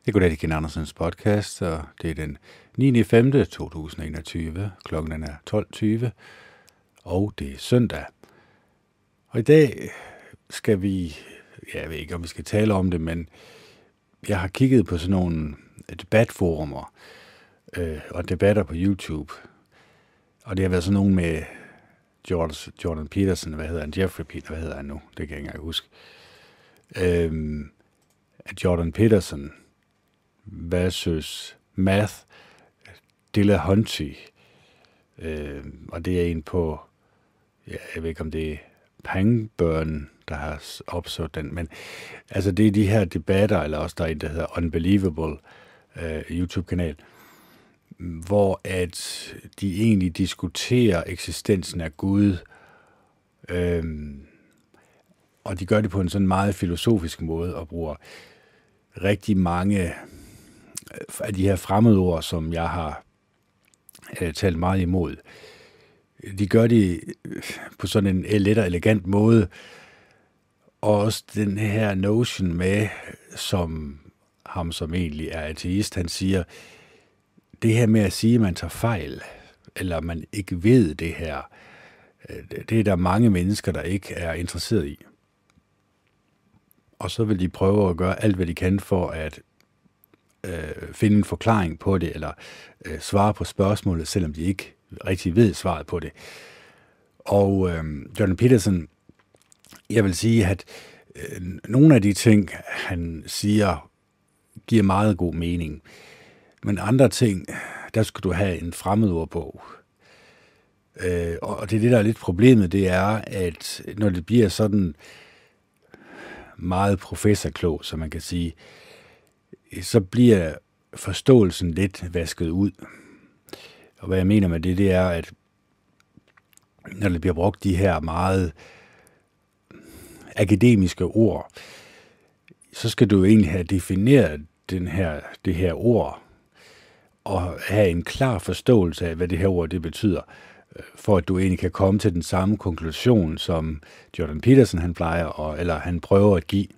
Det går det Ken Andersens podcast, og det er den 9.5.2021. Klokken er 12.20, og det er søndag. Og i dag skal vi, jeg ved ikke om vi skal tale om det, men jeg har kigget på sådan nogle debatforumer og debatter på YouTube. Og det har været sådan nogle med Jordan Peterson, Jeffrey Peterson, hvad hedder han nu? Det kan jeg ikke engang huske. Jordan Peterson versus Matt Dillahunty. Og det er en på, jeg ved ikke om det er Pangburn, der har opsat den, men altså det er de her debatter, eller også der er en, der hedder Unbelievable YouTube-kanal, hvor at de egentlig diskuterer eksistensen af Gud, og de gør det på en sådan meget filosofisk måde, og bruger rigtig mange af de her fremmedord, som jeg har talt meget imod. De gør det på sådan en let og elegant måde, og også den her notion med, som ham som egentlig er ateist, han siger, det her med at sige, at man tager fejl, eller man ikke ved det her, det er der mange mennesker, der ikke er interesseret i. Og så vil de prøve at gøre alt, hvad de kan for at finde en forklaring på det, eller svare på spørgsmålet, selvom de ikke rigtig ved svaret på det. Og Jordan Peterson, jeg vil sige, at nogle af de ting, han siger, giver meget god mening. Men andre ting, der skal du have en fremmedord på. Og det er det, der er lidt problemet, det er, at når det bliver sådan meget professorklog, som man kan sige, så bliver forståelsen lidt vasket ud. Og hvad jeg mener med det, det er, at når det bliver brugt de her meget akademiske ord, så skal du egentlig have defineret det her ord, og have en klar forståelse af, hvad det her ord det betyder, for at du egentlig kan komme til den samme konklusion, som Jordan Peterson han plejer, eller han prøver at give.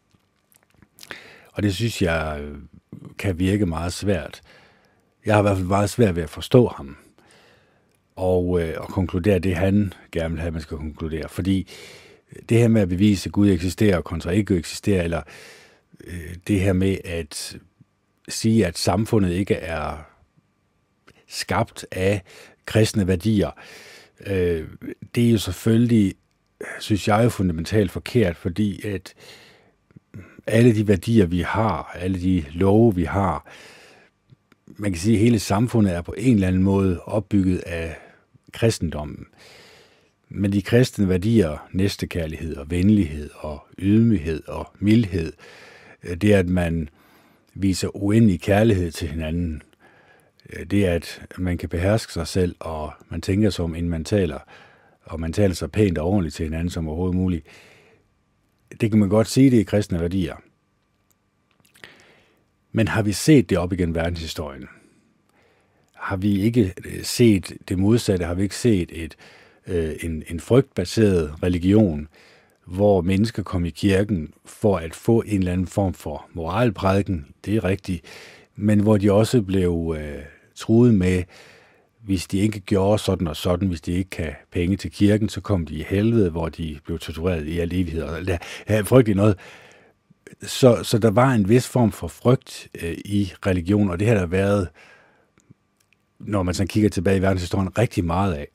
Og det synes jeg kan virke meget svært. Jeg har i hvert fald meget svært ved at forstå ham, og konkludere det, han gerne vil have, man skal konkludere. Fordi det her med at bevise, at Gud eksisterer kontra ikke eksisterer, eller det her med at sige, at samfundet ikke er skabt af kristne værdier, det er jo selvfølgelig, synes jeg, fundamentalt forkert, fordi at alle de værdier, vi har, alle de love, vi har, man kan sige, at hele samfundet er på en eller anden måde opbygget af kristendommen. Men de kristne værdier, næstekærlighed og venlighed og ydmyghed og mildhed, det er, at man viser uendelig kærlighed til hinanden. Det er, at man kan beherske sig selv, og man tænker som inden man taler, og man taler så pænt og ordentligt til hinanden som overhovedet muligt. Det kan man godt sige, det er kristne værdier. Men har vi set det op igennem verdenshistorien? Har vi ikke set det modsatte? Har vi ikke set en frygtbaseret religion, hvor mennesker kom i kirken for at få en eller anden form for moralprædiken? Det er rigtigt. Men hvor de også blev truet med, hvis de ikke gjorde sådan og sådan, hvis de ikke kan penge til kirken, så kom de i helvede, hvor de blev tortureret i al evighed. Og det er frygteligt noget. Så der var en vis form for frygt i religion, og det har der været, når man så kigger tilbage i verdenshistorien, rigtig meget af.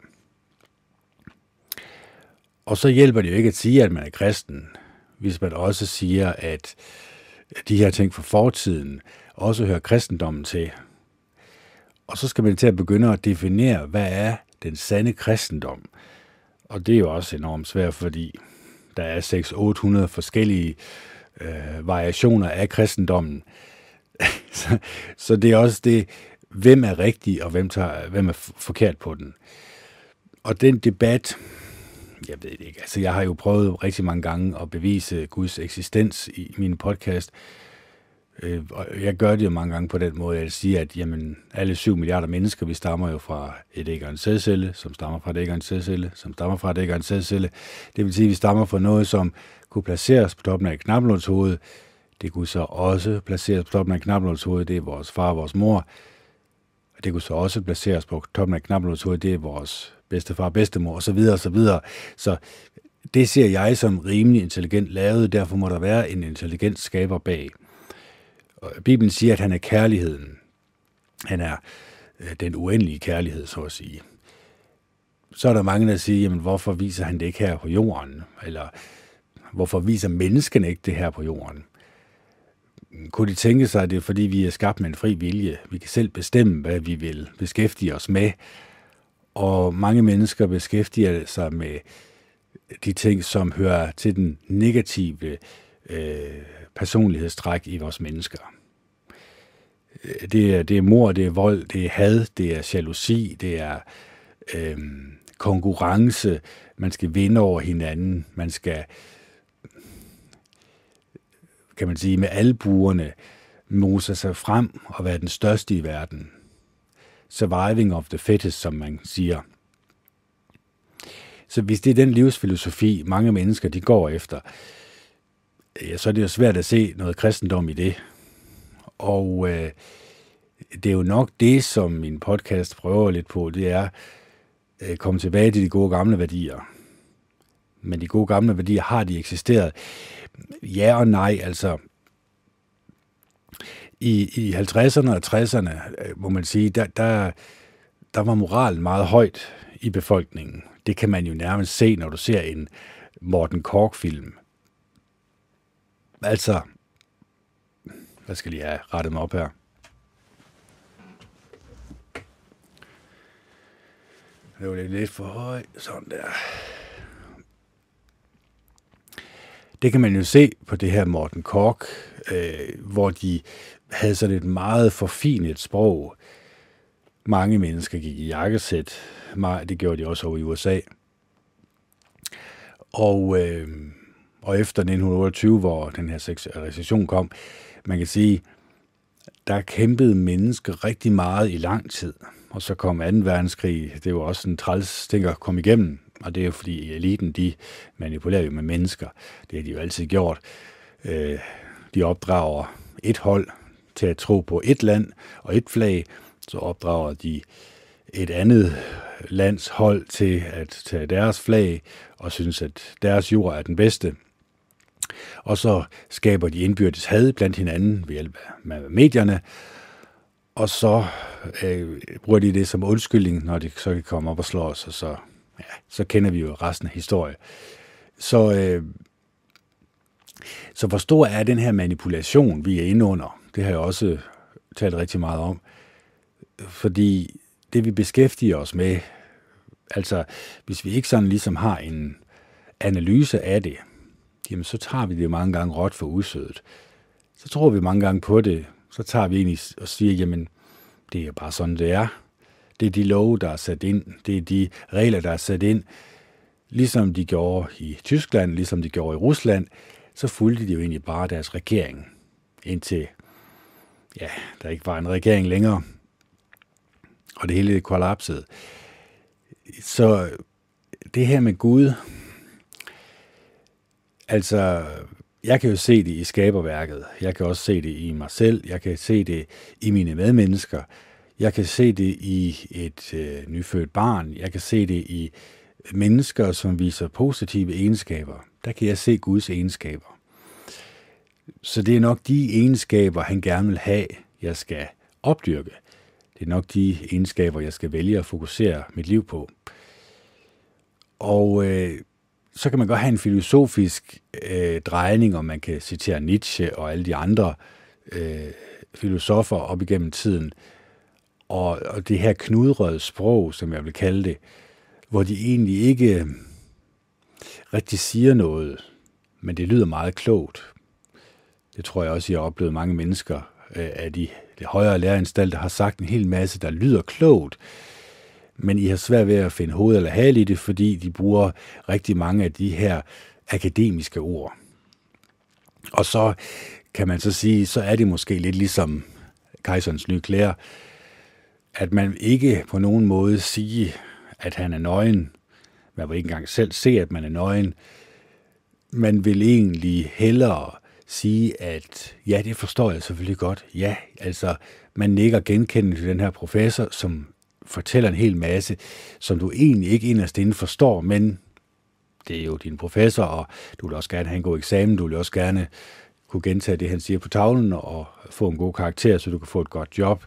Og så hjælper det jo ikke at sige, at man er kristen, hvis man også siger, at de her ting fra fortiden også hører kristendommen til. Og så skal man til at begynde at definere, hvad er den sande kristendom. Og det er jo også enormt svært, fordi der er 600-800 forskellige variationer af kristendommen. Så det er også det, hvem er rigtig, og hvem er forkert på den. Og den debat, jeg ved det ikke, altså jeg har jo prøvet rigtig mange gange at bevise Guds eksistens i min podcast, og jeg gør det jo mange gange på den måde, at jeg siger, at jamen, alle 7 milliarder mennesker, vi stammer jo fra et æg og en sædcelle, som stammer fra et æg og en sædcelle, som stammer fra et æg og en sædcelle. Det vil sige, at vi stammer fra noget, som kunne placeres på toppen af et knaplånshoved, Det kunne så også placeres på toppen af knappenålshovedet, det er vores far og vores mor. Det kunne så også placeres på toppen af knappenålshovedet, det er vores bedstefar og bedstemor, osv. osv. Så det ser jeg som rimelig intelligent lavet, derfor må der være en intelligent skaber bag. Og Bibelen siger, at han er kærligheden. Han er den uendelige kærlighed, så at sige. Så er der mange, der siger, jamen hvorfor viser han det ikke her på jorden? Eller hvorfor viser menneskene ikke det her på jorden? Kunne de tænke sig, at det er fordi, vi er skabt med en fri vilje? Vi kan selv bestemme, hvad vi vil beskæftige os med. Og mange mennesker beskæftiger sig med de ting, som hører til den negative personlighedstræk i vores mennesker. Det er mord, det er vold, det er had, det er jalousi, det er konkurrence. Man skal vinde over hinanden. Man skal, kan man sige, med albuerne mose sig frem og være den største i verden. Surviving of the fittest, som man siger. Så hvis det er den livsfilosofi, mange mennesker de går efter, ja, så er det jo svært at se noget kristendom i det. Og det er jo nok det, som min podcast prøver lidt på, det er at komme tilbage til de gode gamle værdier. Men de gode gamle værdier, har de eksisteret? Ja og nej, altså. I 50'erne og 60'erne, må man sige, der var moralen meget højt i befolkningen. Det kan man jo nærmest se, når du ser en Morten Korch-film. Altså, hvad skal jeg have rettet mig op her? Det var lidt for højt, sådan der. Det kan man jo se på det her Morten Korch, hvor de havde sådan et meget forfinet sprog. Mange mennesker gik i jakkesæt. Det gjorde de også over i USA. Og efter 1928, hvor den her recession kom, man kan sige, der kæmpede mennesker rigtig meget i lang tid. Og så kom 2. verdenskrig. Det var også en træls ting at komme igennem. Og det er jo fordi eliten, de manipulerer jo med mennesker. Det har de jo altid gjort. De opdrager et hold til at tro på et land og et flag. Så opdrager de et andet lands hold til at tage deres flag og synes, at deres jord er den bedste. Og så skaber de indbyrdes had blandt hinanden ved hjælp af medierne. Og så bruger de det som undskyldning, når de så kan komme op og slå os, og så kender vi jo resten af historien. Så hvor stor er den her manipulation, vi er inde under? Det har jeg også talt rigtig meget om. Fordi det, vi beskæftiger os med, altså hvis vi ikke sådan ligesom har en analyse af det, jamen så tager vi det mange gange råt for usødet. Så tror vi mange gange på det, så tager vi egentlig og siger, jamen det er bare sådan, det er. Det er de love, der er sat ind. Det er de regler, der er sat ind. Ligesom de gjorde i Tyskland, ligesom de gjorde i Rusland, så fulgte de jo egentlig bare deres regering. Indtil, ja, der ikke var en regering længere. Og det hele kollapsede. Så det her med Gud, altså, jeg kan jo se det i skaberværket. Jeg kan også se det i mig selv. Jeg kan se det i mine medmennesker. Jeg kan se det i et nyfødt barn. Jeg kan se det i mennesker, som viser positive egenskaber. Der kan jeg se Guds egenskaber. Så det er nok de egenskaber, han gerne vil have, jeg skal opdyrke. Det er nok de egenskaber, jeg skal vælge at fokusere mit liv på. Og så kan man godt have en filosofisk drejning, og man kan citere Nietzsche og alle de andre filosofer op igennem tiden. Og det her knudrede sprog, som jeg vil kalde det, hvor de egentlig ikke rigtig siger noget, men det lyder meget klogt. Det tror jeg også, jeg har oplevet mange mennesker af de højere læreranstalter har sagt en hel masse, der lyder klogt, men I har svært ved at finde hoved eller hale i det, fordi de bruger rigtig mange af de her akademiske ord. Og så kan man så sige, så er det måske lidt ligesom Kejserens nye klæder, at man ikke på nogen måde sige, at han er nøgen. Man vil ikke engang selv se, at man er nøgen. Man vil egentlig hellere sige, at ja, det forstår jeg selvfølgelig godt. Ja, altså, man nikker genkendende til den her professor, som fortæller en hel masse, som du egentlig ikke inderst inde forstår, men det er jo din professor, og du vil også gerne have en god eksamen, du vil også gerne kunne gentage det, han siger på tavlen, og få en god karakter, så du kan få et godt job.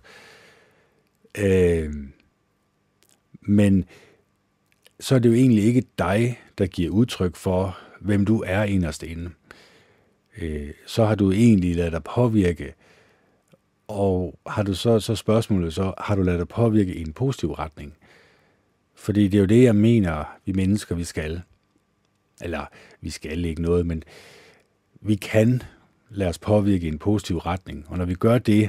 Men så er det jo egentlig ikke dig, der giver udtryk for, hvem du er inderst inde. Så har du egentlig ladet dig påvirke, og har du så spørgsmålet, så har du ladet dig påvirke i en positiv retning. Fordi det er jo det, jeg mener, vi mennesker, vi skal. Eller, vi skal ikke noget, men vi kan lade os påvirke i en positiv retning. Og når vi gør det,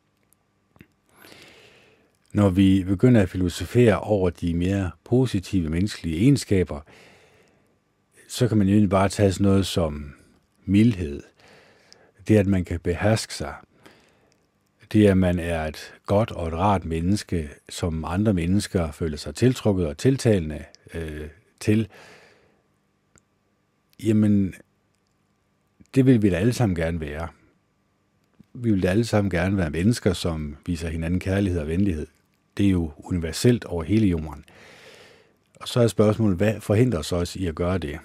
når vi begynder at filosofere over de mere positive menneskelige egenskaber, så kan man jo bare tage sådan noget som mildhed. Det, at man kan beherske sig. Det, at man er et godt og et rart menneske, som andre mennesker føler sig tiltrukket og tiltalende til. Jamen, det vil vi da alle sammen gerne være. Vi vil da alle sammen gerne være mennesker, som viser hinanden kærlighed og venlighed. Det er jo universelt over hele jorden. Og så er spørgsmålet, hvad forhindrer os også i at gøre det?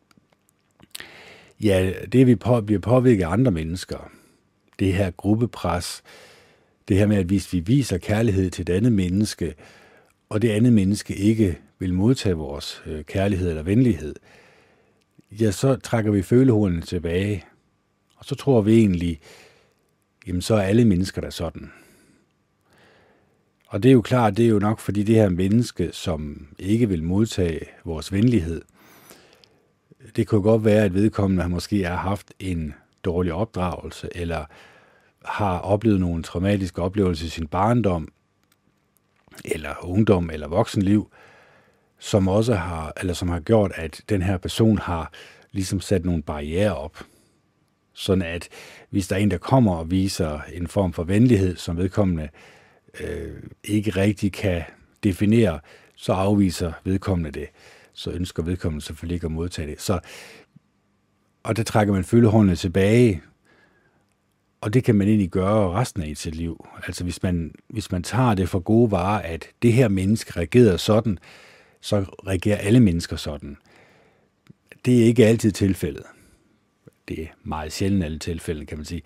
Ja, det vi bliver påvirket af andre mennesker. Det her gruppepres. Det her med, at hvis vi viser kærlighed til et andet menneske, og det andet menneske ikke vil modtage vores kærlighed eller venlighed, ja, så trækker vi følehornene tilbage. Og så tror vi egentlig, jamen så er alle mennesker der sådan. Og det er jo klart, det er jo nok fordi det her menneske, som ikke vil modtage vores venlighed, det kunne godt være, at vedkommende har måske har haft en dårlig opdragelse, eller har oplevet nogle traumatiske oplevelser i sin barndom, eller ungdom, eller voksenliv, som også har gjort, at den her person har ligesom sat nogle barrierer op. Sådan at hvis der er en, der kommer og viser en form for venlighed, som vedkommende ikke rigtig kan definere, så afviser vedkommende det. Så ønsker vedkommende selvfølgelig ikke at modtage det. Og der trækker man følehornene tilbage, og det kan man egentlig gøre resten af sit liv. Altså hvis man tager det for gode varer, at det her menneske reagerer sådan, så reagerer alle mennesker sådan. Det er ikke altid tilfældet. Det er meget sjældent alle tilfælde, kan man sige.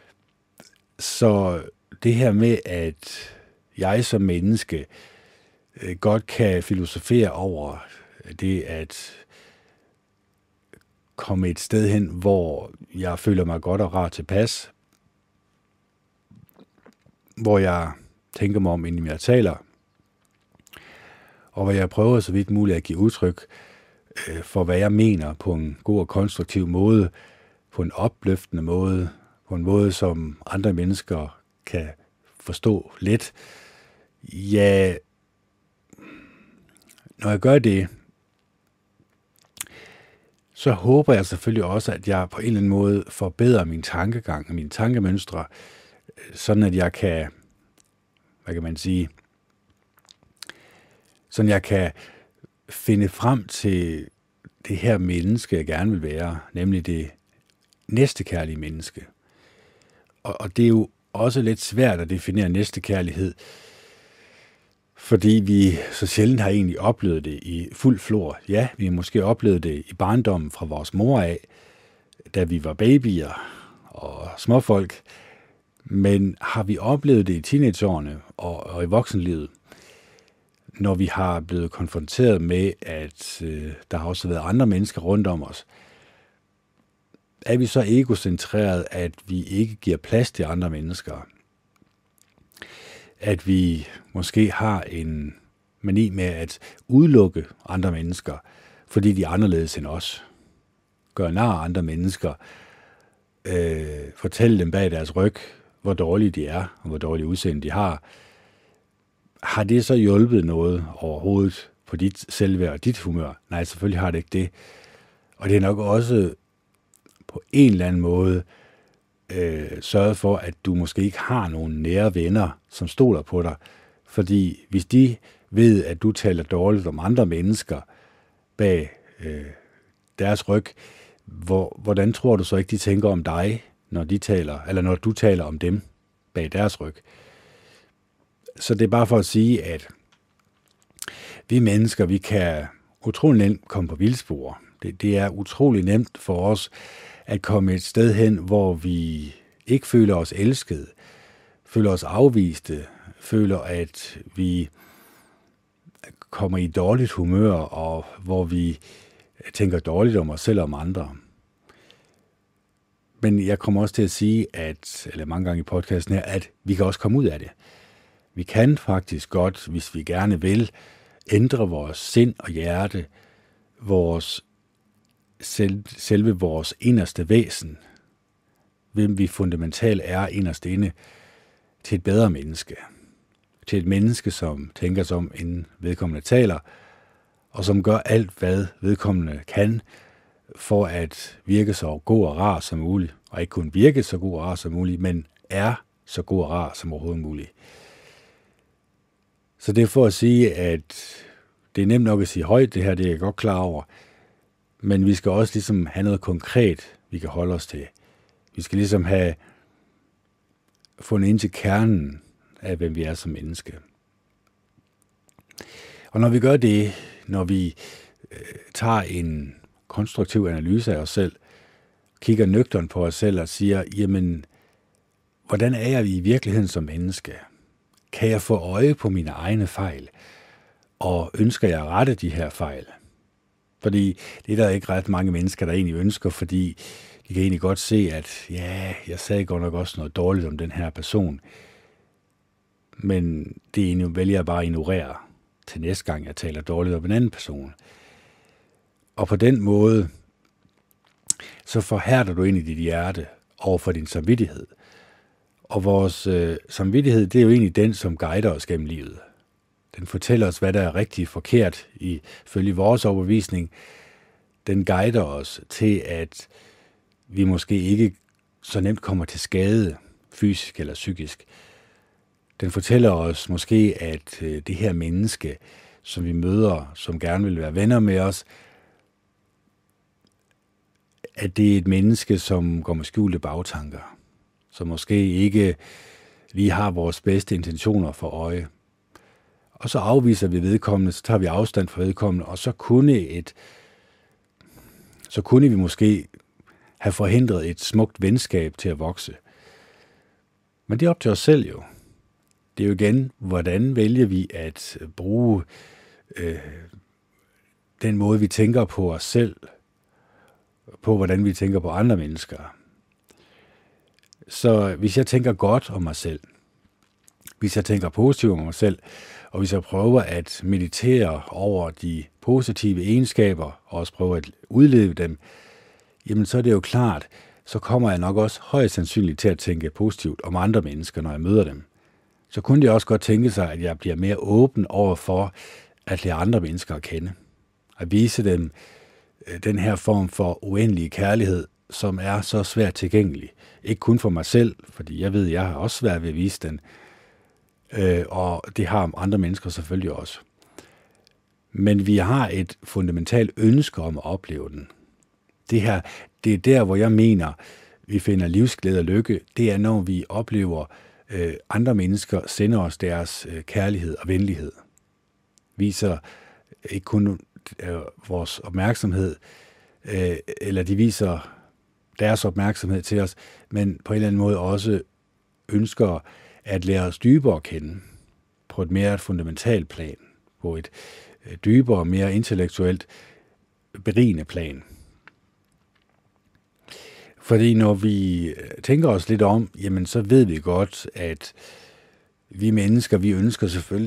Så det her med, at jeg som menneske godt kan filosofere over det at komme et sted hen, hvor jeg føler mig godt og rart tilpas, hvor jeg tænker mig om, inden jeg taler, og hvor jeg prøver så vidt muligt at give udtryk for, hvad jeg mener på en god og konstruktiv måde, på en opløftende måde, på en måde, som andre mennesker kan forstå let. Ja, når jeg gør det, så håber jeg selvfølgelig også, at jeg på en eller anden måde forbedrer min tankegang og mine tankemønstre, sådan at jeg kan, sådan jeg kan finde frem til det her menneske, jeg gerne vil være, nemlig det næstekærlige menneske. Og det er jo også lidt svært at definere næstekærlighed, fordi vi så sjældent har egentlig oplevet det i fuld flor. Ja, vi har måske oplevet det i barndommen fra vores mor af, da vi var babyer og småfolk, men har vi oplevet det i teenageårene og i voksenlivet, når vi har blevet konfronteret med, at der har også været andre mennesker rundt om os, er vi så egocentreret, at vi ikke giver plads til andre mennesker? At vi måske har en mani med at udelukke andre mennesker, fordi de er anderledes end os. Gør nar af andre mennesker. Fortælle dem bag deres ryg, hvor dårlige de er, og hvor dårlige udseende de har. Har det så hjulpet noget overhovedet på dit selvværd og dit humør? Nej, selvfølgelig har det ikke det. Og det er nok også på en eller anden måde sørget for, at du måske ikke har nogen nære venner, som stoler på dig. Fordi hvis de ved, at du taler dårligt om andre mennesker bag deres ryg, hvordan tror du så ikke, de tænker om dig? når du taler om dem bag deres ryg. Så det er bare for at sige, at vi mennesker, vi kan utrolig nemt komme på vildspor. Det er utrolig nemt for os at komme et sted hen, hvor vi ikke føler os elskede, føler os afviste, føler, at vi kommer i dårligt humør, og hvor vi tænker dårligt om os selv og om andre. Men jeg kommer også til at sige, eller mange gange i podcasten her, at vi kan også komme ud af det. Vi kan faktisk godt, hvis vi gerne vil, ændre vores sind og hjerte, selve vores inderste væsen, hvem vi fundamentalt er inderst inde, til et bedre menneske. Til et menneske, som tænker sig om, inden vedkommende taler, og som gør alt, hvad vedkommende kan, for at virke så god og rar som muligt. Og ikke kun virke så god og rar som muligt, men er så god og rar som overhovedet muligt. Så det er for at sige, at det er nemt nok at sige højt, det her, det er jeg godt klar over. Men vi skal også ligesom have noget konkret, vi kan holde os til. Vi skal ligesom have fundet ind til kernen af, hvem vi er som menneske. Og når vi gør det, når vi tager en konstruktiv analyse af os selv, kigger nøgternt på os selv og siger, jamen, hvordan er jeg i virkeligheden som menneske? Kan jeg få øje på mine egne fejl? Og ønsker jeg at rette de her fejl? Fordi det er der ikke ret mange mennesker, der egentlig ønsker, fordi de kan egentlig godt se, at ja, jeg sagde godt nok også noget dårligt om den her person. Men det vælger jeg bare at ignorere til næste gang, jeg taler dårligt om en anden person. Og på den måde, så forhærder du ind i dit hjerte over for din samvittighed. Og vores samvittighed, det er jo egentlig den, som guider os gennem livet. Den fortæller os, hvad der er rigtigt forkert ifølge vores overbevisning. Den guider os til, at vi måske ikke så nemt kommer til skade, fysisk eller psykisk. Den fortæller os måske, at det her menneske, som vi møder, som gerne vil være venner med os, at det er et menneske, som går med skjulte bagtanker, som måske ikke lige har vores bedste intentioner for øje. Og så afviser vi vedkommende, så tager vi afstand fra vedkommende, og så kunne vi måske have forhindret et smukt venskab til at vokse. Men det er op til os selv jo. Det er jo igen, hvordan vælger vi at bruge den måde, vi tænker på os selv, på hvordan vi tænker på andre mennesker. Så hvis jeg tænker godt om mig selv, hvis jeg tænker positivt om mig selv, og hvis jeg prøver at meditere over de positive egenskaber, og også prøver at udleve dem, jamen så er det jo klart, så kommer jeg nok også højst sandsynligt til at tænke positivt om andre mennesker, når jeg møder dem. Så kunne det også godt tænke sig, at jeg bliver mere åben over for at lære andre mennesker at kende. At vise dem den her form for uendelig kærlighed, som er så svært tilgængelig. Ikke kun for mig selv, fordi jeg ved, at jeg har også svært ved at vise den. Og det har andre mennesker selvfølgelig også. Men vi har et fundamentalt ønske om at opleve den. Det er der, hvor jeg mener, vi finder livsglæde og lykke. Det er, når vi oplever andre mennesker sender os deres kærlighed og venlighed. Viser ikke kun vores opmærksomhed, eller de viser deres opmærksomhed til os, men på en eller anden måde også ønsker at lære os dybere at kende på et mere fundamentalt plan, på et dybere, mere intellektuelt berigende plan. Fordi når vi tænker os lidt om, jamen så ved vi godt, at vi mennesker, vi ønsker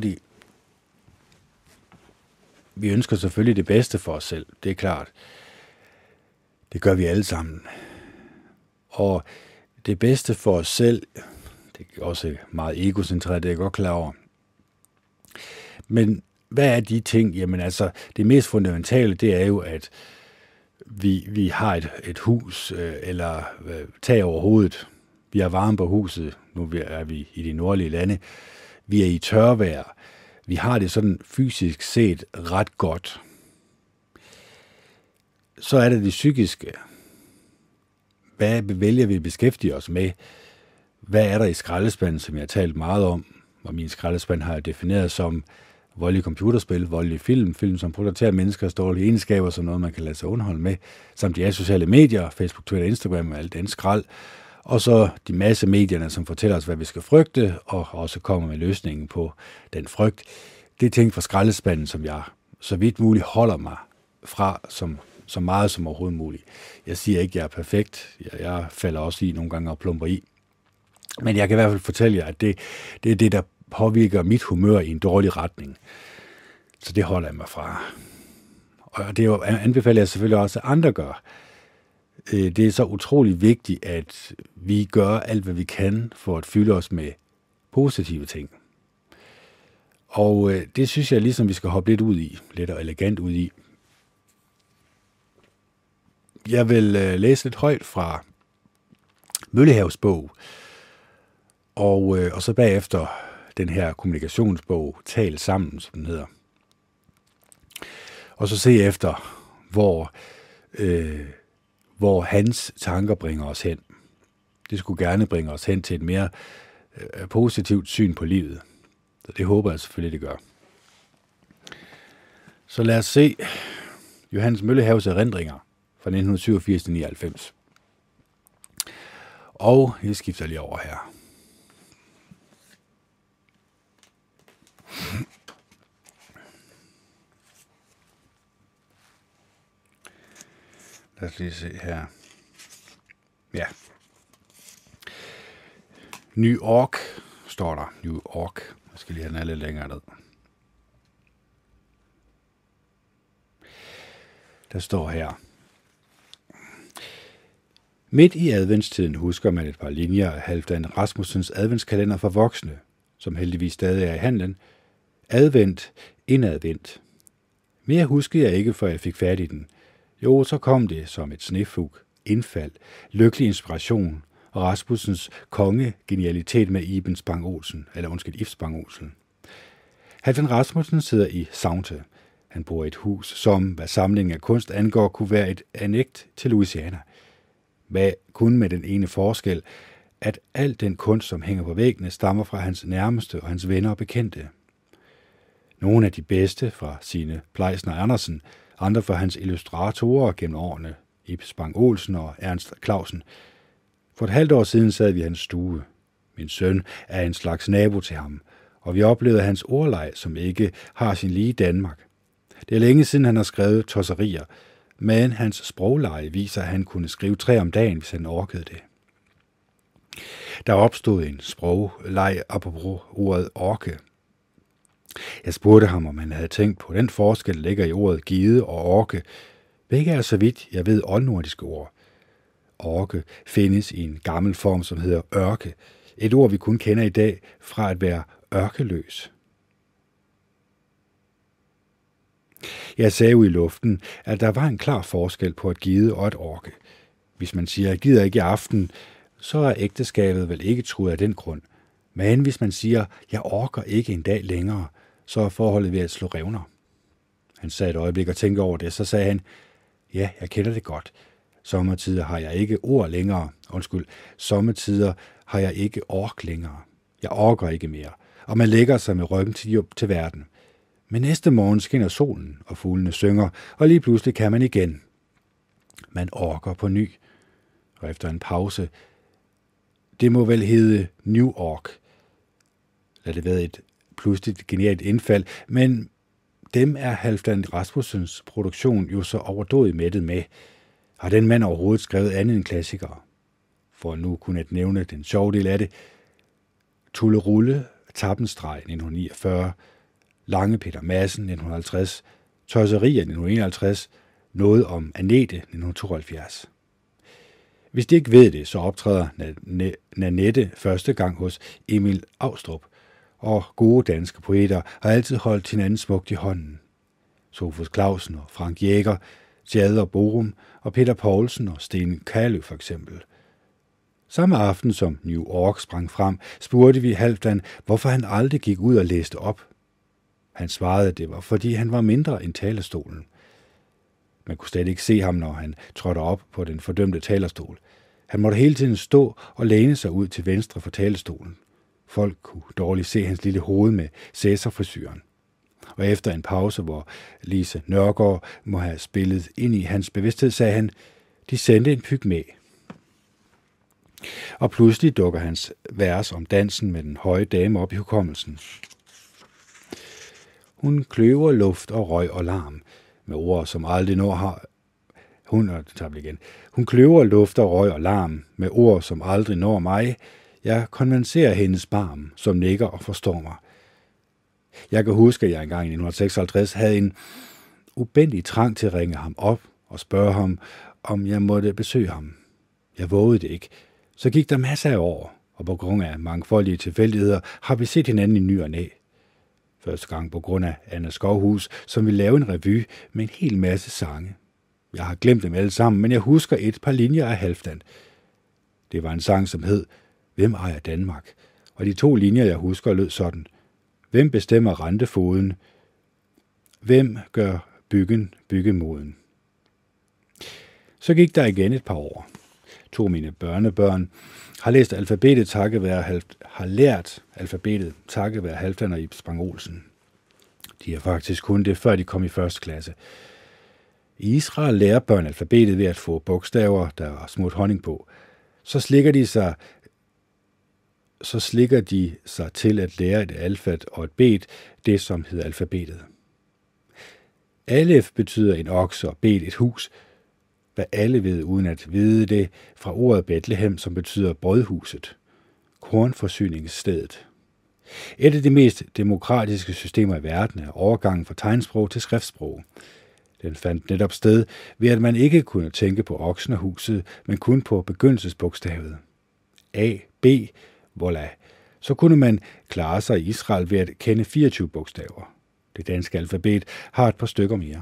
selvfølgelig det bedste for os selv. Det er klart. Det gør vi alle sammen. Og det bedste for os selv, det er også meget egocentreret, det er jeg godt klar over. Men hvad er de ting? Jamen altså, det mest fundamentale, det er jo, at vi har et hus eller tag over hovedet. Vi har varme på huset. Nu er vi i de nordlige lande. Vi er i tørvejr. Vi har det sådan fysisk set ret godt. Så er det psykiske. hvad vælger vi at beskæftige os med? Hvad er der i skraldespanden, som jeg har talt meget om? Og min skraldespand har jeg defineret som voldelige computerspil, voldelige film som producerer menneskers dårlige egenskaber, som noget, man kan lade sig underholde med, samt de sociale medier, Facebook, Twitter, Instagram og alt den skrald. Og så de masse medierne, som fortæller os, hvad vi skal frygte, og også kommer med løsningen på den frygt. Det er ting fra skraldespanden, som jeg så vidt muligt holder mig fra, så meget som overhovedet muligt. Jeg siger ikke, at jeg er perfekt. Jeg falder også i nogle gange og plumper i. Men jeg kan i hvert fald fortælle jer, at det er det, der påvirker mit humør i en dårlig retning. Så det holder jeg mig fra. Og det anbefaler jeg selvfølgelig også, at andre gør. Det er så utrolig vigtigt, at vi gør alt, hvad vi kan for at fylde os med positive ting. Og det synes jeg ligesom, vi skal hoppe lidt og elegant ud i. Jeg vil læse lidt højt fra Møllehavs bog, og så bagefter den her kommunikationsbog, Tal sammen, som den hedder. Og så se efter, hvor hans tanker bringer os hen. Det skulle gerne bringe os hen til et mere positivt syn på livet. Så det håber jeg selvfølgelig, det gør. Så lad os se Johannes Møllehavs erindringer fra 1987-99. Og jeg skifter lige over her. Lad os lige se her. Ja. New York står der. New York. Jeg skal lige have den lidt længere ned. Der står her. Midt i adventstiden husker man et par linjer af Halfdan Rasmussens adventskalender for voksne, som heldigvis stadig er i handlen. Advent, indadvendt. Mere huskede jeg ikke, før jeg fik fat i den. Jo, så kom det som et snefug, indfald, lykkelig inspiration og Rasmussens konge-genialitet med Ibn Spang-Olsen, Ib Spang-Olsen. Halfdan Rasmussen sidder i Saunte. Han bor i et hus, som, hvad samlingen af kunst angår, kunne være et annekt til Louisiana. Hvad kun med den ene forskel, at al den kunst, som hænger på væggene, stammer fra hans nærmeste og hans venner og bekendte. Nogle af de bedste fra sine Pleisner Andersen, andre fra hans illustratorer gennem årene, Ib Spang-Olsen og Ernst Clausen. For et halvt år siden sad vi i hans stue. Min søn er en slags nabo til ham, og vi oplevede hans ordleg, som ikke har sin lige i Danmark. Det er længe siden, han har skrevet tosserier, men hans sprogleje viser, at han kunne skrive 3 om dagen, hvis han orkede det. Der opstod en sprogleje apropos ordet orke. Jeg spurgte ham, om han havde tænkt på den forskel, der ligger i ordet gide og orke. Begge er så vidt, jeg ved, oldnordiske ord. Orke findes i en gammel form, som hedder ørke. Et ord, vi kun kender i dag fra at være ørkeløs. Jeg sagde ud i luften, at der var en klar forskel på et gide og et orke. Hvis man siger, at jeg gider ikke i aften, så er ægteskabet vel ikke truet af den grund. Men hvis man siger, at jeg orker ikke en dag længere, så er forholdet ved at slå revner. Han sad et øjeblik og tænkte over det, så sagde han, ja, jeg kender det godt. Sommetider har jeg ikke ord længere. Sommetider har jeg ikke ork længere. Jeg orker ikke mere. Og man lægger sig med ryggen til verden. Men næste morgen skinner solen, og fuglene synger, og lige pludselig kan man igen. Man orker på ny. Og efter en pause, det må vel hedde New York. Lad det være et pludseligt genialt indfald, men dem er Halfdan Rasmussens produktion jo så overdådigt mættet med. Har den mand overhovedet skrevet andet end klassikere? For nu kunne jeg nævne den sjove del af det. Tullerulle, Tappenstreg 1949, Lange Peter Madsen 1950, Tosserier 1951, Noget om Anette 1972. Hvis de ikke ved det, så optræder Nanette første gang hos Emil Austrup, og gode danske poeter har altid holdt hinanden smukt i hånden. Sofus Clausen og Frank Jæger, Tjader Borum og Peter Poulsen og Sten Kalø for eksempel. Samme aften som New York sprang frem, spurgte vi Halfdan, hvorfor han aldrig gik ud og læste op. Han svarede, at det var, fordi han var mindre end talerstolen. Man kunne slet ikke se ham, når han trådte op på den fordømte talerstol. Han måtte hele tiden stå og læne sig ud til venstre for talerstolen. Folk kunne dårligt se hans lille hoved med Cæsar-frisyren. Og efter en pause, hvor Lise Nørgaard må have spillet ind i hans bevidsthed, sagde han, de sendte en pygmæ. Og pludselig dukker hans vers om dansen med den høje dame op i hukommelsen. Hun kløver luft og røg og larm, med ord, som aldrig når har... Hun kløver luft og røg og larm, med ord, som aldrig når mig. Jeg konvenserer hendes barm, som nikker og forstår mig. Jeg kan huske, at jeg engang i 1956 havde en ubændig trang til at ringe ham op og spørge ham, om jeg måtte besøge ham. Jeg vågede det ikke. Så gik der masser af år, og på grund af mangfoldige tilfældigheder har vi set hinanden i ny og næ. Første gang på grund af Anna Skovhus, som ville lave en revy med en hel masse sange. Jeg har glemt dem alle sammen, men jeg husker et par linjer af Halfdan. Det var en sang, som hed Hvem ejer Danmark? Og de 2 linjer, jeg husker, lød sådan. Hvem bestemmer rentefoden? Hvem gør byggemoden? Så gik der igen et par år. 2 af mine børnebørn har lært alfabetet takket være Halfdan og Ib Spang Olsen. De har faktisk kun det, før de kom i 1. klasse. I Israel lærer børn alfabetet ved at få bogstaver, der er smurt honning på. Så slikker de sig til at lære et alfat og et bet, det som hedder alfabetet. Alef betyder en okse og bet et hus, hvad alle ved uden at vide det, fra ordet Bethlehem, som betyder brødhuset, kornforsyningsstedet. Et af de mest demokratiske systemer i verden er overgangen fra tegnsprog til skriftsprog. Den fandt netop sted ved, at man ikke kunne tænke på oksen og huset, men kun på begyndelsesbogstavet. A, B, voilà. Så kunne man klare sig i Israel ved at kende 24 bogstaver. Det danske alfabet har et par stykker mere.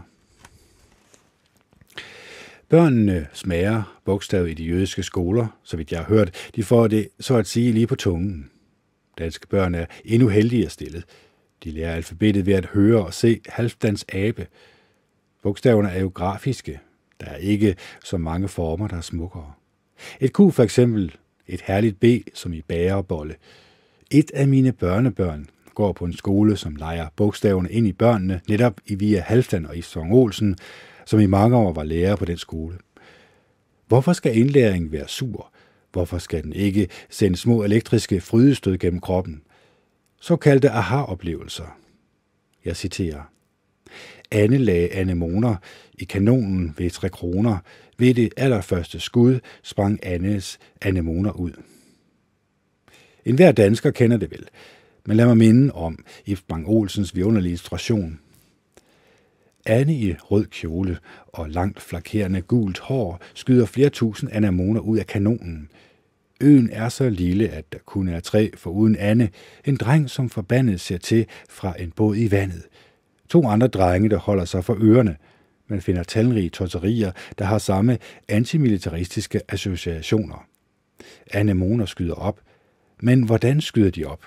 Børnene smager bogstavet i de jødiske skoler, så vidt jeg har hørt. De får det, så at sige, lige på tungen. Danske børn er endnu heldigere stillet. De lærer alfabetet ved at høre og se Halfdans abe. Bogstaverne er jo grafiske. Der er ikke så mange former, der er smukkere. Et Q for eksempel, et herligt B som i bagerbolle. Et af mine børnebørn går på en skole, som leger bogstaverne ind i børnene, netop via Halfdan og Ib Spang Olsen, som i mange år var lærer på den skole. Hvorfor skal indlæringen være sur? Hvorfor skal den ikke sende små elektriske frydestød gennem kroppen? Såkaldte aha-oplevelser. Jeg citerer. Anne lagde anemoner i kanonen ved 3 kroner. Ved det allerførste skud sprang Annes anemoner ud. Enhver dansker kender det vel, men lad mig minde om Ib Spang Olsens vidunderlige illustration. Anne i rød kjole og langt flakerende gult hår skyder flere tusind anemoner ud af kanonen. Øen er så lille, at der kun er 3 foruden Anne, en dreng, som forbandet ser til fra en båd i vandet. 2 andre drenge, der holder sig for ørerne. Man finder talrige torterier, der har samme antimilitaristiske associationer. Anemoner skyder op, men hvordan skyder de op?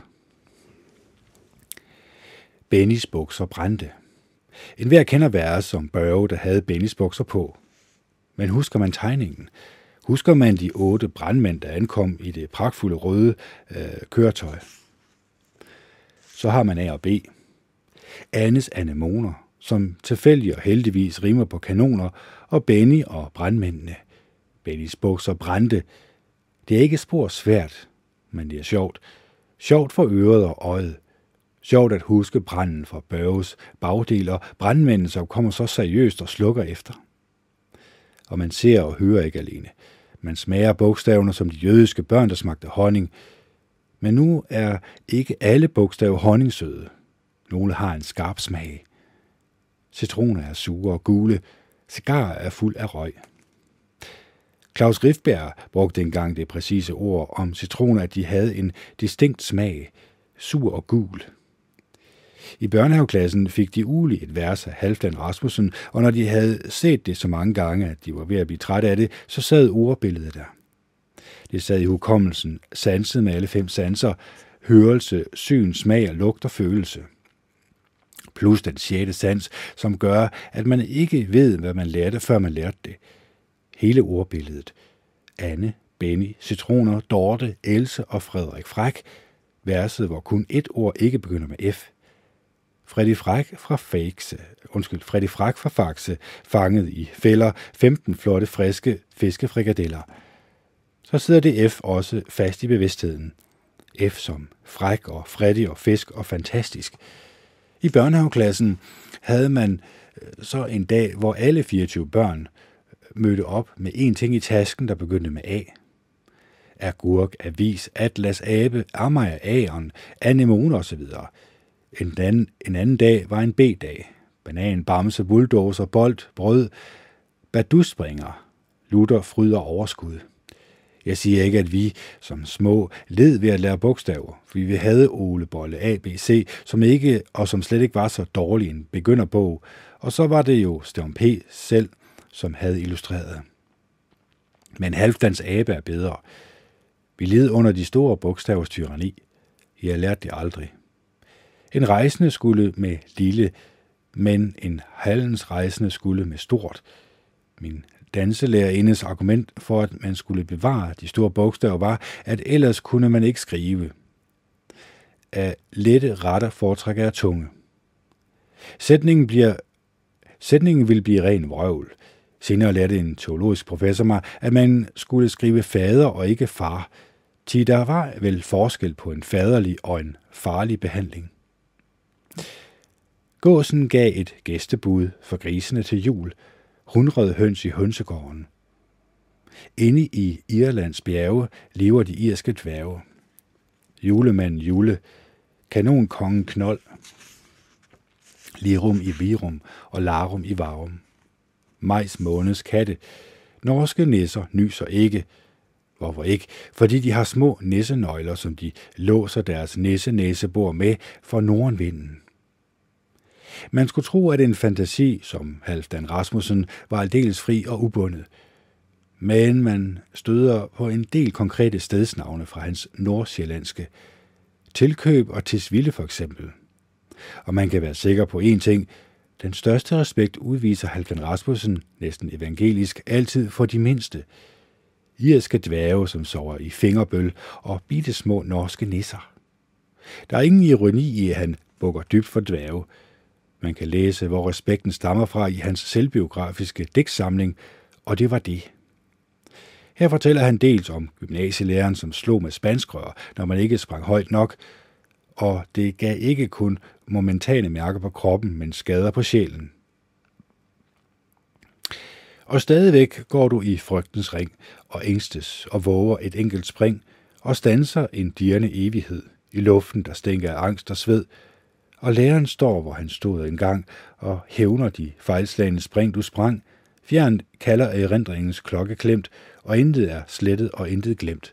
Bennys bukser brændte. Enhver kender vers som Børge, der havde Bennys bukser på. Men husker man tegningen? Husker man de 8 brandmænd, der ankom i det pragtfulde røde køretøj? Så har man A og B. Annes anemoner, som tilfældigt og heldigvis rimer på kanoner, og Benny og brandmændene. Bennys bukser brændte. Det er ikke spor svært, men det er sjovt. Sjovt for øret og øjet. Sjovt at huske branden fra Børges bagdel og brandmændene, som kommer så seriøst og slukker efter. Og man ser og hører ikke alene. Man smager bogstaverne som de jødiske børn, der smagte honning. Men nu er ikke alle bogstaver honningsøde. Nogle har en skarp smag. Citroner er sure og gule. Cigarer er fuld af røg. Claus Rifbjerg brugte engang det præcise ord om citroner, at de havde en distinkt smag. Sur og gul. I børnehaveklassen fik de ugeligt et vers af Halfdan Rasmussen, og når de havde set det så mange gange, at de var ved at blive trætte af det, så sad ordbilledet der. Det sad i hukommelsen, sanset med alle 5 sanser, hørelse, syn, smag, lugt og følelse. Plus den 6. sans, som gør, at man ikke ved, hvad man lærte, før man lærte det. Hele ordbilledet. Anne, Benny, Citroner, Dorte, Else og Frederik Fræk, verset, hvor kun et ord ikke begynder med F. Freddy Fræk fra Faxe, fanget i fælder 15 flotte, friske fiskefrikadeller. Så sidder det F også fast i bevidstheden. F som fræk og Freddy og fisk og fantastisk. I børnehaveklassen havde man så en dag, hvor alle 24 børn mødte op med en ting i tasken, der begyndte med A. Agurk, avis, atlas, abe, Amager, ageren, anemone osv. En anden dag var en B-dag. Banan, bamse, bulldozer, bold, brød, badusspringer, lutter, fryder, overskud. Jeg siger ikke, at vi som små led ved at lære bogstaver, fordi vi havde Ole Bolle A, B, C, som slet ikke var så dårlig en begynderbog, og så var det jo Stævn P. selv, som havde illustreret. Men Halfdans abe er bedre. Vi led under de store bogstavers tyranni. Jeg lærte det aldrig. En rejsende skulle med lille, men en Hallens rejsende skulle med stort. Min danselærerindes argument for, at man skulle bevare de store bogstaver, var, at ellers kunne man ikke skrive. Af lette retter foretrækker jeg tunge. Sætningen vil blive ren vrøvl. Senere lærte en teologisk professor mig, at man skulle skrive fader og ikke far, til der var vel forskel på en faderlig og en farlig behandling. Gåsen gav et gæstebud for grisene til jul, 100 høns i hønsegården. Inde i Irlands bjerge lever de irske dværge. Julemanden Jule, kanonkongen Knold, Lirum i Virum og Larum i Varum. Majs måneds katte, norske nisser nyser ikke. Hvorfor ikke? Fordi de har små nissenøgler, som de låser deres nissenæsebor med for nordenvinden. Man skulle tro, at en fantasi som Halfdan Rasmussen var aldeles fri og ubundet. Men man støder på en del konkrete stedsnavne fra hans nordsjællandske. Tilkøb og Tisvilde for eksempel. Og man kan være sikker på én ting. Den største respekt udviser Halfdan Rasmussen, næsten evangelisk, altid for de mindste. Irske dværge, som sover i fingerbøl, og bitte små norske nisser. Der er ingen ironi i, at han bukker dybt for dværge. Man kan læse, hvor respekten stammer fra i hans selvbiografiske digtsamling, og det var det. Her fortæller han dels om gymnasielæreren, som slog med spanskrør, når man ikke sprang højt nok, og det gav ikke kun momentane mærker på kroppen, men skader på sjælen. Og stadigvæk går du i frygtens ring, og ængstes og våger et enkelt spring, og standser en dirrende evighed i luften, der stinker af angst og sved, og læreren står, hvor han stod engang, og hævner de fejlslagne spring, du sprang. Fjernt kalder erindringens klokke klemt, og intet er slettet og intet glemt.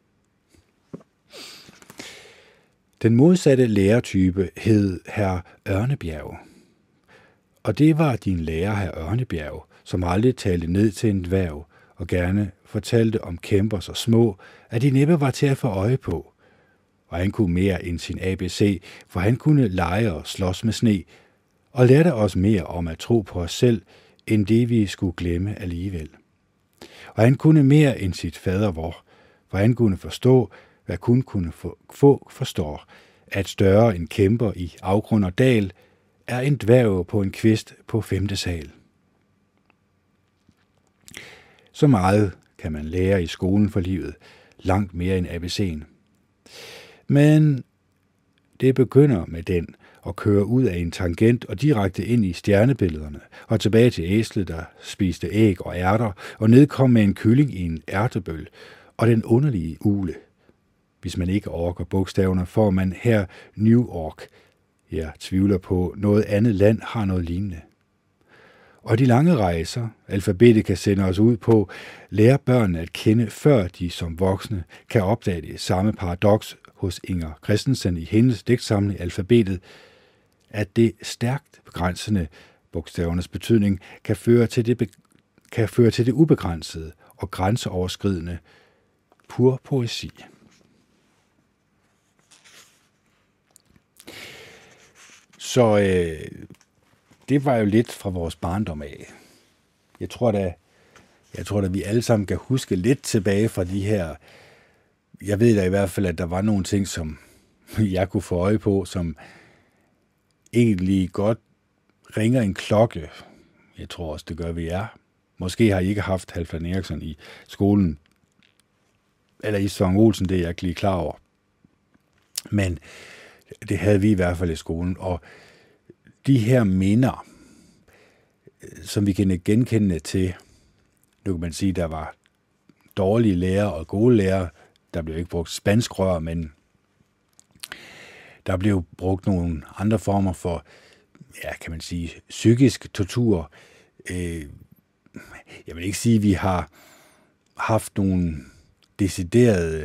Den modsatte lærertype hed hr. Ørnebjerg. Og det var din lærer, hr. Ørnebjerg, som aldrig talte ned til en dværg, og gerne fortalte om kæmper så små, at de næppe var til at få øje på. Og han kunne mere end sin ABC, for han kunne lege og slås med sne, og lærte os mere om at tro på os selv, end det vi skulle glemme alligevel. Og han kunne mere end sit fader vor, for han kunne forstå, hvad kun kunne få forstår, at større en kæmper i afgrund og dal, er en dværg på en kvist på 5. sal. Så meget kan man lære i skolen for livet, langt mere end ABC'en. Men det begynder med den og kører ud af en tangent og direkte ind i stjernebillederne og tilbage til æslet, der spiste æg og ærter og nedkom med en kylling i en ærtebøl og den underlige ule. Hvis man ikke orker bogstaverne, får man her New York. Jeg tvivler på, noget andet land har noget lignende. Og de lange rejser, alfabetet kan sende os ud på, lærer børnene at kende, før de som voksne kan opdage det samme paradoks hos Inger Christensen i hendes digtsamling Alfabetet, at det stærkt begrænsende bogstavernes betydning kan føre til det ubegrænsede og grænseoverskridende pur poesi. Så det var jo lidt fra vores barndom af. Jeg tror da, Jeg tror, at vi alle sammen kan huske lidt tilbage fra de her. Jeg ved da i hvert fald, at der var nogle ting, som jeg kunne få øje på, som egentlig godt ringer en klokke. Jeg tror også, det gør vi er. Måske har I ikke haft Halfdan Eriksson i skolen, eller i Svang Olsen, det er jeg ikke lige klar over. Men det havde vi i hvert fald i skolen. Og de her minder, som vi kan genkende til, nu kan man sige, der var dårlige lærere og gode lærere. Der blev ikke brugt spanskrør, men der blev brugt nogle andre former for, ja, kan man sige, psykisk tortur. Jeg vil ikke sige, at vi har haft nogle deciderede,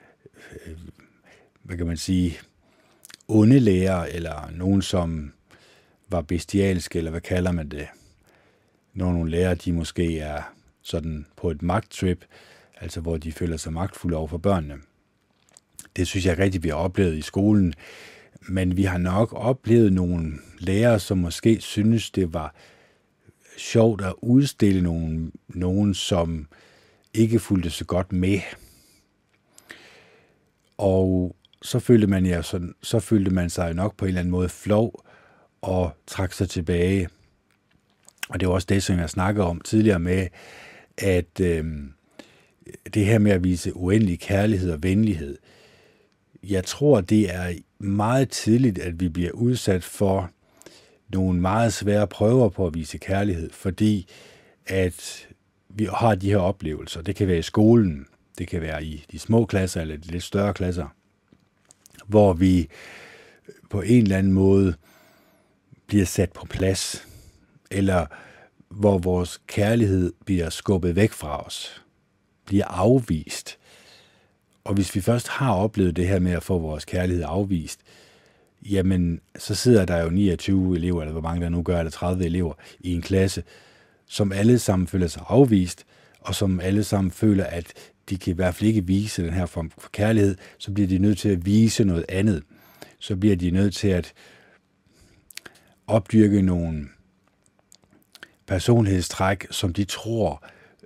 hvad kan man sige, onde lærere, eller nogen, som var bestialske, eller hvad kalder man det. Nogle lærere, de måske er sådan på et magttrip, altså hvor de føler sig magtfulde over for børnene. Det synes jeg rigtig, vi har oplevet i skolen, men vi har nok oplevet nogle lærere, som måske synes, det var sjovt at udstille nogen, som ikke fulgte så godt med. Og så følte man sig nok på en eller anden måde flov og trak sig tilbage. Og det var også det, som jeg snakkede om tidligere med, at det her med at vise uendelig kærlighed og venlighed, jeg tror, det er meget tidligt, at vi bliver udsat for nogle meget svære prøver på at vise kærlighed, fordi at vi har de her oplevelser. Det kan være i skolen, det kan være i de små klasser eller de lidt større klasser, hvor vi på en eller anden måde bliver sat på plads, eller hvor vores kærlighed bliver skubbet væk fra os, bliver afvist. Og hvis vi først har oplevet det her med at få vores kærlighed afvist, jamen, så sidder der jo 29 elever, eller hvor mange der nu gør, eller 30 elever i en klasse, som alle sammen føler sig afvist, og som alle sammen føler, at de kan i hvert fald ikke vise den her form for kærlighed, så bliver de nødt til at vise noget andet. Så bliver de nødt til at opdyrke nogle personlighedstræk, som de tror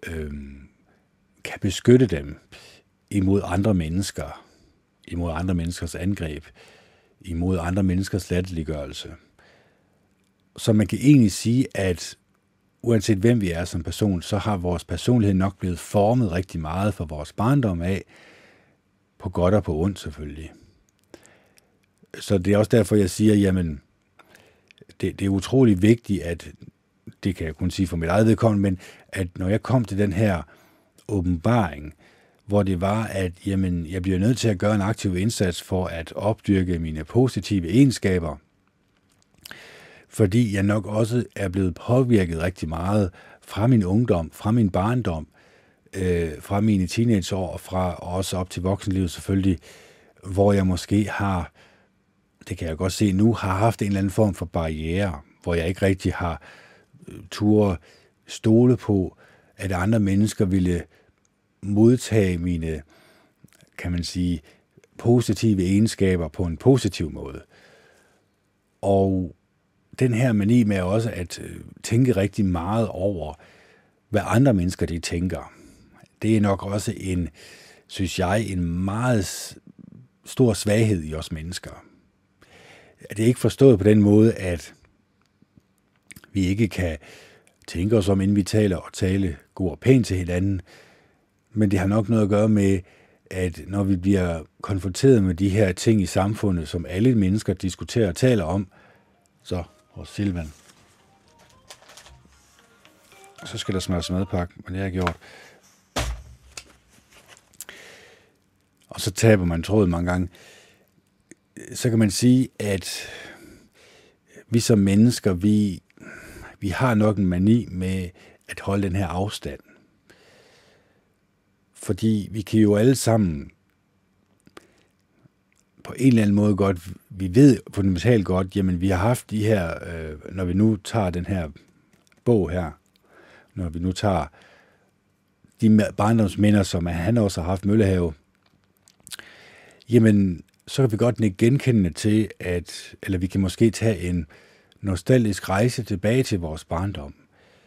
kan beskytte dem imod andre mennesker, imod andre menneskers angreb, imod andre menneskers latterliggørelse. Så man kan egentlig sige, at uanset hvem vi er som person, så har vores personlighed nok blevet formet rigtig meget for vores barndom af, på godt og på ondt selvfølgelig. Så det er også derfor, jeg siger, jamen, det er utrolig vigtigt, at, det kan jeg kun sige for mit eget vedkommende, men at når jeg kom til den her åbenbaring, hvor det var, at jamen, jeg bliver nødt til at gøre en aktiv indsats for at opdyrke mine positive egenskaber, fordi jeg nok også er blevet påvirket rigtig meget fra min ungdom, fra min barndom, fra mine teenageår og fra også op til voksenlivet selvfølgelig, hvor jeg måske har, det kan jeg godt se nu, har haft en eller anden form for barriere, hvor jeg ikke rigtig har turde stole på, at andre mennesker ville modtage mine, kan man sige, positive egenskaber på en positiv måde. Og den her mani med også at tænke rigtig meget over, hvad andre mennesker de tænker, det er nok også en, synes jeg, en meget stor svaghed i os mennesker. Det er ikke forstået på den måde, at vi ikke kan tænke os om, inden vi taler, og tale god og pænt til hinanden, men det har nok noget at gøre med, at når vi bliver konfronteret med de her ting i samfundet, som alle mennesker diskuterer og taler om, så hos Silvan, så skal der smøres madpakke, men det har jeg gjort. Og så taber man tråden mange gange. Så kan man sige, at vi som mennesker, vi har nok en mani med at holde den her afstand. Fordi vi kan jo alle sammen på en eller anden måde godt, vi ved fundamentalt godt, jamen vi har haft de her, når vi nu tager den her bog her, når vi nu tager de barndomsminder, som han også har haft Møllehave, jamen så kan vi godt genkende til, eller vi kan måske tage en nostalgisk rejse tilbage til vores barndom.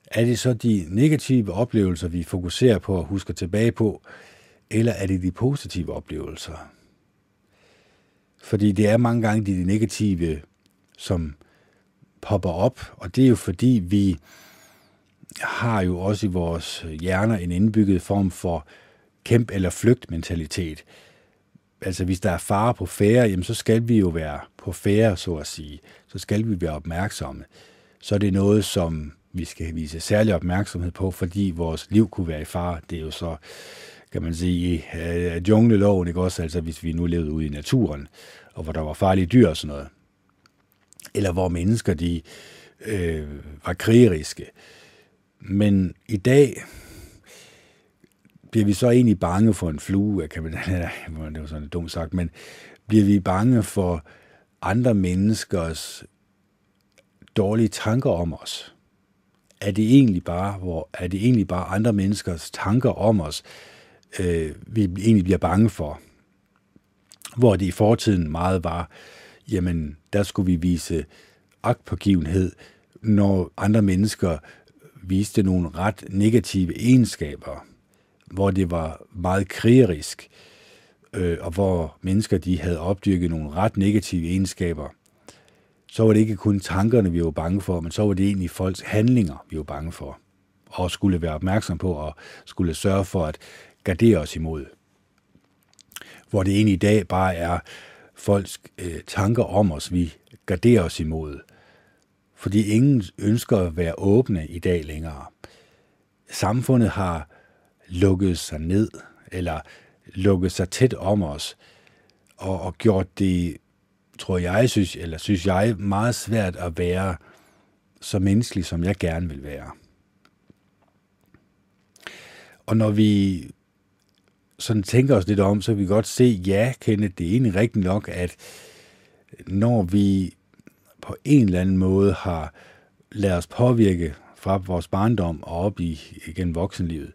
Er det så de negative oplevelser, vi fokuserer på og husker tilbage på, eller er det de positive oplevelser? Fordi det er mange gange de negative, som popper op, og det er jo fordi, vi har jo også i vores hjerner en indbygget form for kæmp- eller flygt-mentalitet. Altså hvis der er fare på færde, jamen, så skal vi jo være på færde, så at sige. Så skal vi være opmærksomme. Så er det noget, som vi skal vise særlig opmærksomhed på, fordi vores liv kunne være i fare. Det er jo så, kan man sige, jungleloven, ikke også? Altså hvis vi nu levede ude i naturen, og hvor der var farlige dyr og sådan noget. Eller hvor mennesker, de var krigeriske. Men i dag bliver vi så egentlig bange for en flue, kan man, det var sådan dumt sagt, men bliver vi bange for andre menneskers dårlige tanker om os? Er det egentlig bare andre menneskers tanker om os, vi egentlig bliver bange for? Hvor det i fortiden meget var, jamen der skulle vi vise agtpågivenhed, når andre mennesker viste nogle ret negative egenskaber, hvor det var meget krigerisk, og hvor mennesker de havde opdyrket nogle ret negative egenskaber, så var det ikke kun tankerne, vi var bange for, men så var det egentlig folks handlinger, vi var bange for, og skulle være opmærksom på, og skulle sørge for at gardere os imod. Hvor det egentlig i dag bare er folks tanker om os, vi garderer os imod. Fordi ingen ønsker at være åbne i dag længere. Samfundet har lukket sig ned, eller lukket sig tæt om os, og gjort det, synes jeg, meget svært at være så menneskelig, som jeg gerne vil være. Og når vi sådan tænker os lidt om, så kan vi godt se, ja, Kenneth, det er egentlig rigtigt nok, at når vi på en eller anden måde har ladet os påvirke fra vores barndom og op igennem voksenlivet,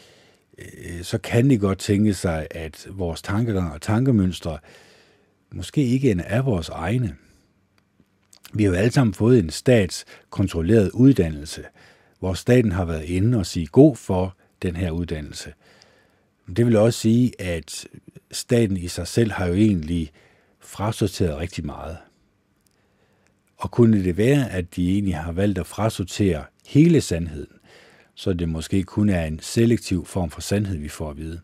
så kan det godt tænke sig, at vores tankegang og tankemønstre måske ikke er vores egne. Vi har jo alle sammen fået en statskontrolleret uddannelse, hvor staten har været inde og sige god for den her uddannelse. Det vil også sige, at staten i sig selv har jo egentlig frasorteret rigtig meget. Og kunne det være, at de egentlig har valgt at frasortere hele sandheden, så det måske kun er en selektiv form for sandhed, vi får at vide.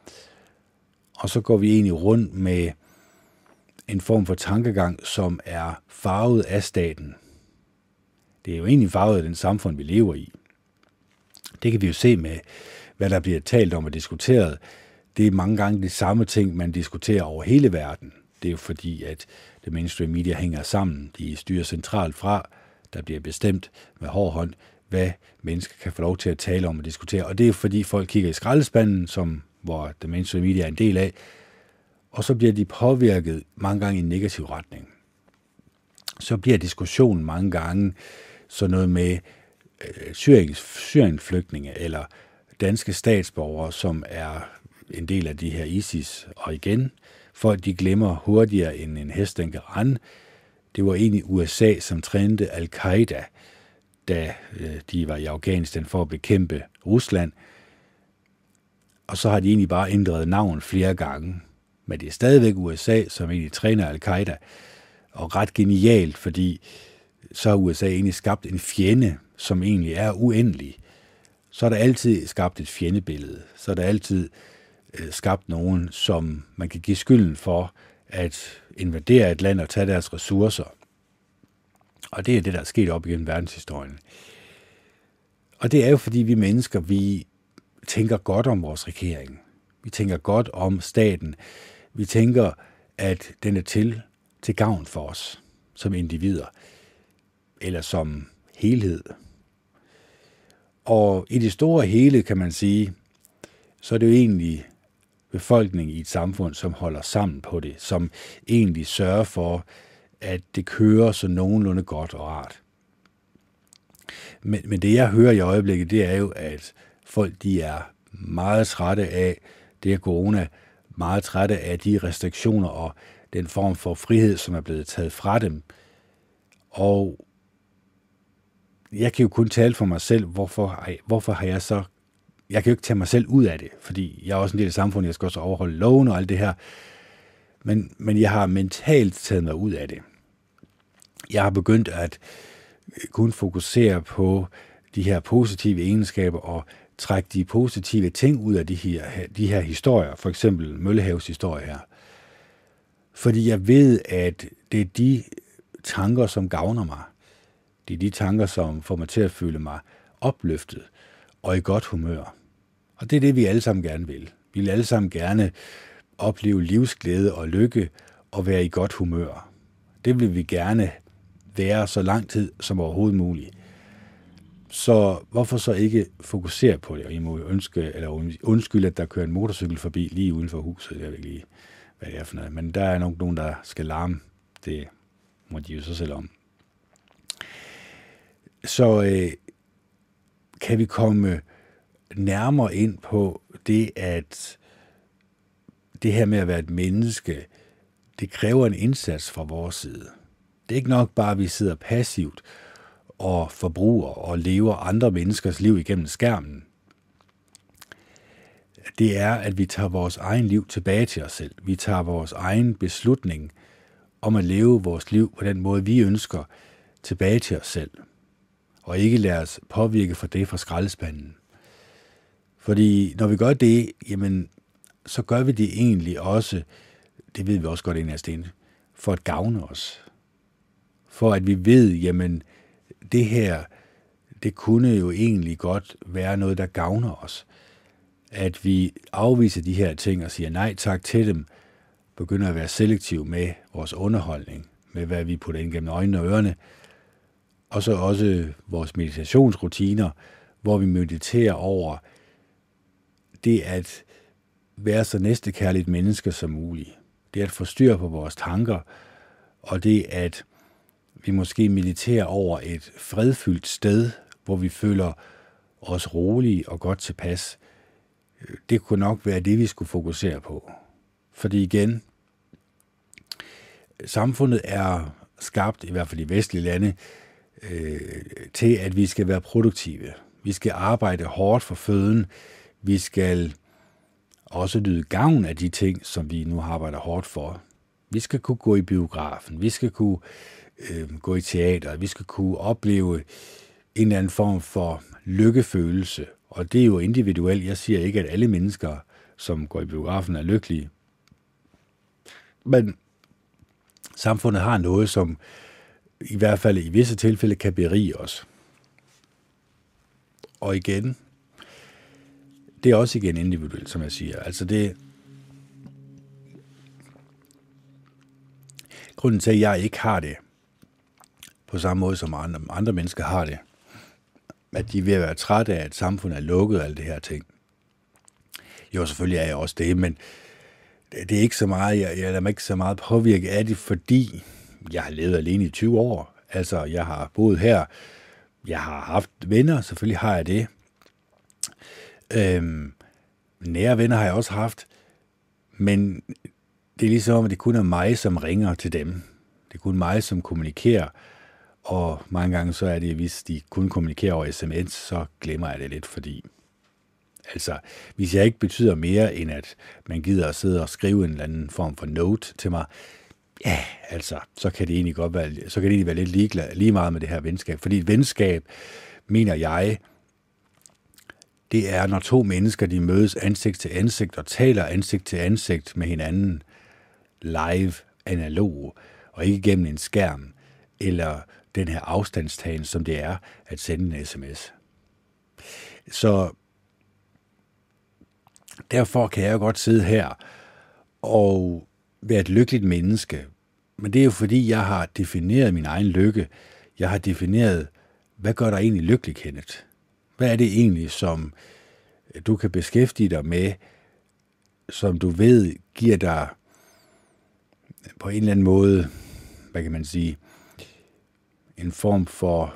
Og så går vi egentlig rundt med en form for tankegang, som er farvet af staten. Det er jo egentlig farvet af den samfund, vi lever i. Det kan vi jo se med, hvad der bliver talt om og diskuteret. Det er mange gange de samme ting, man diskuterer over hele verden. Det er jo fordi, at det mainstream media hænger sammen. De styrer centralt fra, der bliver bestemt med hård hånd, hvad mennesker kan få lov til at tale om og diskutere. Og det er fordi, folk kigger i skraldespanden, hvor det mainstream media er en del af, og så bliver de påvirket mange gange i en negativ retning. Så bliver diskussionen mange gange sådan noget med syriensflygtninge eller danske statsborgere, som er en del af de her ISIS. Og igen, folk de glemmer hurtigere end en hest, den kan rende. Det var egentlig USA, som trænede Al-Qaida, da de var i Afghanistan for at bekæmpe Rusland. Og så har de egentlig bare ændret navn flere gange. Men det er stadigvæk USA, som egentlig træner Al-Qaida. Og ret genialt, fordi så har USA egentlig skabt en fjende, som egentlig er uendelig. Så er der altid skabt et fjendebillede. Så er der altid skabt nogen, som man kan give skylden for at invadere et land og tage deres ressourcer. Og det er det, der er sket op igennem verdenshistorien. Og det er jo, fordi vi mennesker, vi tænker godt om vores regering. Vi tænker godt om staten. Vi tænker, at den er til gavn for os som individer, eller som helhed. Og i det store hele, kan man sige, så er det jo egentlig befolkningen i et samfund, som holder sammen på det, som egentlig sørger for, at det kører så nogenlunde godt og rart. Men det, jeg hører i øjeblikket, det er jo, at folk de er meget trætte af det her corona, meget trætte af de restriktioner og den form for frihed, som er blevet taget fra dem. Og jeg kan jo kun tale for mig selv, hvorfor har jeg så... Jeg kan jo ikke tage mig selv ud af det, fordi jeg er også en del af samfundet, jeg skal også overholde loven og alt det her. Men jeg har mentalt taget mig ud af det. Jeg har begyndt at kun fokusere på de her positive egenskaber og trække de positive ting ud af de her historier, for eksempel Møllehaves historie her. Fordi jeg ved, at det er de tanker, som gavner mig. Det er de tanker, som får mig til at føle mig opløftet og i godt humør. Og det er det, vi alle sammen gerne vil. Vi vil alle sammen gerne opleve livsglæde og lykke og være i godt humør. Det vil vi gerne være så lang tid som overhovedet muligt. Så hvorfor så ikke fokusere på det? Og I må undskylde, at der kører en motorcykel forbi lige uden for huset. Jeg ved ikke lige, hvad det er for noget. Men der er nok nogen, der skal larme. Det må de jo så selv om. Så kan vi komme nærmere ind på det, at det her med at være et menneske, det kræver en indsats fra vores side. Det er ikke nok bare, at vi sidder passivt og forbruger og lever andre menneskers liv igennem skærmen. Det er, at vi tager vores egen liv tilbage til os selv. Vi tager vores egen beslutning om at leve vores liv på den måde, vi ønsker, tilbage til os selv. Og ikke lade os påvirke for det fra skraldespanden. Fordi når vi gør det, jamen, så gør vi det egentlig også, det ved vi også godt inderst inde, for at gavne os. For at vi ved, jamen, det her, det kunne jo egentlig godt være noget, der gavner os. At vi afviser de her ting og siger nej tak til dem, begynder at være selektiv med vores underholdning, med hvad vi putter ind gennem øjnene og ørerne, og så også vores meditationsrutiner, hvor vi mediterer over det at være så næstekærligt menneske som muligt. Det at få styr på vores tanker, og det at vi måske mediterer over et fredfyldt sted, hvor vi føler os rolige og godt tilpas. Det kunne nok være det, vi skulle fokusere på. Fordi igen, samfundet er skabt, i hvert fald i vestlige lande, til at vi skal være produktive. Vi skal arbejde hårdt for føden. Vi skal også nyde gavn af de ting, som vi nu arbejder hårdt for. Vi skal kunne gå i biografen. Vi skal kunne gå i teater. Vi skal kunne opleve en eller anden form for lykkefølelse. Og det er jo individuelt. Jeg siger ikke, at alle mennesker, som går i biografen, er lykkelige. Men samfundet har noget, som i hvert fald i visse tilfælde kan berige os. Og igen, det er også igen individuelt, som jeg siger. Altså det, grunden til, at jeg ikke har det på samme måde, som andre mennesker har det, at de er ved at være trætte af, at samfundet er lukket og alle det her ting. Jo, selvfølgelig er jeg også det, men det er ikke så meget, jeg lader mig ikke så meget påvirke af det, fordi jeg har levet alene i 20 år. Altså, jeg har boet her. Jeg har haft venner, selvfølgelig har jeg det. Nære venner har jeg også haft, men det er ligesom, at det kun er mig, som ringer til dem. Det er kun mig, som kommunikerer, og mange gange så er det, hvis de kun kommunikerer over sms, så glemmer jeg det lidt, fordi altså, hvis jeg ikke betyder mere, end at man gider at sidde og skrive en eller anden form for note til mig, ja, altså, så kan det egentlig godt være, så kan det egentlig være lidt lige meget med det her venskab. Fordi et venskab, mener jeg, det er, når to mennesker, de mødes ansigt til ansigt og taler ansigt til ansigt med hinanden live, analog, og ikke gennem en skærm, eller den her afstandstagen, som det er at sende en sms. Så derfor kan jeg jo godt sidde her og være et lykkeligt menneske. Men det er jo fordi, jeg har defineret min egen lykke. Jeg har defineret, hvad gør dig egentlig lykkelig, Kenneth? Hvad er det egentlig, som du kan beskæftige dig med, som du ved giver dig på en eller anden måde, hvad kan man sige, en form for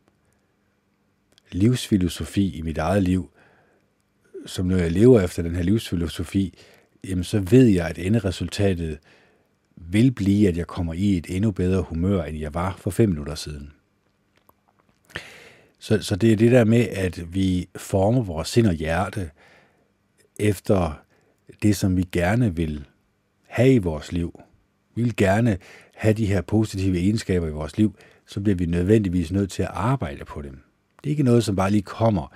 livsfilosofi i mit eget liv, som når jeg lever efter den her livsfilosofi, jamen så ved jeg, at enderesultatet vil blive, at jeg kommer i et endnu bedre humør, end jeg var for 5 minutter siden. Så det er det der med, at vi former vores sind og hjerte efter det, som vi gerne vil have i vores liv. Vi vil gerne have de her positive egenskaber i vores liv, så bliver vi nødvendigvis nødt til at arbejde på dem. Det er ikke noget, som bare lige kommer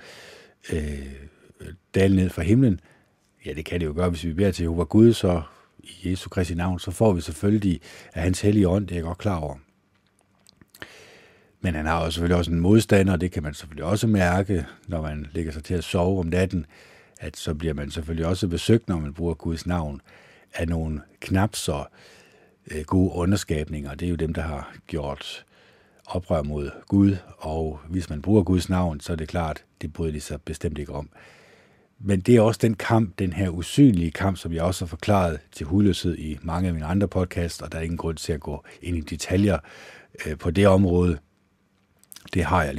dal ned fra himlen. Ja, det kan det jo gøre, hvis vi beder til Jehova Gud, så i Jesu Kristi navn, så får vi selvfølgelig af hans hellige ånd, det er jeg godt klar over. Men han har jo selvfølgelig også en modstander, og det kan man selvfølgelig også mærke, når man lægger sig til at sove om natten, at så bliver man selvfølgelig også besøgt, når man bruger Guds navn, af nogle knap så gode underskabninger. Det er jo dem, der har gjort oprør mod Gud, og hvis man bruger Guds navn, så er det klart, det bryder de sig bestemt ikke om. Men det er også den kamp, den her usynlige kamp, som jeg også har forklaret til hudløshed i mange af mine andre podcasts, og der er ingen grund til at gå ind i detaljer på det område. Det har jeg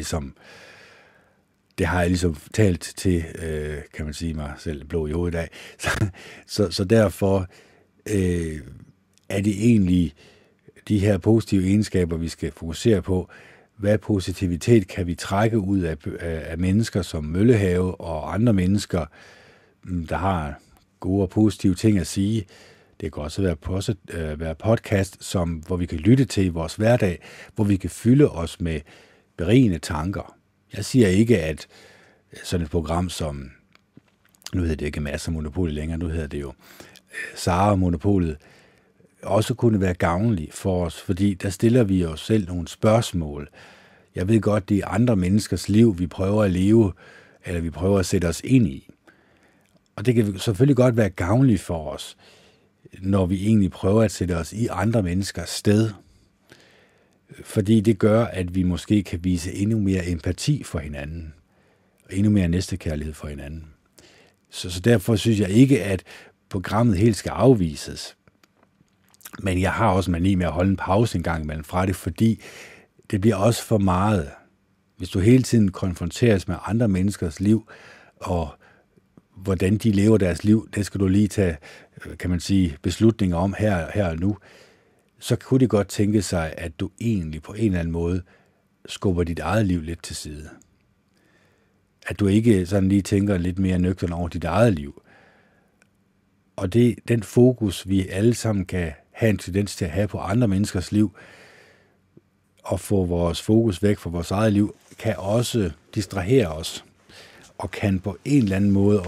ligesom talt til, kan man sige, mig selv blå i hovedet af. Så derfor er det egentlig de her positive egenskaber, vi skal fokusere på. Hvad positivitet kan vi trække ud af mennesker som Møllehave og andre mennesker, der har gode og positive ting at sige. Det kan også være podcast, hvor vi kan lytte til i vores hverdag, hvor vi kan fylde os med berigende tanker. Jeg siger ikke, at sådan et program som, nu hedder det ikke Masser Monopolet længere, nu hedder det jo Sara Monopolet, også kunne være gavnlig for os, fordi der stiller vi os selv nogle spørgsmål. Jeg ved godt, det er andre menneskers liv, vi prøver at leve, eller vi prøver at sætte os ind i. Og det kan selvfølgelig godt være gavnligt for os, når vi egentlig prøver at sætte os i andre menneskers sted. Fordi det gør, at vi måske kan vise endnu mere empati for hinanden, og endnu mere næstekærlighed for hinanden. Så derfor synes jeg ikke, at programmet helt skal afvises. Men jeg har også mani med at holde en pause en gang imellem fra det, fordi det bliver også for meget. Hvis du hele tiden konfronteres med andre menneskers liv, og hvordan de lever deres liv, det skal du lige tage, kan man sige, beslutninger om her og nu, så kunne det godt tænke sig, at du egentlig på en eller anden måde skubber dit eget liv lidt til side. At du ikke sådan lige tænker lidt mere nøgtern over dit eget liv. Og den fokus, vi alle sammen kan have en tendens til at have på andre menneskers liv, og få vores fokus væk fra vores eget liv, kan også distrahere os, og kan på en eller anden måde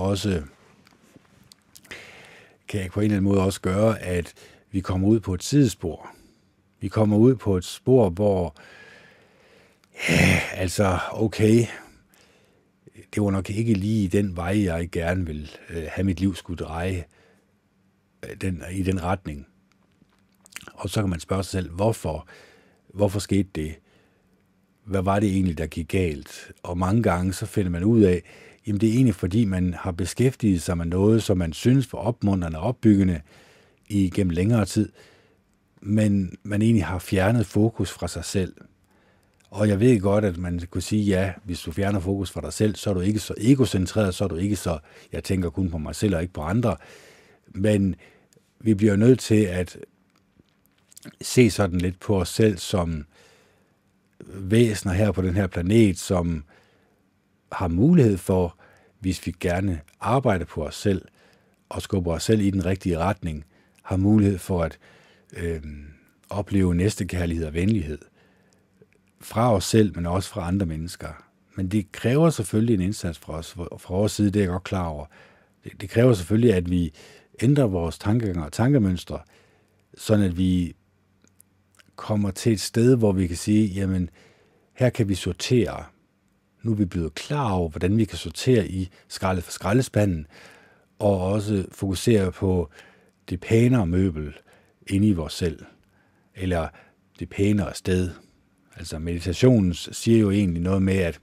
også gøre, at vi kommer ud på et sidespor. Vi kommer ud på et spor, hvor okay, det var nok ikke lige den vej, jeg gerne vil have mit liv skulle dreje i den retning. Og så kan man spørge sig selv, hvorfor skete det? Hvad var det egentlig, der gik galt? Og mange gange så finder man ud af, jamen det er egentlig fordi, man har beskæftiget sig med noget, som man synes var opmuntrende og opbyggende igennem længere tid, men man egentlig har fjernet fokus fra sig selv. Og jeg ved godt, at man kunne sige, ja, hvis du fjerner fokus fra dig selv, så er du ikke så egocentreret, så er du ikke så, jeg tænker kun på mig selv og ikke på andre. Men vi bliver nødt til at se sådan lidt på os selv som væsener her på den her planet, som har mulighed for, hvis vi gerne arbejder på os selv og skubber os selv i den rigtige retning, har mulighed for at opleve næstekærlighed og venlighed fra os selv, men også fra andre mennesker. Men det kræver selvfølgelig en indsats fra os, fra vores side, det er jeg godt klar over. Det kræver selvfølgelig, at vi ændrer vores tankegang og tankemønstre, sådan at vi kommer til et sted, hvor vi kan sige, jamen, her kan vi sortere. Nu er vi blevet klar over, hvordan vi kan sortere i skraldet for skraldespanden, og også fokusere på det pænere møbel inde i vores selv, eller det pænere sted. Altså meditationen siger jo egentlig noget med, at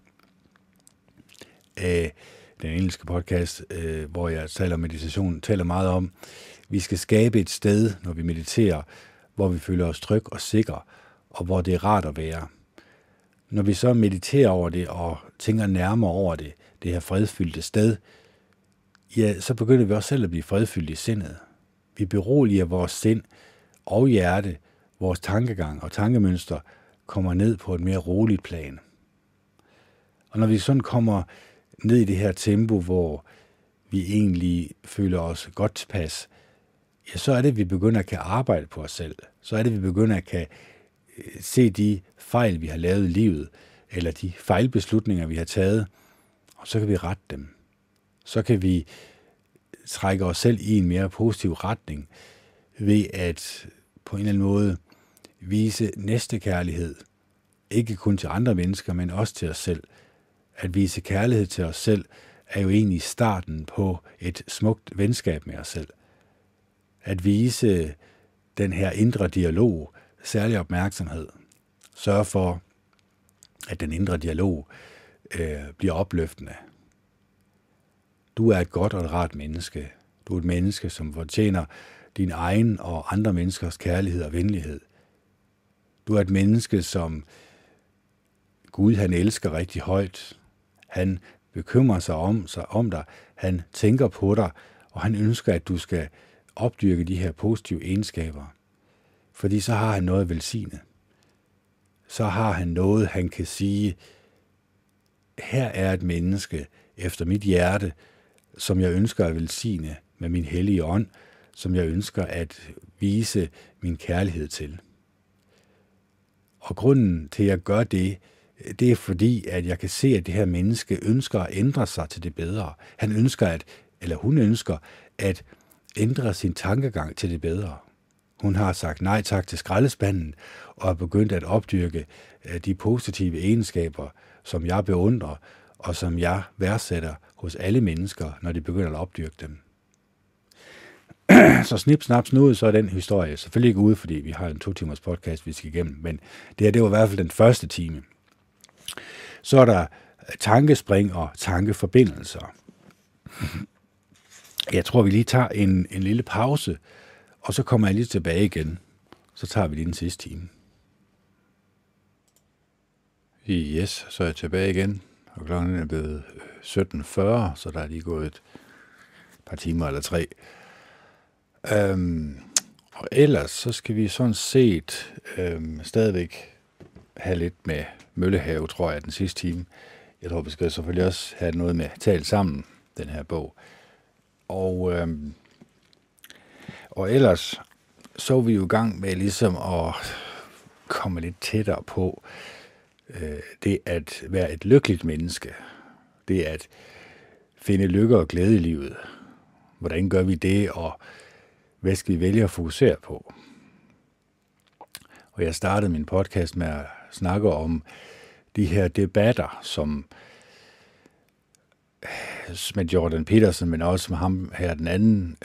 den engelske podcast, hvor jeg taler om meditation, taler meget om, vi skal skabe et sted, når vi mediterer, hvor vi føler os trygge og sikre, og hvor det er rart at være. Når vi så mediterer over det, og tænker nærmere over det her fredfyldte sted, ja, så begynder vi også selv at blive fredfyldt i sindet. Vi beroliger vores sind og hjerte, vores tankegang og tankemønster kommer ned på et mere roligt plan. Og når vi sådan kommer ned i det her tempo, hvor vi egentlig føler os godt tilpas, ja, så er det, at vi begynder at kan arbejde på os selv. Så er det, at vi begynder at kan se de fejl, vi har lavet i livet, eller de fejlbeslutninger, vi har taget, og så kan vi rette dem. Så kan vi trække os selv i en mere positiv retning, ved at på en eller anden måde vise næstekærlighed, ikke kun til andre mennesker, men også til os selv. At vise kærlighed til os selv er jo egentlig starten på et smukt venskab med os selv. At vise den her indre dialog særlig opmærksomhed. Sørge for, at den indre dialog bliver opløftende. Du er et godt og et rart menneske. Du er et menneske, som fortjener din egen og andre menneskers kærlighed og venlighed. Du er et menneske, som Gud han elsker rigtig højt. Han bekymrer sig om dig. Han tænker på dig, og han ønsker, at du skal opdyrke de her positive egenskaber. Fordi så har han noget at velsigne. Så har han noget, han kan sige, her er et menneske efter mit hjerte, som jeg ønsker at velsigne med min hellige ånd, som jeg ønsker at vise min kærlighed til. Og grunden til, at jeg gør det, det er fordi, at jeg kan se, at det her menneske ønsker at ændre sig til det bedre. Han ønsker hun ønsker at ændre sin tankegang til det bedre. Hun har sagt nej tak til skraldespanden og er begyndt at opdyrke de positive egenskaber, som jeg beundrer og som jeg værdsætter hos alle mennesker, når de begynder at opdyrke dem. Så snip, snap, snude, så er den historie selvfølgelig ikke ude, fordi vi har en 2-timers podcast, vi skal igennem, men det var i hvert fald den første time. Så er der tankespring og tankeforbindelser. Jeg tror, vi lige tager en lille pause, og så kommer jeg lige tilbage igen. Så tager vi lige den sidste time. Yes, så er jeg tilbage igen, og klokken er blevet 17.40, så der er lige gået et par timer eller 3. Og ellers så skal vi sådan set stadigvæk have lidt med Møllehave, tror jeg, den sidste time. Jeg tror, vi skal selvfølgelig også have noget med Talt Sammen, den her bog. Og ellers så er vi jo i gang med ligesom at komme lidt tættere på det at være et lykkeligt menneske. Det at finde lykke og glæde i livet. Hvordan gør vi det, og hvad skal vi vælge at fokusere på? Og jeg startede min podcast med at snakke om de her debatter, som med Jordan Peterson, men også med ham her den anden.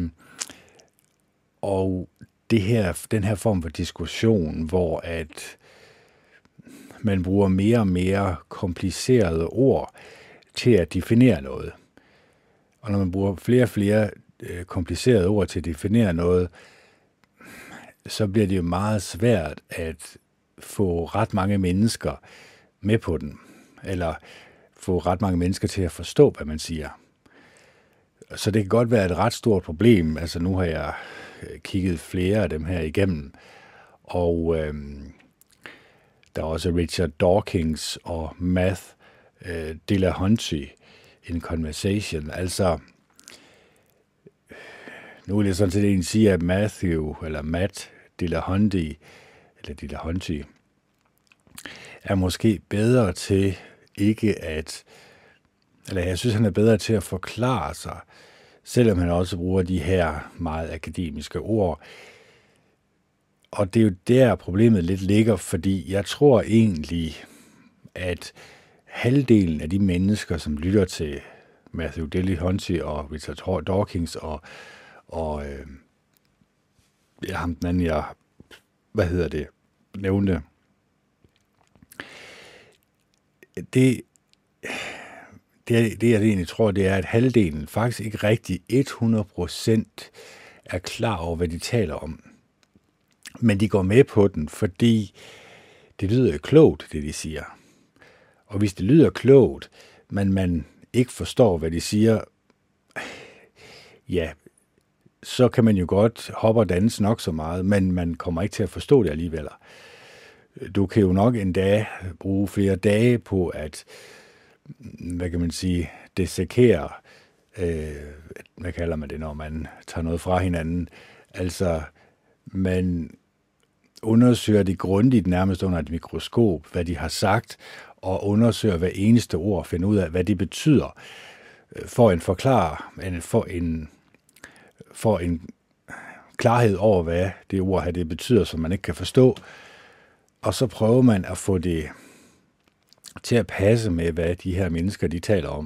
Og den her form for diskussion, hvor at man bruger mere og mere komplicerede ord til at definere noget. Og når man bruger flere og flere komplicerede ord til at definere noget, så bliver det jo meget svært at få ret mange mennesker med på den, eller få ret mange mennesker til at forstå, hvad man siger. Så det kan godt være et ret stort problem. Altså nu har jeg kigget flere af dem her igennem, og der er også Richard Dawkins og Matt Dillahunty in Conversation. Altså, nu vil jeg sådan set egentlig sige, at Matt Dillahunty er måske bedre til jeg synes, han er bedre til at forklare sig, selvom han også bruger de her meget akademiske ord. Og det er jo der, problemet lidt ligger, fordi jeg tror egentlig, at halvdelen af de mennesker, som lytter til Matthew Dillahunty og Richard Dawkins og ham den anden, jeg nævnte, det jeg egentlig tror, det er, at halvdelen faktisk ikke rigtig 100% er klar over, hvad de taler om. Men de går med på den, fordi det lyder klogt, det de siger. Og hvis det lyder klogt, men man ikke forstår, hvad de siger, ja, så kan man jo godt hoppe og danse nok så meget, men man kommer ikke til at forstå det alligevel. Du kan jo nok endda bruge flere dage på at hvad kan man sige, dissekere, hvad kalder man det, når man tager noget fra hinanden, altså man undersøger det grundigt nærmest under et mikroskop, hvad de har sagt, og undersøger hver eneste ord, finder ud af, hvad det betyder, for en klarhed over, hvad det ord her det betyder, som man ikke kan forstå, og så prøver man at få det til at passe med, hvad de her mennesker, de taler om.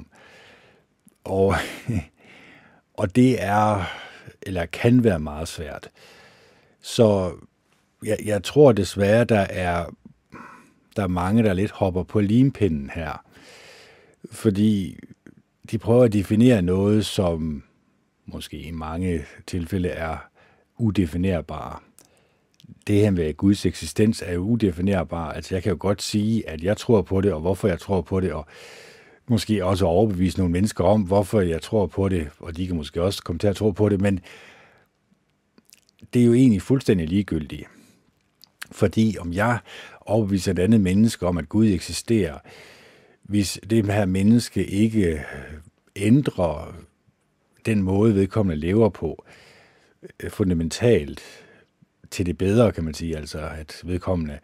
Og det er, eller kan være meget svært. Så jeg tror desværre, der er mange, der lidt hopper på limpinden her. Fordi de prøver at definere noget, som måske i mange tilfælde er udefinerbare. Det her med Guds eksistens er jo udefinerbar. Altså jeg kan jo godt sige, at jeg tror på det, og hvorfor jeg tror på det, og måske også overbevise nogle mennesker om, hvorfor jeg tror på det, og de kan måske også komme til at tro på det, men det er jo egentlig fuldstændig ligegyldigt. Fordi om jeg overbeviser et andet menneske om, at Gud eksisterer, hvis det her menneske ikke ændrer den måde, vedkommende lever på, fundamentalt til det bedre, kan man sige, altså at vedkommende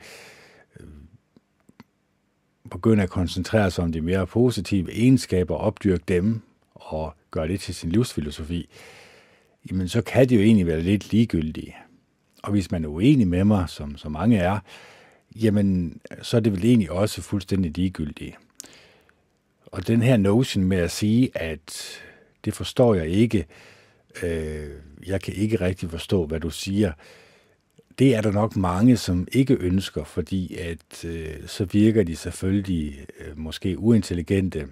begynder at koncentrere sig om de mere positive egenskaber, opdyrke dem og gøre det til sin livsfilosofi, jamen så kan det jo egentlig være lidt ligegyldigt. Og hvis man er uenig med mig, som så mange er, jamen så er det vel egentlig også fuldstændig ligegyldigt. Og den her notion med at sige, at det forstår jeg ikke, jeg kan ikke rigtig forstå, hvad du siger, det er der nok mange, som ikke ønsker, fordi at så virker de selvfølgelig måske uintelligente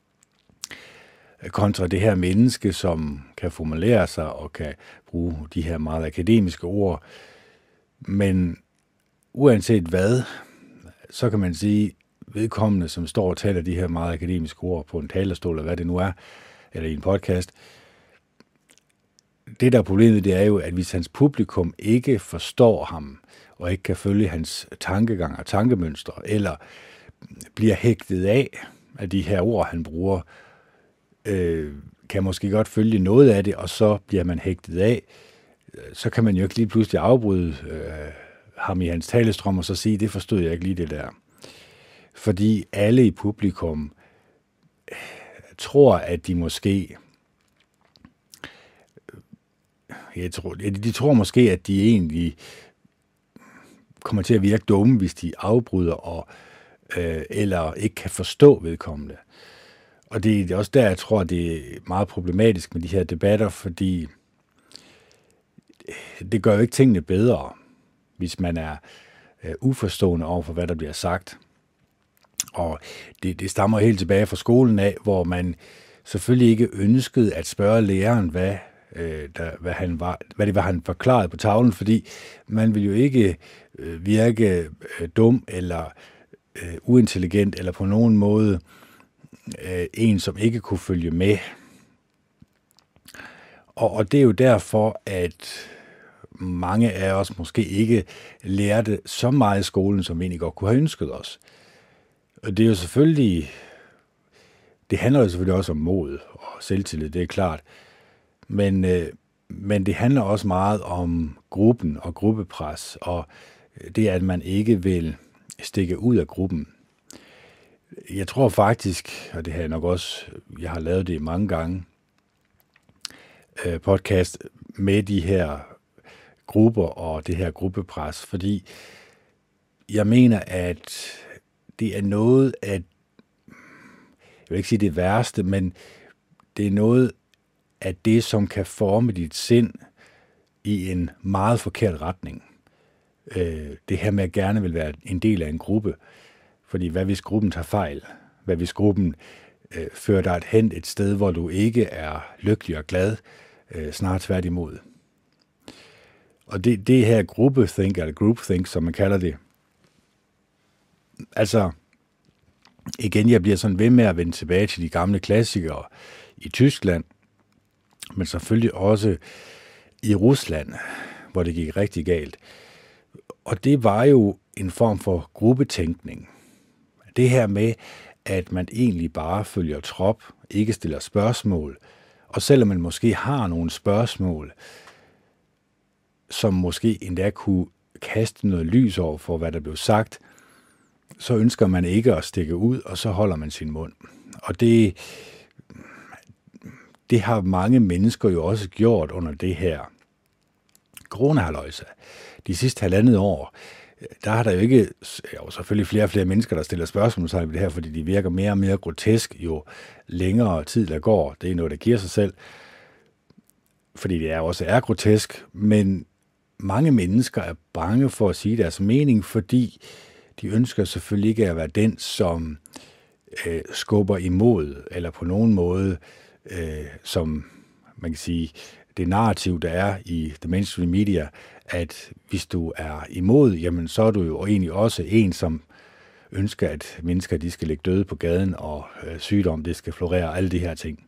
kontra det her menneske, som kan formulere sig og kan bruge de her meget akademiske ord. Men uanset hvad, så kan man sige, vedkommende, som står og taler de her meget akademiske ord på en talerstol, eller hvad det nu er, eller i en podcast, det der er problemet, det er jo, at hvis hans publikum ikke forstår ham, og ikke kan følge hans tankegang og tankemønstre, eller bliver hægtet af de her ord, han bruger, kan måske godt følge noget af det, og så bliver man hægtet af, så kan man jo ikke lige pludselig afbryde ham i hans talestrøm, og så sige, det forstod jeg ikke lige det der. Fordi alle i publikum tror, at de måske de tror måske, at de egentlig kommer til at virke dumme, hvis de afbryder og eller ikke kan forstå vedkommende. Og det er også der, jeg tror, det er meget problematisk med de her debatter, fordi det gør jo ikke tingene bedre, hvis man er uforstående over for, hvad der bliver sagt. Og det stammer helt tilbage fra skolen af, hvor man selvfølgelig ikke ønskede at spørge læreren, hvad det var, han forklarede på tavlen, fordi man vil jo ikke virke dum eller uintelligent, eller på nogen måde en, som ikke kunne følge med. Og det er jo derfor, at mange af os måske ikke lærte så meget i skolen, som vi egentlig godt kunne have ønsket os. Og det er jo selvfølgelig, det handler jo selvfølgelig også om mod og selvtillid, det er klart. Men det handler også meget om gruppen og gruppepres, og det, at man ikke vil stikke ud af gruppen. Jeg tror faktisk, og det har jeg nok også, jeg har lavet det mange gange, podcast med de her grupper og det her gruppepres, fordi jeg mener, at det er noget af, jeg vil ikke sige det værste, men det er noget af det, som kan forme dit sind i en meget forkert retning. Det her med at gerne vil være en del af en gruppe, fordi hvad hvis gruppen tager fejl? Hvad hvis gruppen fører dig hen et sted, hvor du ikke er lykkelig og glad, snart tværtimod? Og det her gruppethink, eller groupthink, som man kalder det, altså igen, jeg bliver sådan ved med at vende tilbage til de gamle klassikere i Tyskland, men selvfølgelig også i Rusland, hvor det gik rigtig galt. Og det var jo en form for gruppetænkning. Det her med, at man egentlig bare følger trop, ikke stiller spørgsmål, og selvom man måske har nogle spørgsmål, som måske endda kunne kaste noget lys over for, hvad der blev sagt, så ønsker man ikke at stikke ud, og så holder man sin mund. Og det har mange mennesker jo også gjort under det her coronahalløjse. De sidste 1,5 år, der har der jo ikke, selvfølgelig flere og flere mennesker, der stiller spørgsmål til det her, fordi de virker mere og mere grotesk, jo længere tid der går. Det er noget, der giver sig selv, fordi det også er grotesk, men mange mennesker er bange for at sige deres mening, fordi de ønsker selvfølgelig ikke at være den, som skubber imod, eller på nogen måde, som man kan sige, det narrativ, der er i the mainstream media, at hvis du er imod, jamen så er du jo egentlig også en, som ønsker, at mennesker de skal ligge døde på gaden, og sygdom, det skal florere, alle de her ting.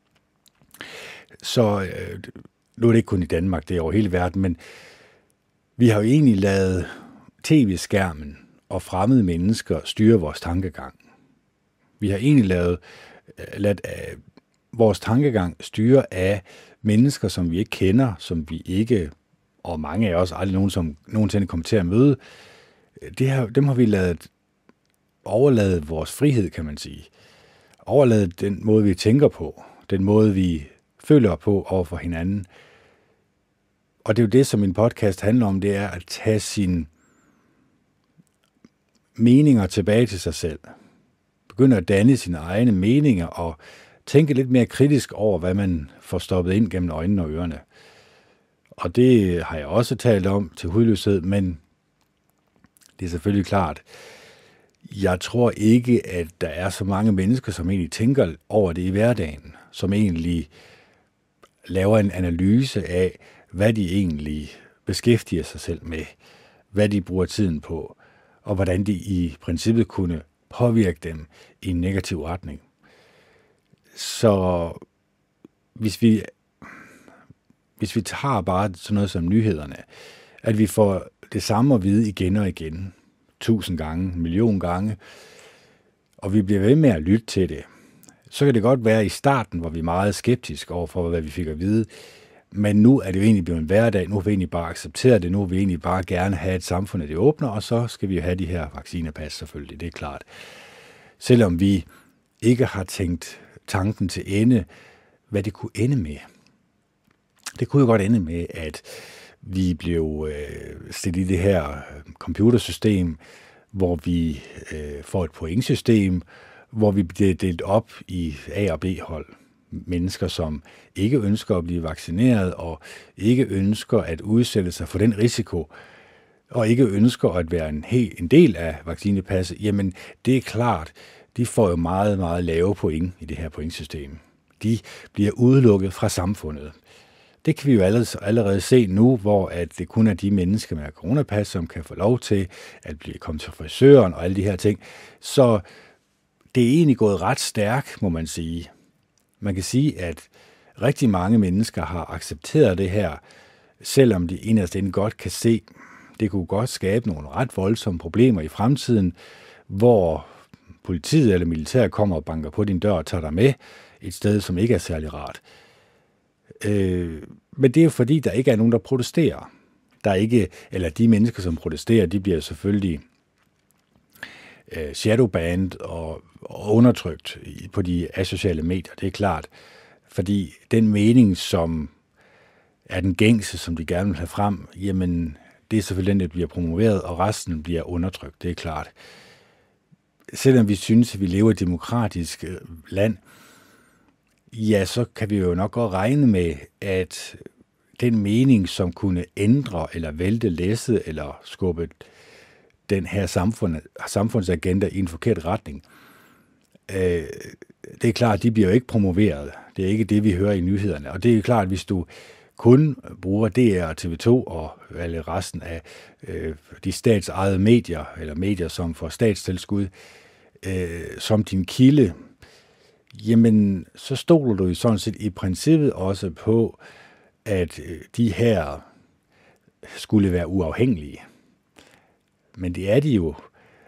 Så nu er det ikke kun i Danmark, det er over hele verden, men vi har jo egentlig ladet tv-skærmen og fremmede mennesker styre vores tankegang. Vi har egentlig ladet vores tankegang styre af mennesker, som vi ikke kender, som vi ikke, og mange af os aldrig nogensinde kommer til at møde. Dem har vi overladet vores frihed, kan man sige. Overladet den måde, vi tænker på, den måde, vi føler på over for hinanden. Og det er jo det, som min podcast handler om, det er at tage sine meninger tilbage til sig selv. Begynde at danne sine egne meninger og tænke lidt mere kritisk over, hvad man får stoppet ind gennem øjnene og ørerne. Og det har jeg også talt om til hudløshed, men det er selvfølgelig klart, jeg tror ikke, at der er så mange mennesker, som egentlig tænker over det i hverdagen, som egentlig laver en analyse af, hvad de egentlig beskæftiger sig selv med, hvad de bruger tiden på, og hvordan de i princippet kunne påvirke dem i en negativ retning. Så hvis vi tager bare sådan noget som nyhederne, at vi får det samme at vide igen og igen, 1000 gange, 1 million gange, og vi bliver ved med at lytte til det, så kan det godt være, at i starten var vi meget skeptiske over for, hvad vi fik at vide, men nu er det jo egentlig blevet en hverdag, nu vil vi egentlig bare acceptere det, nu vil vi egentlig bare gerne have et samfund, at det åbner, og så skal vi jo have de her vaccinepas selvfølgelig, det er klart. Selvom vi ikke har tænkt tanken til ende, hvad det kunne ende med. Det kunne jo godt ende med, at vi blev stillet i det her computersystem, hvor vi får et pointsystem, hvor vi bliver delt op i A- og B-hold. Mennesker, som ikke ønsker at blive vaccineret, og ikke ønsker at udsætte sig for den risiko, og ikke ønsker at være en del af vaccinepasset, jamen det er klart, de får jo meget, meget lave point i det her pointsystem. De bliver udelukket fra samfundet. Det kan vi jo allerede se nu, hvor at det kun er de mennesker med coronapas, som kan få lov til at komme til frisøren og alle de her ting. Så det er egentlig gået ret stærkt, må man sige. Man kan sige, at rigtig mange mennesker har accepteret det her, selvom de inderst inde godt kan se, det kunne godt skabe nogle ret voldsomme problemer i fremtiden, hvor politiet eller militæret kommer og banker på din dør og tager dig med et sted, som ikke er særlig rart. Men det er jo fordi, der ikke er nogen, der protesterer. Der er ikke, eller de mennesker, som protesterer, de bliver selvfølgelig shadowbanned og undertrykt på de asociale medier, det er klart. Fordi den mening, som er den gængse, som de gerne vil have frem, jamen det er selvfølgelig den, der bliver promoveret, og resten bliver undertrykt, det er klart. Selvom vi synes, at vi lever i et demokratisk land, ja, så kan vi jo nok godt regne med, at den mening, som kunne ændre eller vælte læsset eller skubbe den her samfundsagenda i en forkert retning, det er klart, at de bliver jo ikke promoveret. Det er ikke det, vi hører i nyhederne. Og det er jo klart, at hvis du kun bruger DR og TV2 og eller resten af de statsejede medier, eller medier, som får statstilskud, som din kilde, jamen, så stoler du jo sådan set i princippet også på, at de her skulle være uafhængige. Men det er de jo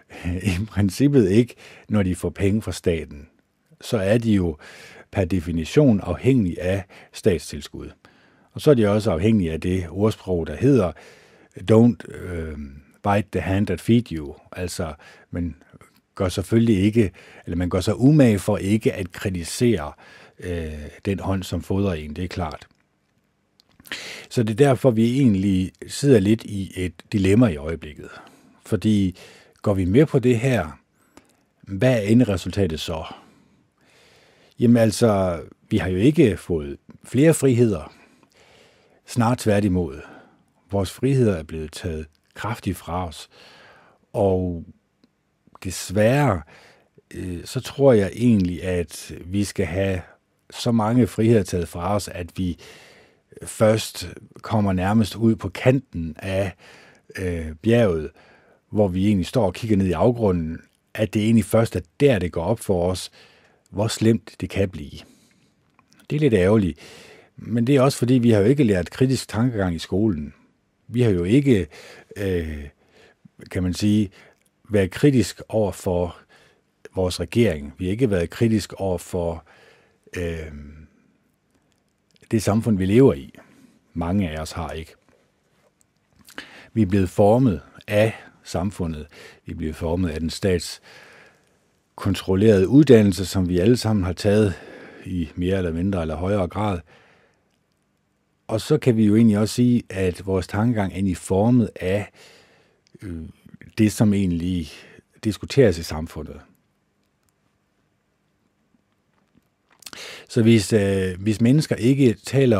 i princippet ikke, når de får penge fra staten. Så er de jo per definition afhængige af statstilskud. Og så er de også afhængige af det ordsprog, der hedder don't bite the hand that feed you. Altså, man gør selvfølgelig ikke, eller man gør sig umage for ikke at kritisere den hånd, som fodrer en, det er klart. Så det er derfor, vi egentlig sidder lidt i et dilemma i øjeblikket. Fordi går vi med på det her, hvad er enderesultatet så? Jamen altså, vi har jo ikke fået flere friheder. Snart tværtimod. Vores friheder er blevet taget kraftigt fra os. Og desværre, så tror jeg egentlig, at vi skal have så mange friheder taget fra os, at vi først kommer nærmest ud på kanten af bjerget, hvor vi egentlig står og kigger ned i afgrunden, at det egentlig først er der, det går op for os, hvor slemt det kan blive. Det er lidt ærgerligt, men det er også fordi, vi har jo ikke lært kritisk tankegang i skolen. Vi har jo ikke, kan man sige, været kritisk over for vores regering. Vi har ikke været kritisk over for det samfund, vi lever i. Mange af os har ikke. Vi er blevet formet af samfundet. Vi er blevet formet af den statskontrollerede uddannelse, som vi alle sammen har taget i mere eller mindre eller højere grad. Og så kan vi jo egentlig også sige, at vores tankegang er egentlig formet af det, som egentlig diskuteres i samfundet. Så hvis mennesker ikke taler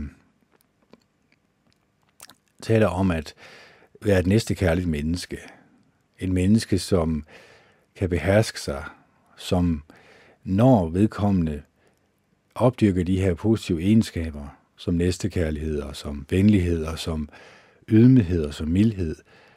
om at være et næstekærligt menneske, en menneske, som kan beherske sig, som når vedkommende opdyrker de her positive egenskaber, som næstekærlighed og som venlighed og som ydmyghed og som mildhed,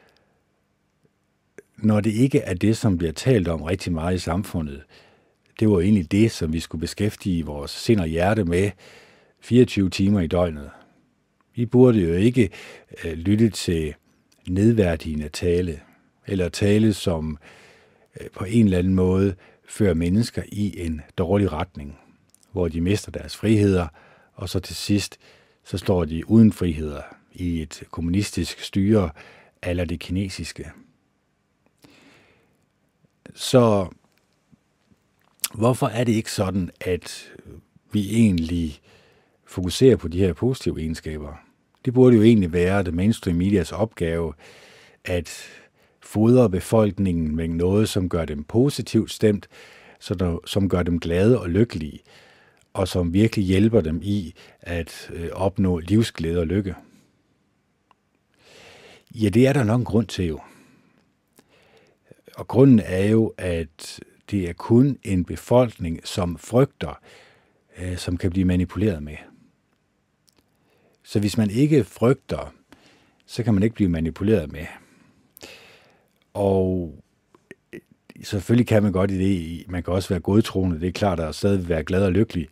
når det ikke er det, som bliver talt om rigtig meget i samfundet, det var egentlig det, som vi skulle beskæftige vores sind og hjerte med 24 timer i døgnet. Vi burde jo ikke lytte til nedværdigende tale, eller tale, som på en eller anden måde fører mennesker i en dårlig retning, hvor de mister deres friheder, og så til sidst, så står de uden friheder i et kommunistisk styre, eller det kinesiske. Så hvorfor er det ikke sådan, at vi egentlig fokuserer på de her positive egenskaber? Det burde jo egentlig være det mainstream medias opgave, at fodre befolkningen med noget, som gør dem positivt stemt, som gør dem glade og lykkelige, og som virkelig hjælper dem i at opnå livsglæde og lykke. Ja, det er der nok en grund til jo. Og grunden er jo, at det er kun en befolkning, som frygter, som kan blive manipuleret med. Så hvis man ikke frygter, så kan man ikke blive manipuleret med. Og selvfølgelig kan man godt i det. Man kan også være godtroende. Det er klart, at stadig være glad og lykkelig.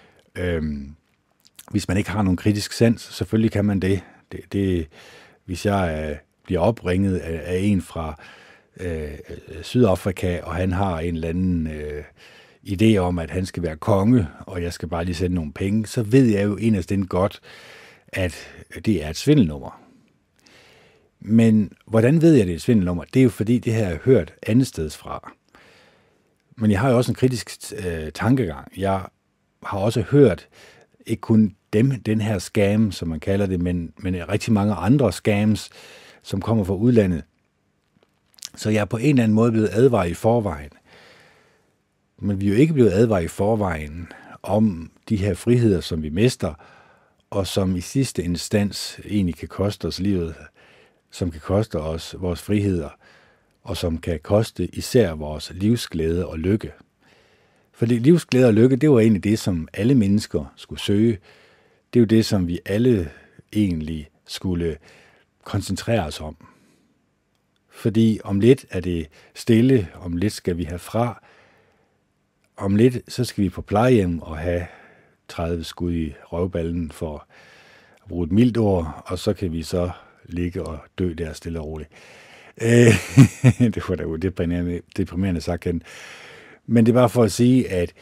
Hvis man ikke har nogen kritisk sans, selvfølgelig kan man det. Hvis jeg bliver opringet af en fra Sydafrika, og han har en eller anden idé om, at han skal være konge, og jeg skal bare lige sende nogle penge, så ved jeg jo inderst godt, at det er et svindelnummer. Men hvordan ved jeg, at det er et svindelnummer? Det er jo fordi, det har jeg hørt andet steds fra. Men jeg har jo også en kritisk tankegang. Jeg har også hørt, ikke kun den her scam, som man kalder det, men rigtig mange andre scams, som kommer fra udlandet. Så jeg er på en eller anden måde blevet advaret i forvejen. Men vi er jo ikke blevet advaret i forvejen om de her friheder, som vi mister, og som i sidste instans egentlig kan koste os livet, som kan koste os vores friheder, og som kan koste især vores livsglæde og lykke. For livsglæde og lykke, det var egentlig det, som alle mennesker skulle søge. Det er jo det, som vi alle egentlig skulle koncentrere os om. Fordi om lidt er det stille, om lidt skal vi herfra, om lidt så skal vi på plejehjem og have 30 skud i røvballen for at bruge et mildt ord, og så kan vi så ligge og dø der stille og roligt. Det var da jo deprimerende sagt. Men det er bare for at sige, at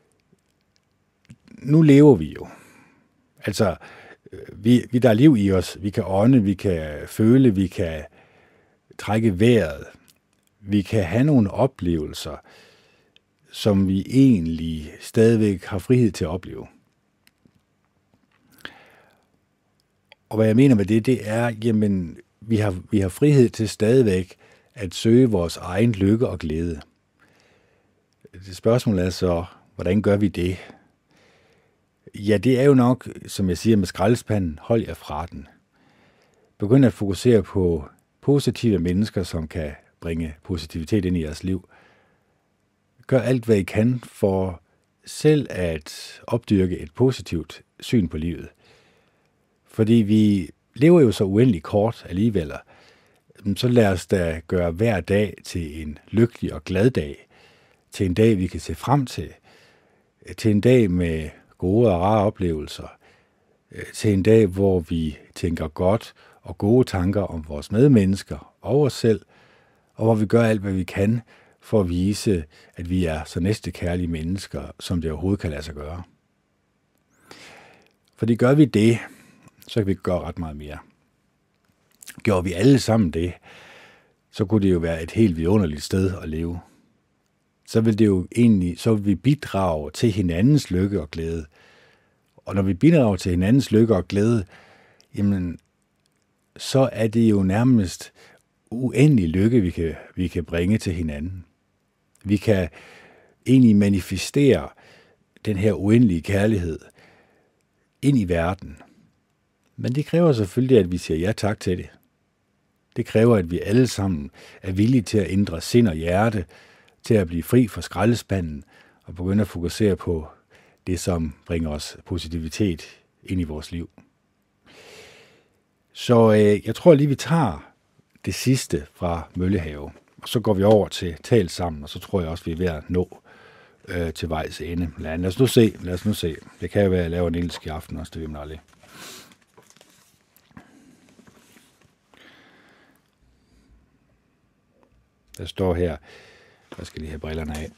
nu lever vi jo. Altså, der er liv i os. Vi kan ånde, vi kan føle, vi kan trække vejret. Vi kan have nogle oplevelser, som vi egentlig stadigvæk har frihed til at opleve. Og hvad jeg mener med det er, jamen, vi har frihed til stadigvæk at søge vores egen lykke og glæde. Det spørgsmål er så, hvordan gør vi det? Ja, det er jo nok, som jeg siger med skraldespanden, hold jer fra den. Begynd at fokusere på positive mennesker, som kan bringe positivitet ind i jeres liv. Gør alt, hvad I kan for selv at opdyrke et positivt syn på livet. Fordi vi lever jo så uendelig kort alligevel. Så lad os da gøre hver dag til en lykkelig og glad dag. Til en dag, vi kan se frem til. Til en dag med gode og rare oplevelser. Til en dag, hvor vi tænker godt og gode tanker om vores medmennesker og os selv. Og hvor vi gør alt, hvad vi kan for at vise, at vi er så næstekærlige mennesker, som det overhovedet kan lade sig gøre. Fordi gør vi det, så kan vi gøre ret meget mere. Gjorde vi alle sammen det, så kunne det jo være et helt vidunderligt sted at leve. Så vil vi bidrage til hinandens lykke og glæde. Og når vi bidrager til hinandens lykke og glæde, jamen, så er det jo nærmest uendelig lykke, vi kan bringe til hinanden. Vi kan egentlig manifestere den her uendelige kærlighed ind i verden. Men det kræver selvfølgelig, at vi siger ja tak til det. Det kræver, at vi alle sammen er villige til at ændre sind og hjerte, til at blive fri fra skraldespanden og begynde at fokusere på det, som bringer os positivitet ind i vores liv. Så jeg tror lige, vi tager det sidste fra Møllehave, og så går vi over til tal sammen, og så tror jeg også, vi er ved at nå til vejs ende. Lad os nu se. Det kan jo være, at jeg laver en engelsk i aften også, det vil man aldrig. Der står her, jeg skal lige have brillerne af.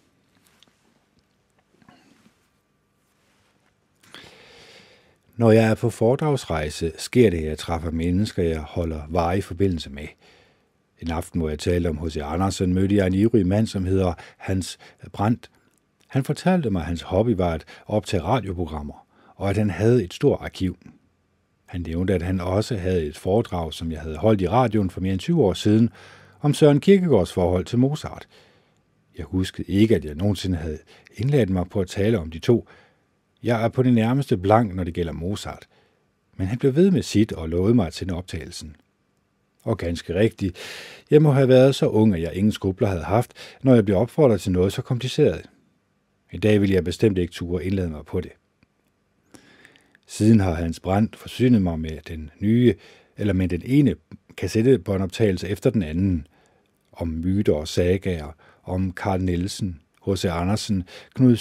Når jeg er på foredragsrejse, sker det, at jeg træffer mennesker, jeg holder varig forbindelse med. En aften, hvor jeg talte om H.C. Andersen, mødte jeg en ivrig mand, som hedder Hans Brandt. Han fortalte mig, at hans hobby var at optage radioprogrammer, og at han havde et stort arkiv. Han nævnte, at han også havde et foredrag, som jeg havde holdt i radioen for mere end 20 år siden, om Søren Kierkegaards forhold til Mozart. Jeg huskede ikke, at jeg nogensinde havde indladt mig på at tale om de to. Jeg er på det nærmeste blank, når det gælder Mozart. Men han blev ved med sit og lovede mig at sende optagelsen. Og ganske rigtigt, jeg må have været så ung, at jeg ingen skrubler havde haft, når jeg blev opfordret til noget så kompliceret. I dag ville jeg bestemt ikke turde indlade mig på det. Siden har Hans Brandt forsynet mig med den ene kassettebåndoptagelse efter den anden, om myter og sagaer, om Carl Nielsen, H.C. Andersen, Knud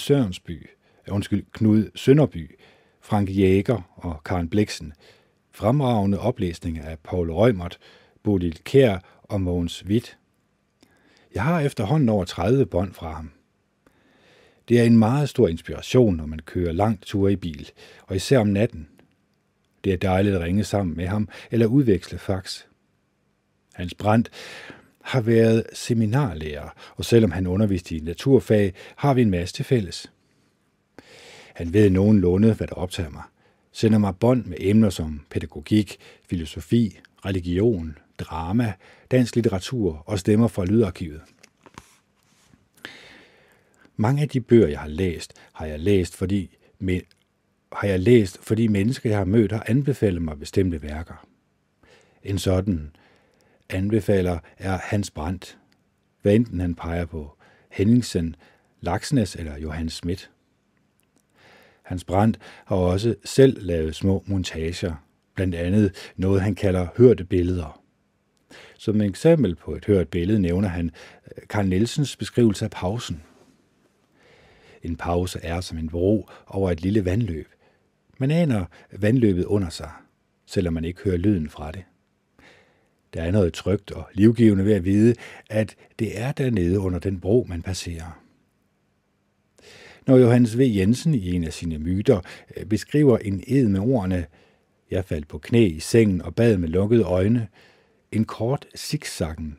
Sønderby, Frank Jæger og Karen Blixen, fremragende oplæsninger af Paul Reumert, Bodil Kjær og Mogens Witt. Jeg har efterhånden over 30 bånd fra ham. Det er en meget stor inspiration, når man kører langt ture i bil, og især om natten. Det er dejligt at ringe sammen med ham eller udveksle fax. Hans Brandt har været seminarlærer, og selvom han underviste i naturfag, har vi en masse til fælles. Han ved nogenlunde, hvad der optager mig. Sender mig bånd med emner som pædagogik, filosofi, religion, drama, dansk litteratur og stemmer fra Lydarkivet. Mange af de bøger, jeg har læst, fordi mennesker, jeg har mødt, har anbefalet mig bestemte værker. En sådan anbefaler er Hans Brandt, hvad enten han peger på Henningsen, Laksnes eller Johannes Schmidt. Hans Brandt har også selv lavet små montager, blandt andet noget, han kalder hørte billeder. Som eksempel på et hørt billede nævner han Carl Nielsens beskrivelse af pausen. En pause er som en bro over et lille vandløb. Man aner vandløbet under sig, selvom man ikke hører lyden fra det. Der er noget trygt og livgivende ved at vide, at det er dernede under den bro, man passerer. Når Johannes V. Jensen i en af sine myter beskriver en ed med ordene, jeg faldt på knæ i sengen og bad med lukkede øjne, en kort zigzagget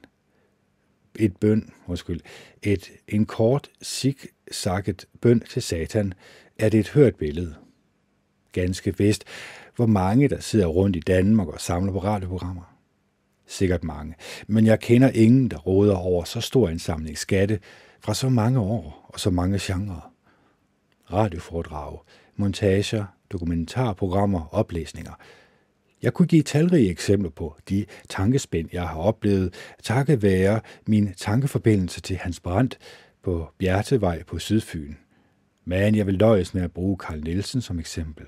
bøn til Satan, er det et hørt billede. Ganske vist, hvor mange der sidder rundt i Danmark og samler på radioprogrammer. Sikkert mange, men jeg kender ingen, der råder over så stor en samling skatte fra så mange år og så mange genrer. Radioforedrag, montager, dokumentarprogrammer, oplæsninger. Jeg kunne give talrige eksempler på de tankespænd, jeg har oplevet, takket være min tankeforbindelse til Hans Brandt på Bjertevej på Sydfyn. Men jeg vil nøjes med at bruge Carl Nielsen som eksempel.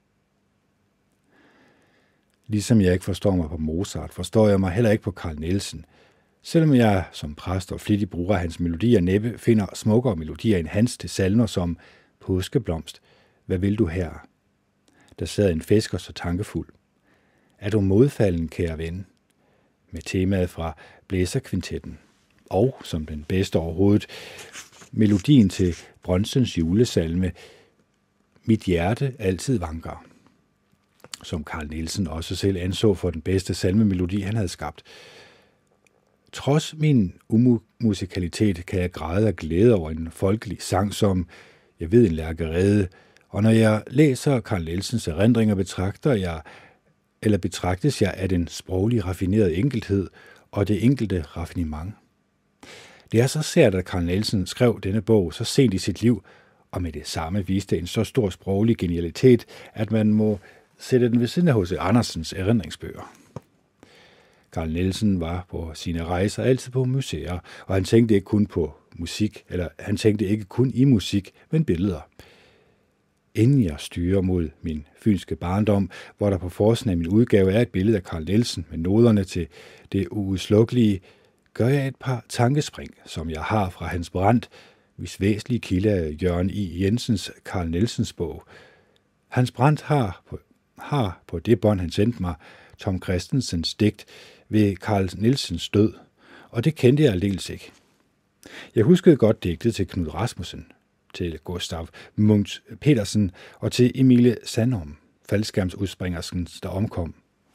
Ligesom jeg ikke forstår mig på Mozart, forstår jeg mig heller ikke på Carl Nielsen. Selvom jeg som præst og flittig bruger hans melodier næppe, finder smukkere melodier end hans til salmer som Påskeblomst. Hvad vil du her? Der sad en fisker så tankefuld. Er du modfalden, kære ven? Med temaet fra Blæserkvintetten. Og som den bedste overhovedet, melodien til Brønsens julesalme, Mit hjerte altid vanker, som Carl Nielsen også selv anså for den bedste salmemelodi, han havde skabt. Trods min umusikalitet kan jeg græde af glæde over en folkelig sang, som jeg ved en lærkerede, og når jeg læser Carl Nielsens erindringer, betragtes jeg af den sproglige raffinerede enkelhed og det enkelte raffinement. Det er så sært, at Carl Nielsen skrev denne bog så sent i sit liv, og med det samme viste en så stor sproglig genialitet, at man må sætte den ved siden af H.C. Andersens erindringsbøger. Carl Nielsen var på sine rejser altid på museer, og han tænkte ikke kun på musik, eller han tænkte ikke kun i musik, men billeder. Inden jeg styrer mod min fynske barndom, hvor der på forsiden af min udgave er et billede af Carl Nielsen med noderne til det uudslukkelige, gør jeg et par tankespring, som jeg har fra Hans Brandt, hvis væsentlige kilde er Jørgen I. Jensens Carl Nielsens bog. Hans Brandt har på det bånd, han sendte mig, Tom Christensens digt ved Carl Nielsens død, og det kendte jeg aldeles ikke. Jeg huskede godt digtet til Knud Rasmussen, til Gustav Munch Petersen og til Emilie Sandholm, faldskærmsudspringersken, der omkom.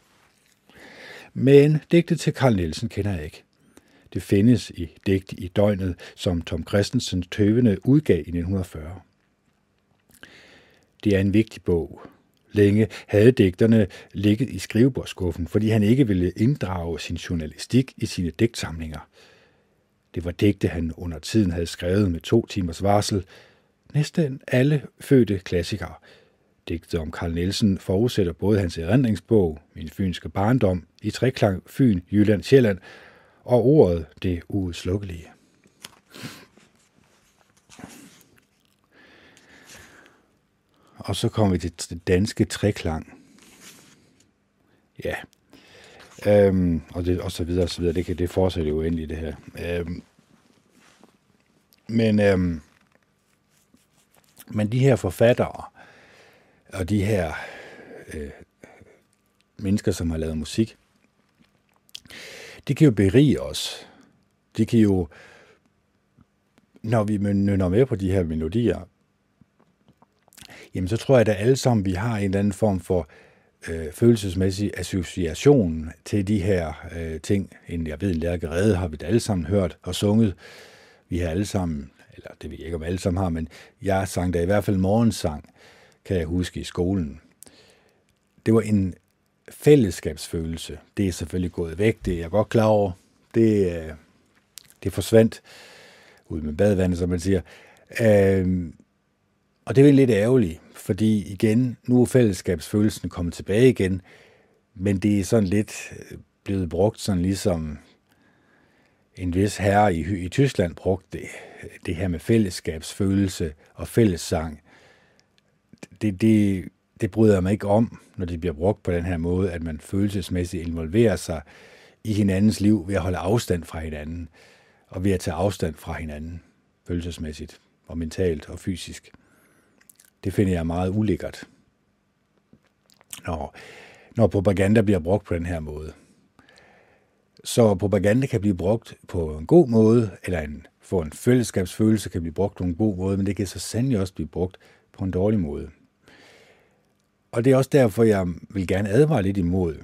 Men digtet til Carl Nielsen kender jeg ikke. Det findes i Digt i døgnet, som Tom Christensens tøvende udgav i 1940. Det er en vigtig bog. Længe havde digterne ligget i skrivebordsskuffen, fordi han ikke ville inddrage sin journalistik i sine digtsamlinger. Det var digte, han under tiden havde skrevet med 2 timers varsel. Næsten alle fødte klassikere. Digtet om Carl Nielsen forudsætter både hans erindringsbog, Min fynske barndom, i treklang Fyn, Jylland, Sjælland, og ordet det uudslukkelige. Og så kommer vi til det danske treklang. Ja. Og så videre, og så videre. Det fortsætter jo uendeligt, det her. Men de her forfattere, og de her mennesker, som har lavet musik, de kan jo berige os. De kan jo, når vi nynner med på de her melodier, jamen så tror jeg, at alle sammen vi har en eller anden form for følelsesmæssig association til de her ting. Jeg ved, en lærkerede har vi da alle sammen hørt og sunget. Vi har alle sammen, eller det ved jeg ikke, om alle sammen har, men jeg sang da i hvert fald morgensang, kan jeg huske i skolen. Det var en fællesskabsfølelse. Det er selvfølgelig gået væk, det er jeg godt klar over. Det forsvandt ud med badevandet, som man siger. Og det er jo lidt ærgerligt, fordi igen, nu er fællesskabsfølelsen kommet tilbage igen, men det er sådan lidt blevet brugt sådan ligesom en vis herre i Tyskland brugte det her med fællesskabsfølelse og fællessang. Det bryder jeg mig ikke om, når det bliver brugt på den her måde, at man følelsesmæssigt involverer sig i hinandens liv ved at holde afstand fra hinanden, og ved at tage afstand fra hinanden, følelsesmæssigt og mentalt og fysisk. Det finder jeg meget ulækkert, når propaganda bliver brugt på den her måde. Så propaganda kan blive brugt på en god måde, eller for en fællesskabsfølelse kan blive brugt på en god måde, men det kan så sandelig også blive brugt på en dårlig måde. Og det er også derfor, jeg vil gerne advare lidt imod,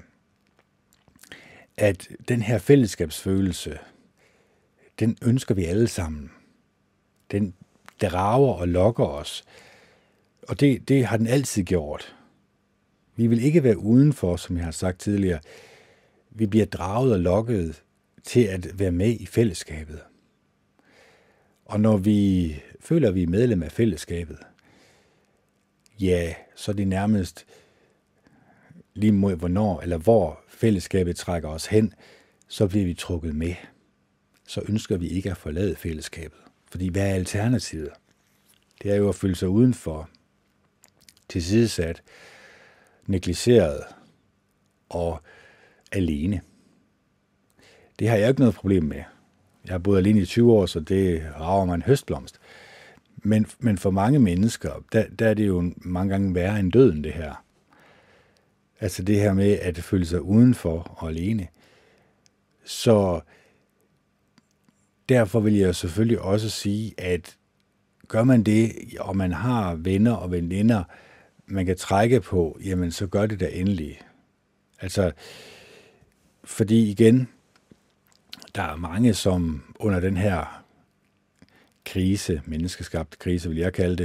at den her fællesskabsfølelse, den ønsker vi alle sammen. Den drager og lokker os. Og det har den altid gjort. Vi vil ikke være udenfor, som jeg har sagt tidligere. Vi bliver draget og lokket til at være med i fællesskabet. Og når vi føler, at vi er medlem af fællesskabet, ja, så er det nærmest lige mod hvornår eller hvor fællesskabet trækker os hen, så bliver vi trukket med. Så ønsker vi ikke at forlade fællesskabet. Fordi hvad er alternativet? Det er jo at føle sig udenfor, tilsidesat, negligeret og alene. Det har jeg ikke noget problem med. Jeg har boet alene i 20 år, så det rager mig en høstblomst. Men for mange mennesker, der er det jo mange gange værre end døden, det her. Altså det her med at føle sig udenfor og alene. Så derfor vil jeg selvfølgelig også sige, at gør man det, og man har venner og veninder, man kan trække på, jamen så gør det da endelig. Altså, fordi igen, der er mange, som under den her krise, menneskeskabt krise, vil jeg kalde det,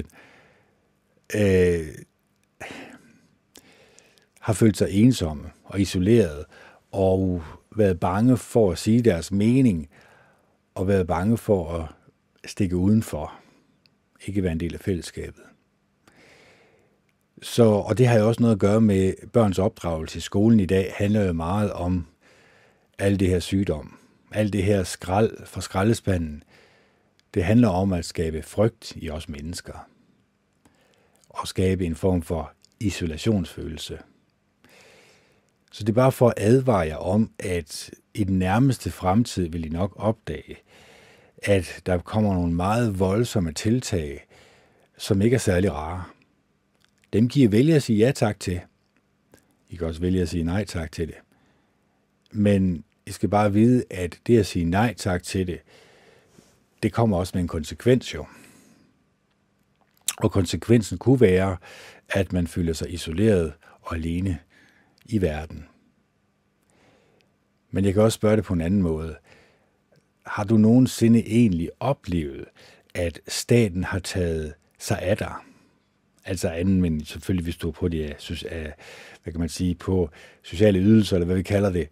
har følt sig ensomme og isoleret, og været bange for at sige deres mening, og været bange for at stikke udenfor, ikke være en del af fællesskabet. Og det har jo også noget at gøre med børns opdragelse i skolen i dag, handler jo meget om alt det her sygdom, alt det her skrald fra skraldespanden. Det handler om at skabe frygt i os mennesker, og skabe en form for isolationsfølelse. Så det er bare for at advare jer om, at i den nærmeste fremtid vil I nok opdage, at der kommer nogle meget voldsomme tiltag, som ikke er særlig rare. Dem kan I vælge at sige ja tak til. I kan også vælge at sige nej tak til det. Men I skal bare vide, at det at sige nej tak til det, det kommer også med en konsekvens jo. Og konsekvensen kunne være, at man føler sig isoleret og alene i verden. Men jeg kan også spørge det på en anden måde. Har du nogensinde egentlig oplevet, at staten har taget sig af dig? Altså anden, men selvfølgelig hvis du er på de, hvad kan man sige, på sociale ydelser, eller hvad vi kalder det.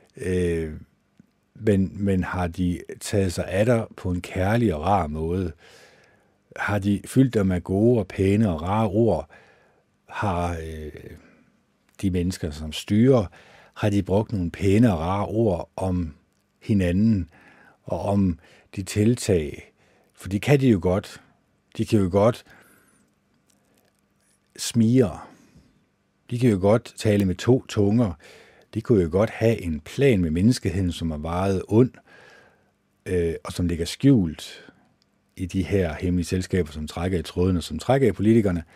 Men har de taget sig af dig på en kærlig og rar måde? Har de fyldt dig med gode og pæne og rare ord? Har de mennesker, som styrer, har de brugt nogle pæne og rare ord om hinanden og om de tiltag? For de kan de jo godt. De kan jo godt smire. De kan jo godt tale med to tunger. De kunne jo godt have en plan med menneskeheden, som er meget ond, og som ligger skjult i de her hemmelige selskaber, som trækker i trådene, som trækker i politikerne.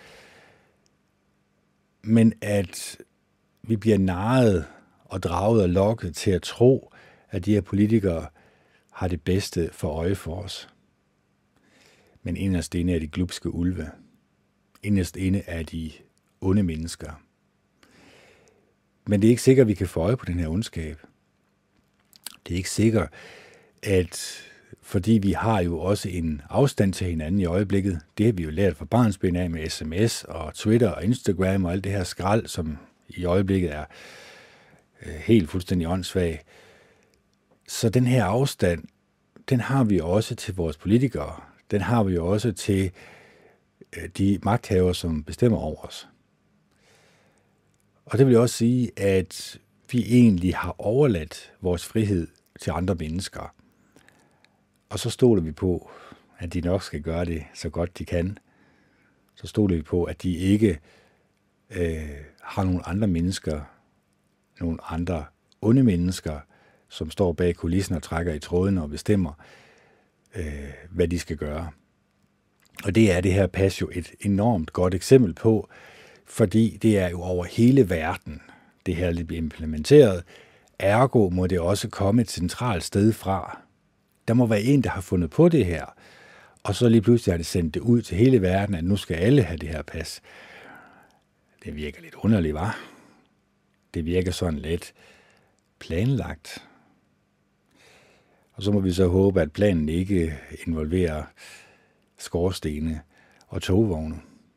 Men at vi bliver narret og draget og lokket til at tro, at de her politikere har det bedste for øje for os. Men inderst inde er de glubske ulve. Inderst inde er de onde mennesker. Men det er ikke sikkert, at vi kan få øje på den her ondskab. Det er ikke sikkert, at fordi vi har jo også en afstand til hinanden i øjeblikket, det har vi jo lært fra barnsben af med sms og Twitter og Instagram og alt det her skrald, som i øjeblikket er helt fuldstændig åndssvag. Så den her afstand, den har vi også til vores politikere. Den har vi også til de magthavere, som bestemmer over os. Og det vil også sige, at vi egentlig har overladt vores frihed til andre mennesker. Og så stoler vi på, at de nok skal gøre det så godt de kan. Så stoler vi på, at de ikke har nogle andre mennesker, nogle andre onde mennesker, som står bag kulissen og trækker i trådene og bestemmer, hvad de skal gøre. Og det er det her pas jo et enormt godt eksempel på, fordi det er jo over hele verden, det her bliver implementeret, Ergo må det også komme et centralt sted fra. Der må være en, der har fundet på det her, og så lige pludselig har det sendt det ud til hele verden, at nu skal alle have det her pas. Det virker lidt underligt, hva'? Det virker sådan lidt planlagt. Og så må vi så håbe, at planen ikke involverer skorstene og togvogne.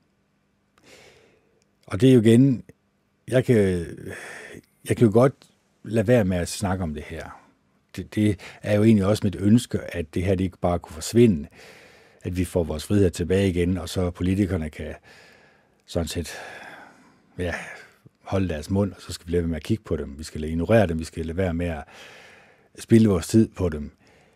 Og det er jo igen, jeg kan jo godt lade være med at snakke om det her. Det er jo egentlig også mit ønske, at det her det ikke bare kunne forsvinde, at vi får vores frihed tilbage igen, og så politikerne kan sådan set holde deres mund, og så skal vi lade være med at kigge på dem. Vi skal ignorere dem, vi skal lade være med at spilde vores tid på dem.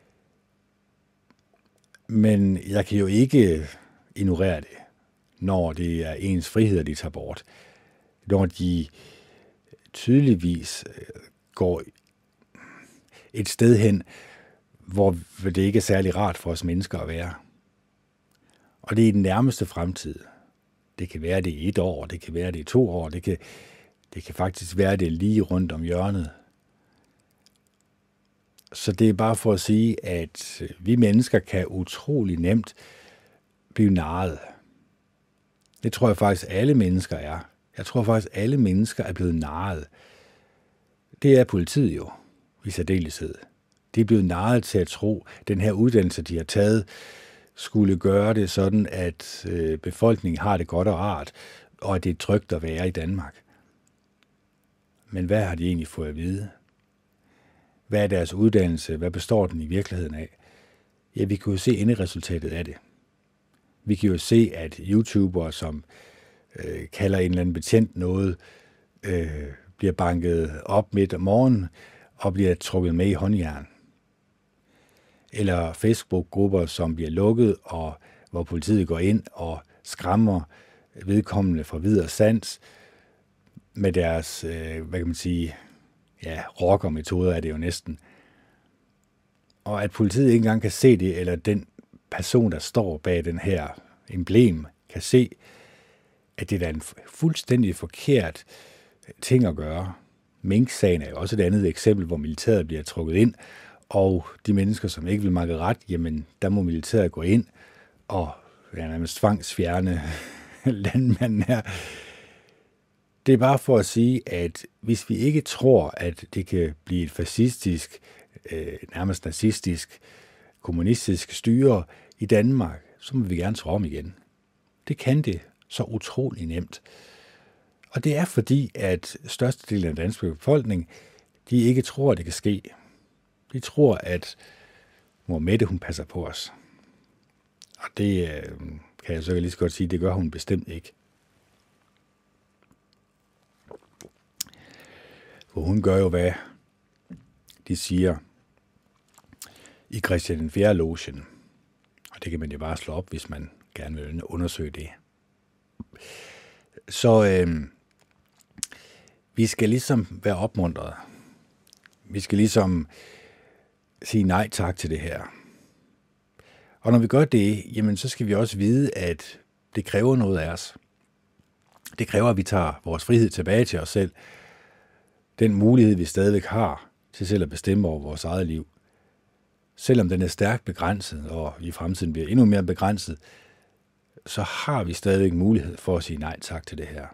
Men jeg kan jo ikke ignorere det, når det er ens friheder, de tager bort. Når de tydeligvis går et sted hen, hvor det ikke er særlig rart for os mennesker at være. Og det er i den nærmeste fremtid. Det kan være det i 1 år, det kan være det i 2 år, det kan faktisk være det lige rundt om hjørnet. Så det er bare for at sige, at vi mennesker kan utrolig nemt blive narret. Det tror jeg faktisk alle mennesker er. Jeg tror faktisk alle mennesker er blevet narret. Det er politiet jo, i særdeleshed. De er blevet narret til at tro, at den her uddannelse, de har taget, skulle gøre det sådan, at befolkningen har det godt og rart, og at det er trygt at være i Danmark. Men hvad har de egentlig fået at vide? Hvad er deres uddannelse? Hvad består den i virkeligheden af? Ja, vi kan jo se enderesultatet af det. Vi kan jo se, at YouTubere, som kalder en eller anden betjent noget, bliver banket op midt om morgenen og bliver trukket med i håndjern. Eller Facebook-grupper, som bliver lukket, og hvor politiet går ind og skræmmer vedkommende fra vid og sans med deres, hvad kan man sige, rockermetoder er det jo næsten. Og at politiet ikke engang kan se det, eller den person, der står bag den her emblem, kan se, at det er en fuldstændig forkert ting at gøre. Mink-sagen er jo også et andet eksempel, hvor militæret bliver trukket ind, og de mennesker, som ikke vil makke ret, jamen der må militæret gå ind og nærmest tvangsfjerne landmanden her. Det er bare for at sige, at hvis vi ikke tror, at det kan blive et fascistisk, nærmest nazistisk, kommunistisk styre i Danmark, så må vi gerne tro om igen. Det kan det så utrolig nemt. Og det er fordi, at størstedelen af den danske befolkning, de ikke tror, at det kan ske. De tror, at mor Mette, hun passer på os. Og det kan jeg så lige så godt sige, det gør hun bestemt ikke. For hun gør jo, hvad de siger i Christian 4. logen. Og det kan man jo bare slå op, hvis man gerne vil undersøge det. Så vi skal ligesom være opmuntret. Vi skal ligesom sige nej tak til det her. Og når vi gør det, jamen så skal vi også vide, at det kræver noget af os. Det kræver, at vi tager vores frihed tilbage til os selv. Den mulighed, vi stadigvæk har til selv at bestemme over vores eget liv. Selvom den er stærkt begrænset, og i fremtiden bliver endnu mere begrænset, så har vi stadigvæk mulighed for at sige nej tak til det her.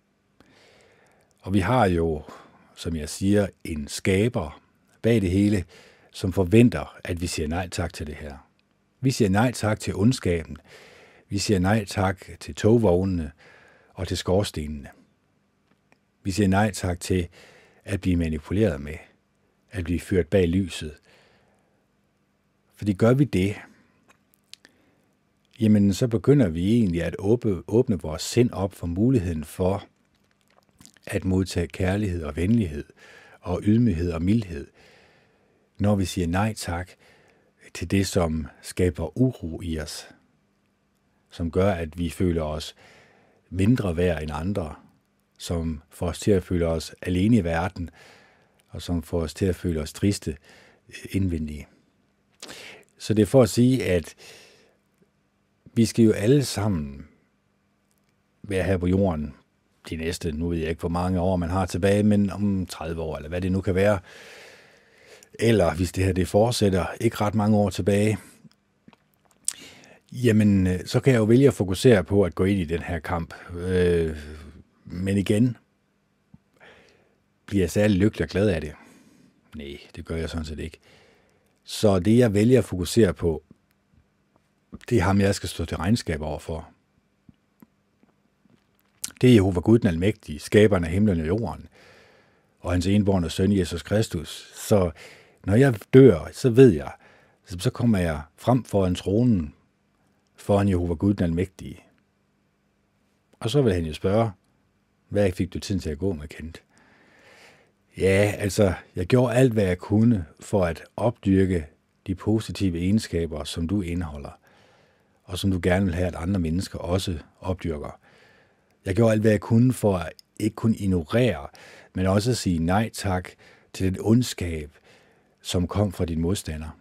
Og vi har jo, som jeg siger, en skaber bag det hele, som forventer, at vi siger nej tak til det her. Vi siger nej tak til ondskaben. Vi siger nej tak til togvognene og til skorstenene. Vi siger nej tak til at blive manipuleret med, at blive ført bag lyset. Fordi gør vi det, jamen så begynder vi egentlig at åbne vores sind op for muligheden for at modtage kærlighed og venlighed og ydmyghed og mildhed, når vi siger nej tak til det, som skaber uro i os, som gør, at vi føler os mindre værd end andre, som får os til at føle os alene i verden, og som får os til at føle os triste indvendige. Så det er for at sige, at vi skal jo alle sammen være her på jorden de næste, nu ved jeg ikke, hvor mange år man har tilbage, men om 30 år, eller hvad det nu kan være. Eller hvis det her det fortsætter ikke ret mange år tilbage, jamen, så kan jeg jo vælge at fokusere på at gå ind i den her kamp. Men igen, bliver jeg særlig lykkelig og glad af det? Nej, det gør jeg sådan set ikke. Så det, jeg vælger at fokusere på, det er ham, jeg skal stå til regnskab overfor. Det er Jehova Gud den Almægtige, skaberen af himlen og jorden, og hans enbårne søn, Jesus Kristus. Så når jeg dør, så ved jeg, så kommer jeg frem foran tronen, foran Jehova Gud den Almægtige. Og så vil han jo spørge, hvad fik du tiden til at gå med, Kent? Ja, altså, jeg gjorde alt, hvad jeg kunne for at opdyrke de positive egenskaber, som du indeholder, og som du gerne vil have, at andre mennesker også opdyrker. Jeg gjorde alt, hvad jeg kunne for at ikke kun ignorere, men også at sige nej tak til den ondskab, som kom fra din modstander.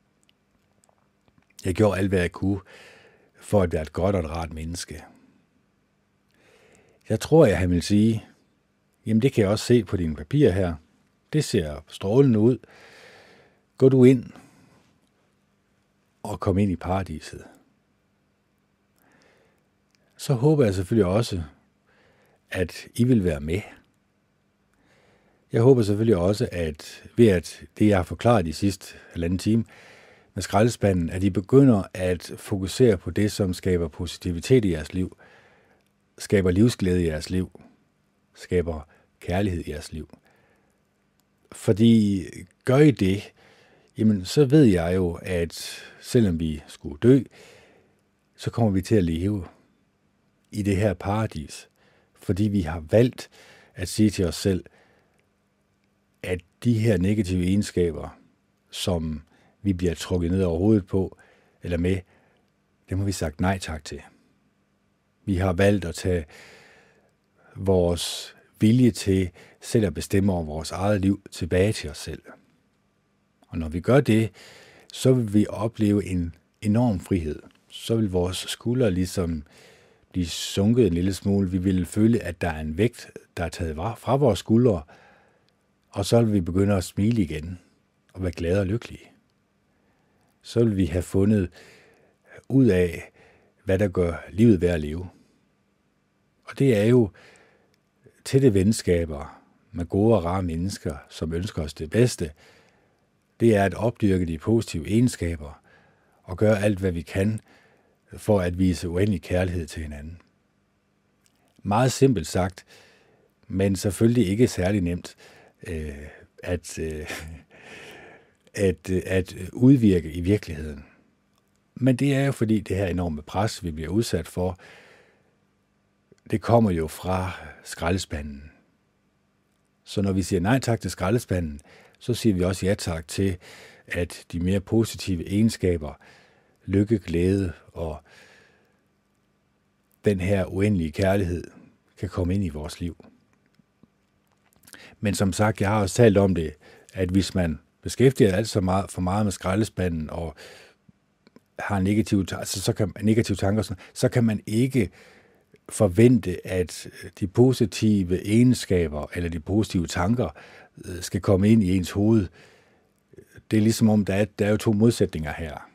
Jeg gjorde alt, hvad jeg kunne for at være et godt og et rart menneske. Jeg tror, han vil sige, jamen det kan jeg også se på dine papirer her. Det ser strålende ud. Gå du ind og kom ind i paradiset. Så håber jeg selvfølgelig også, at I vil være med. Jeg håber selvfølgelig også, at ved at det, jeg har forklaret i sidste halvanden time med skraldespanden, at I begynder at fokusere på det, som skaber positivitet i jeres liv, skaber livsglæde i jeres liv, skaber kærlighed i jeres liv. Fordi gør I det, jamen så ved jeg jo, at selvom vi skulle dø, så kommer vi til at leve i det her paradis, fordi vi har valgt at sige til os selv, at de her negative egenskaber, som vi bliver trukket ned over hovedet på, eller med, dem har vi sagt nej tak til. Vi har valgt at tage vores vilje til selv at bestemme over vores eget liv tilbage til os selv. Og når vi gør det, så vil vi opleve en enorm frihed. Så vil vores skuldre ligesom blive sunket en lille smule. Vi vil føle, at der er en vægt, der er taget fra vores skuldre, og så vil vi begynde at smile igen og være glade og lykkelige. Så vil vi have fundet ud af, hvad der gør livet værd at leve. Og det er jo tætte venskaber med gode og rare mennesker, som ønsker os det bedste. Det er at opdyrke de positive egenskaber og gøre alt, hvad vi kan, for at vise uendelig kærlighed til hinanden. Meget simpelt sagt, men selvfølgelig ikke særlig nemt at udvirke i virkeligheden. Men det er jo fordi det her enorme pres, vi bliver udsat for, det kommer jo fra skraldespanden. Så når vi siger nej tak til skraldespanden, så siger vi også ja tak til, at de mere positive egenskaber, lykke, glæde og den her uendelige kærlighed kan komme ind i vores liv. Men som sagt, jeg har også talt om det, at hvis man beskæftiger alt for meget med skraldespanden og har negative tanker, så kan man ikke forvente, at de positive egenskaber eller de positive tanker skal komme ind i ens hoved. Det er ligesom om, der er jo to modsætninger her.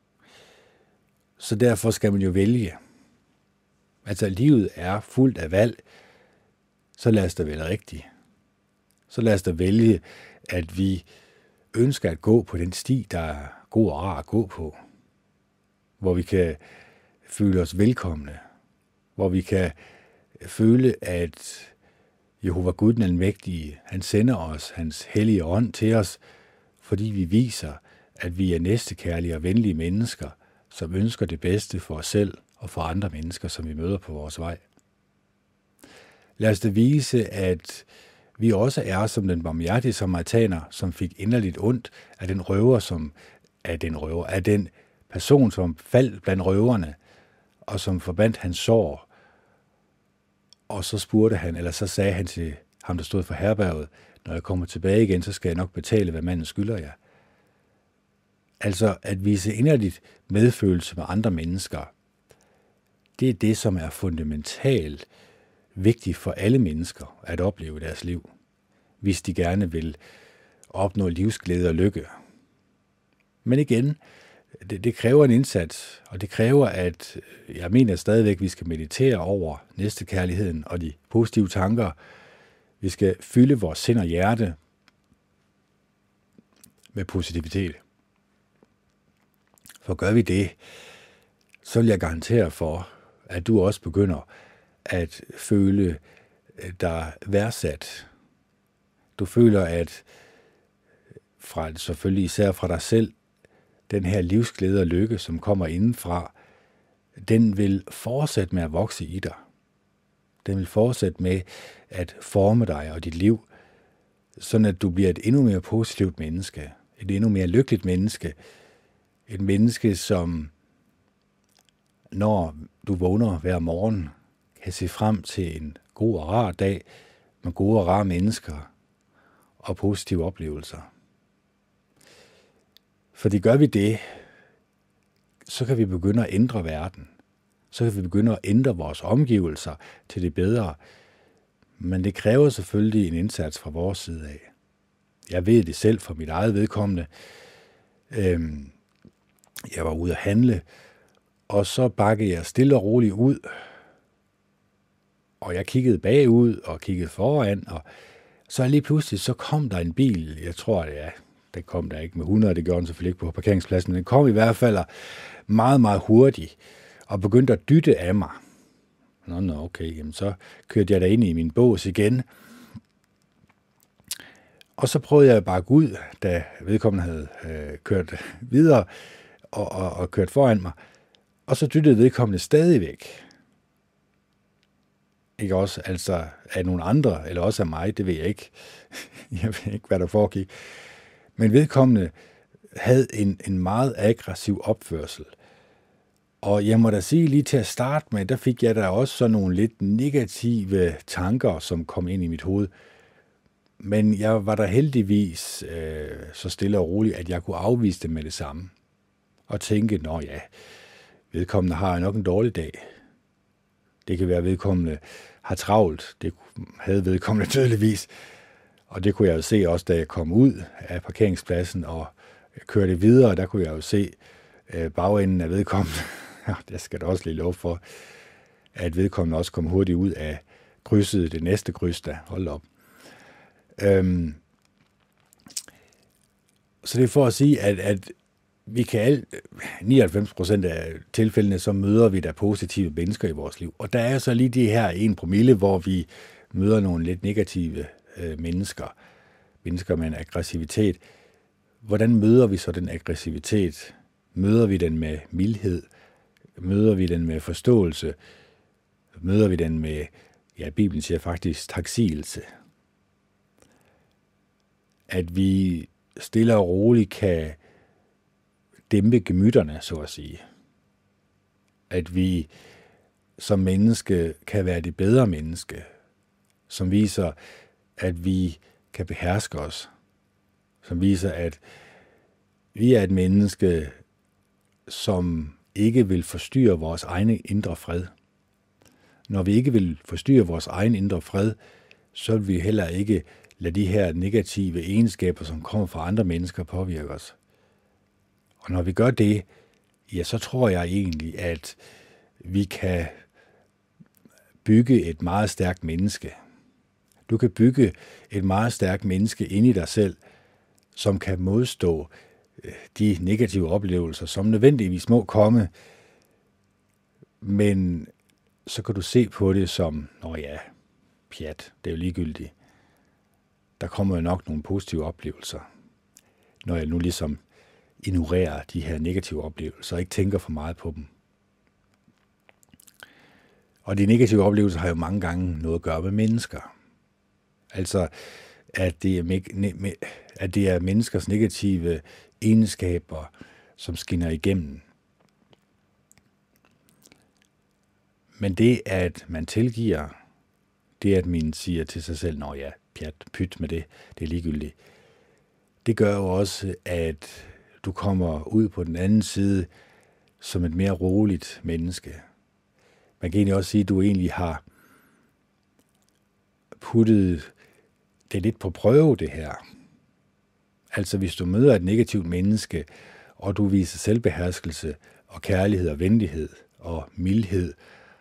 Så derfor skal man jo vælge. Altså, livet er fuldt af valg, så lad os da vælge rigtigt. Så lad os da vælge, at vi ønsker at gå på den sti, der er god og rar at gå på. Hvor vi kan føle os velkomne. Hvor vi kan føle, at Jehova Gud den Almægtige, han sender os hans hellige ånd til os, fordi vi viser, at vi er næstekærlige og venlige mennesker, som ønsker det bedste for os selv og for andre mennesker, som vi møder på vores vej. Lad os da vise, at vi også er som den barmhjertige samaritaner, som fik inderligt ondt af den person, som faldt blandt røverne, og som forbandt hans sår. Og så så sagde han til ham, der stod for herberget, når jeg kommer tilbage igen, så skal jeg nok betale, hvad manden skylder jer. Altså at vise inderligt medfølelse med andre mennesker, det er det, som er fundamentalt vigtigt for alle mennesker at opleve i deres liv, hvis de gerne vil opnå livsglæde og lykke. Men igen, det kræver en indsats, og det kræver, at jeg mener stadigvæk, at vi skal meditere over næstekærligheden og de positive tanker. Vi skal fylde vores sind og hjerte med positivitet. For gør vi det, så vil jeg garantere for, at du også begynder at føle dig værdsat. Du føler, at selvfølgelig især fra dig selv, den her livsglæde og lykke, som kommer indenfra, den vil fortsætte med at vokse i dig. Den vil fortsætte med at forme dig og dit liv, sådan at du bliver et endnu mere positivt menneske, et endnu mere lykkeligt menneske, et menneske, som når du vågner hver morgen, kan se frem til en god og rar dag med gode og rare mennesker og positive oplevelser. Fordi gør vi det, så kan vi begynde at ændre verden. Så kan vi begynde at ændre vores omgivelser til det bedre. Men det kræver selvfølgelig en indsats fra vores side af. Jeg ved det selv for mit eget vedkommende. Jeg var ude at handle, og så bakkede jeg stille og roligt ud. Og jeg kiggede bagud og kiggede foran, og så lige pludselig så kom der en bil. Jeg tror, det kom der ikke med 100, det gjorde den selvfølgelig ikke på parkeringspladsen, men den kom i hvert fald meget, meget hurtigt og begyndte at dytte af mig. Okay, jamen så kørte jeg da ind i min bås igen. Og så prøvede jeg at bakke ud, da vedkommende havde kørt videre og kørt foran mig. Og så dyttede vedkommende stadigvæk. Ikke også altså af nogle andre, eller også af mig, det ved jeg ikke. Jeg ved ikke, hvad der foregik. Men vedkommende havde en meget aggressiv opførsel. Og jeg må da sige lige til at starte med, der fik jeg da også sådan nogle lidt negative tanker, som kom ind i mit hoved. Men jeg var der heldigvis så stille og roligt, at jeg kunne afvise det med det samme. Og tænke, vedkommende har nok en dårlig dag. Det kan være, at vedkommende har travlt. Det havde vedkommende tydeligvis. Og det kunne jeg jo se også, da jeg kom ud af parkeringspladsen og kørte videre. Der kunne jeg jo se bagenden af vedkommende. Det skal der også lige lov for, at vedkommende også kom hurtigt ud af krydset, det næste kryds, der hold op. Så det er for at sige, at vi kan 99% af tilfældene, så møder vi da positive mennesker i vores liv. Og der er så lige de her 1%, hvor vi møder nogle lidt negative mennesker med en aggressivitet. Hvordan møder vi så den aggressivitet? Møder vi den med mildhed? Møder vi den med forståelse? Møder vi den med, Bibelen siger faktisk, taksigelse? At vi stille og roligt kan dæmpe gemytterne, så at sige. At vi som menneske kan være det bedre menneske, som viser, at vi kan beherske os, som viser, at vi er et menneske, som ikke vil forstyrre vores egne indre fred. Når vi ikke vil forstyrre vores egen indre fred, så vil vi heller ikke lade de her negative egenskaber, som kommer fra andre mennesker, påvirke os. Og når vi gør det, så tror jeg egentlig, at vi kan bygge et meget stærkt menneske. Du kan bygge et meget stærkt menneske inde i dig selv, som kan modstå de negative oplevelser, som nødvendigvis må komme. Men så kan du se på det som, pjat, det er jo ligegyldigt. Der kommer jo nok nogle positive oplevelser, når jeg nu ligesom ignorerer de her negative oplevelser og ikke tænker for meget på dem. Og de negative oplevelser har jo mange gange noget at gøre med mennesker. Altså, at det er menneskers negative egenskaber, som skinner igennem. Men det, at man tilgiver, det at man siger til sig selv, pyt med det, det er ligegyldigt. Det gør jo også, at du kommer ud på den anden side som et mere roligt menneske. Man kan egentlig også sige, at du egentlig har puttet det lidt på prøve, det her. Altså hvis du møder et negativt menneske, og du viser selvbeherskelse og kærlighed og venlighed og mildhed,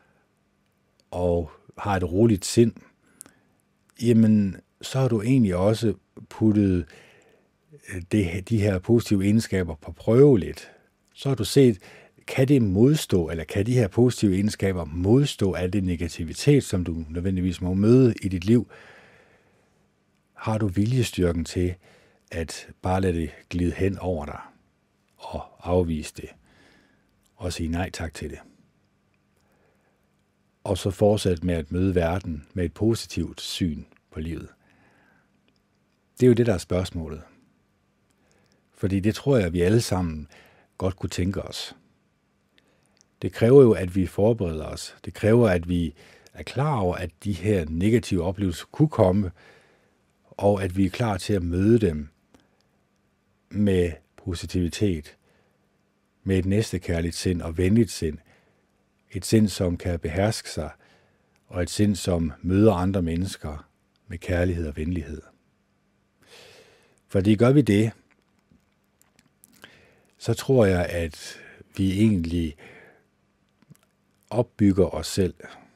og har et roligt sind, jamen så har du egentlig også puttet de her positive egenskaber på prøve lidt. Så har du set, kan det modstå, eller kan de her positive egenskaber modstå af det negativitet, som du nødvendigvis må møde i dit liv? Har du viljestyrken til at bare lade det glide hen over dig og afvise det og sige nej tak til det? Og så fortsætte med at møde verden med et positivt syn på livet. Det er jo det, der er spørgsmålet. Fordi det tror jeg, at vi alle sammen godt kunne tænke os. Det kræver jo, at vi forbereder os. Det kræver, at vi er klar over, at de her negative oplevelser kunne komme, og at vi er klar til at møde dem med positivitet, med et næstekærligt sind og venligt sind. Et sind, som kan beherske sig, og et sind, som møder andre mennesker med kærlighed og venlighed. Fordi gør vi det, så tror jeg, at vi egentlig opbygger os selv.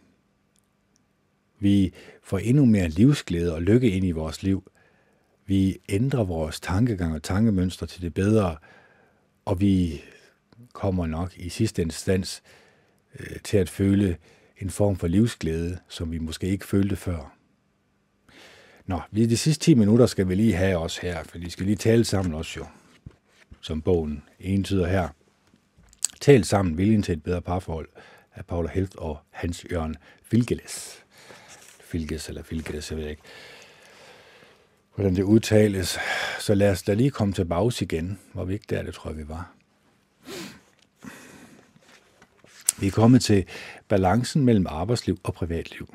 Vi får endnu mere livsglæde og lykke ind i vores liv. Vi ændrer vores tankegang og tankemønstre til det bedre, og vi kommer nok i sidste instans til at føle en form for livsglæde, som vi måske ikke følte før. Nå, i de sidste 10 minutter skal vi lige have os her, for vi skal lige tale sammen også jo, som bogen entyder her. Tal sammen, viljen til et bedre parforhold af Paula Helft og Hans Jørgen Filgeles. Filgeles, jeg ved ikke, hvordan det udtales. Så lad os da lige komme til bags igen. Var vi ikke der, det tror jeg, vi var. Vi er kommet til balancen mellem arbejdsliv og privatliv.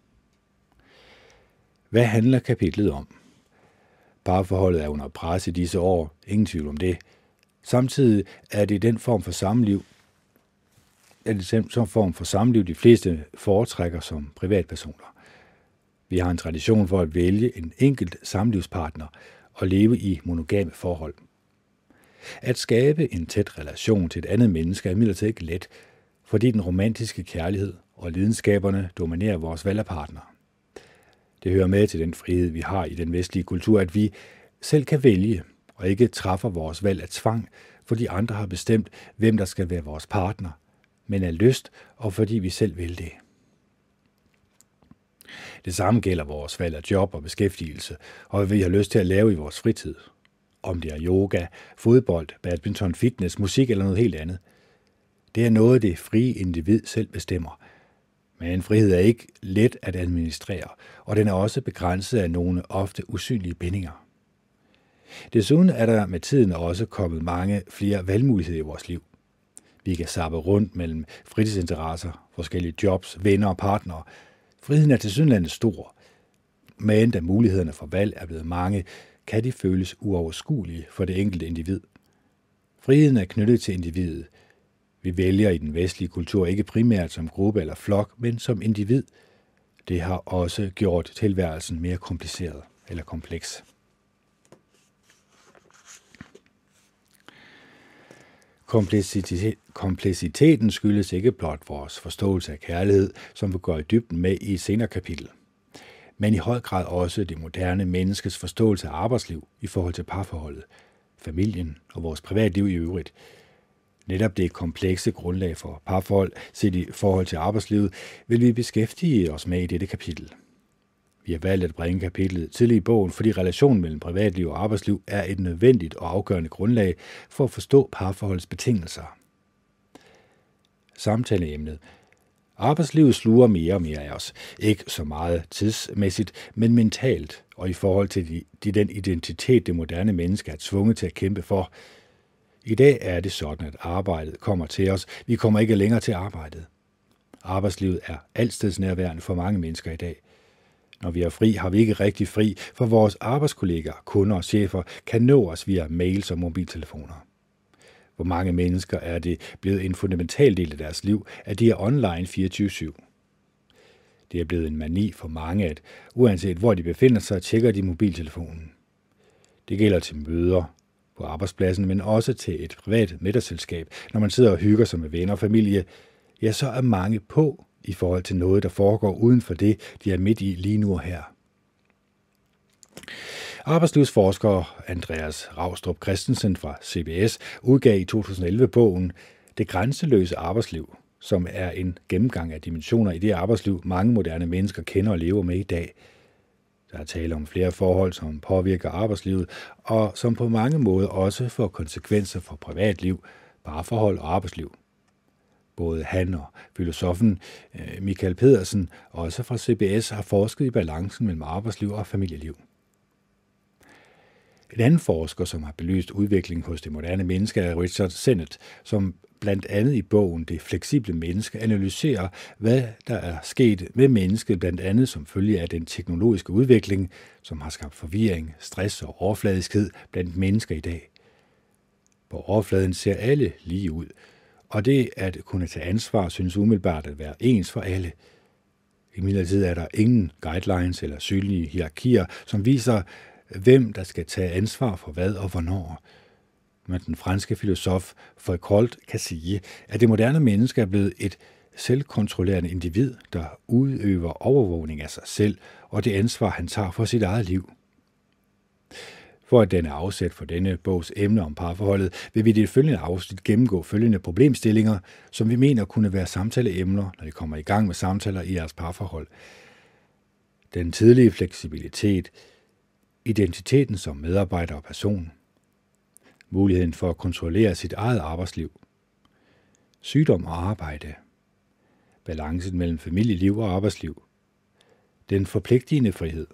Hvad handler kapitlet om? Parforholdet er under pres i disse år, ingen tvivl om det. Samtidig er det den form for samliv, de fleste foretrækker som privatpersoner. Vi har en tradition for at vælge en enkelt samlivspartner og leve i monogame forhold. At skabe en tæt relation til et andet menneske er imidlertid ikke let, fordi den romantiske kærlighed og lidenskaberne dominerer vores valg af partner. Det hører med til den frihed, vi har i den vestlige kultur, at vi selv kan vælge og ikke træffer vores valg af tvang, fordi andre har bestemt, hvem der skal være vores partner, men af lyst og fordi vi selv vil det. Det samme gælder vores valg af job og beskæftigelse, og hvad vi har lyst til at lave i vores fritid. Om det er yoga, fodbold, badminton, fitness, musik eller noget helt andet. Det er noget, det frie individ selv bestemmer. Men frihed er ikke let at administrere, og den er også begrænset af nogle ofte usynlige bindinger. Desuden er der med tiden også kommet mange flere valgmuligheder i vores liv. Vi kan zappe rundt mellem fritidsinteresser, forskellige jobs, venner og partnere. Friheden er tilsyneladende stor, men da mulighederne for valg er blevet mange, kan de føles uoverskuelige for det enkelte individ. Friheden er knyttet til individet. Vi vælger i den vestlige kultur ikke primært som gruppe eller flok, men som individ. Det har også gjort tilværelsen mere kompliceret eller kompleks. Kompleksiteten skyldes ikke blot vores forståelse af kærlighed, som vi går i dybden med i et senere kapitel, men i høj grad også det moderne menneskes forståelse af arbejdsliv i forhold til parforholdet, familien og vores privatliv i øvrigt. Netop det komplekse grundlag for parforhold set i forhold til arbejdslivet vil vi beskæftige os med i dette kapitel. Vi har valgt at bringe kapitlet tidligt i bogen, fordi relationen mellem privatliv og arbejdsliv er et nødvendigt og afgørende grundlag for at forstå parforholdets betingelser. Samtaleemnet. Arbejdslivet sluger mere og mere af os. Ikke så meget tidsmæssigt, men mentalt og i forhold til den identitet, det moderne menneske er tvunget til at kæmpe for. I dag er det sådan, at arbejdet kommer til os. Vi kommer ikke længere til arbejdet. Arbejdslivet er altstedsnærværende for mange mennesker i dag. Når vi er fri, har vi ikke rigtig fri, for vores arbejdskolleger, kunder og chefer kan nå os via mails og mobiltelefoner. Hvor mange mennesker er det blevet en fundamental del af deres liv, at de er online 24/7. Det er blevet en mani for mange, at uanset hvor de befinder sig, tjekker de mobiltelefonen. Det gælder til møder på arbejdspladsen, men også til et privat middagsselskab. Når man sidder og hygger sig med venner og familie, ja, så er mange på i forhold til noget, der foregår uden for det, de er midt i lige nu og her. Arbejdslivsforsker Andreas Raustrup Christensen fra CBS udgav i 2011 bogen Det grænseløse arbejdsliv, som er en gennemgang af dimensioner i det arbejdsliv, mange moderne mennesker kender og lever med i dag. Der er tale om flere forhold, som påvirker arbejdslivet, og som på mange måder også får konsekvenser for privatliv, parforhold og arbejdsliv. Både han og filosofen Michael Pedersen, også fra CBS, har forsket i balancen mellem arbejdsliv og familieliv. En anden forsker, som har belyst udviklingen hos det moderne menneske, er Richard Sennett, som blandt andet i bogen Det fleksible menneske analyserer, hvad der er sket med mennesket, blandt andet som følge af den teknologiske udvikling, som har skabt forvirring, stress og overfladiskhed blandt mennesker i dag. På overfladen ser alle lige ud, og det at kunne tage ansvar synes umiddelbart at være ens for alle. Imidlertid er der ingen guidelines eller synlige hierarkier, som viser, hvem der skal tage ansvar for hvad og hvornår. Men den franske filosof Foucault kan sige, at det moderne menneske er blevet et selvkontrollerende individ, der udøver overvågning af sig selv og det ansvar, han tager for sit eget liv. For at denne afsæt for denne bogs emne om parforholdet, vil vi i det følgende afsnit gennemgå følgende problemstillinger, som vi mener kunne være samtaleemner, når I kommer i gang med samtaler i jeres parforhold. Den tidlige fleksibilitet, identiteten som medarbejder og person, muligheden for at kontrollere sit eget arbejdsliv, sygdom og arbejde, balancen mellem familieliv og arbejdsliv, den forpligtende frihed.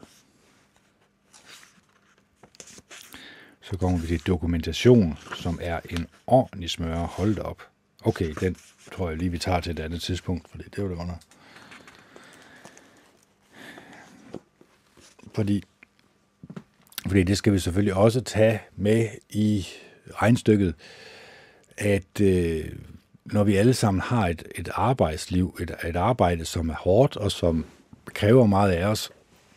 Så kommer vi til dokumentation, som er en ordentlig smøre. Hold da op. Okay, den tror jeg lige, vi tager til et andet tidspunkt, for det var det under. Fordi det skal vi selvfølgelig også tage med i regnstykket, at når vi alle sammen har et arbejdsliv, et arbejde, som er hårdt og som kræver meget af os.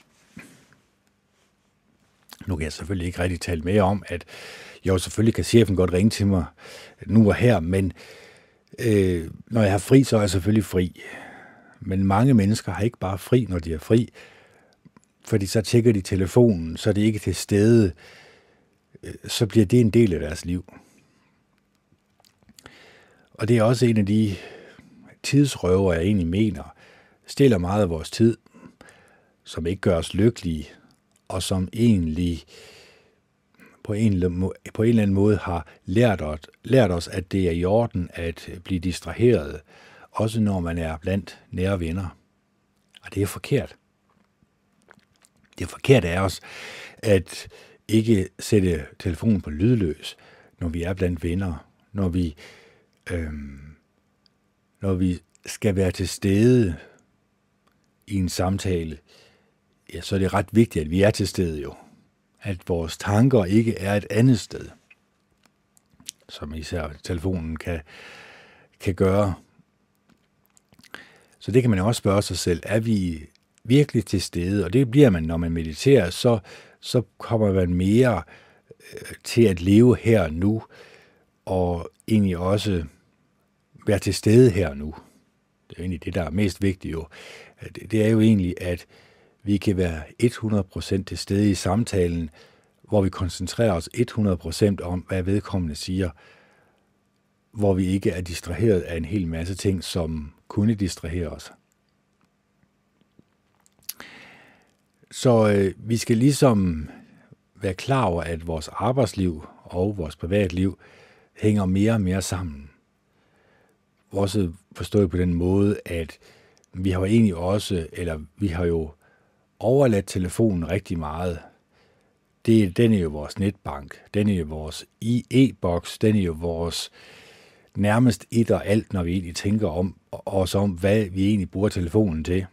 Nu kan jeg selvfølgelig ikke rigtig tale mere om, at jo, selvfølgelig kan chefen godt ringe til mig nu og her, men når jeg har fri, så er jeg selvfølgelig fri. Men mange mennesker har ikke bare fri, når de er fri, fordi så tjekker de telefonen, så er det ikke til stede, så bliver det en del af deres liv. Og det er også en af de tidsrøver, jeg egentlig mener, stjæler meget af vores tid, som ikke gør os lykkelige, og som egentlig på en eller anden måde har lært os, at det er i orden at blive distraheret, også når man er blandt nære venner. Og det er forkert. Det er forkert af os at ikke sætte telefonen på lydløs, når vi er blandt venner, når vi skal være til stede i en samtale. Ja, så er det ret vigtigt, at vi er til stede jo. At vores tanker ikke er et andet sted, som især telefonen kan gøre. Så det kan man også spørge sig selv. Er vi virkelig til stede? Og det bliver man, når man mediterer, så kommer man mere til at leve her og nu, og egentlig også være til stede her og nu. Det er egentlig det, der er mest vigtigt jo. Det er jo egentlig, at vi kan være 100% til stede i samtalen, hvor vi koncentrerer os 100% om, hvad vedkommende siger, hvor vi ikke er distraheret af en hel masse ting, som kunne distrahere os. Så vi skal ligesom være klar over, at vores arbejdsliv og vores privatliv hænger mere og mere sammen. Også forstået på den måde, at vi har jo egentlig også, eller vi har jo overladt telefonen rigtig meget. Den er jo vores netbank, den er jo vores e-boks, den er jo vores nærmest et og alt, når vi egentlig tænker om os om, hvad vi egentlig bruger telefonen til.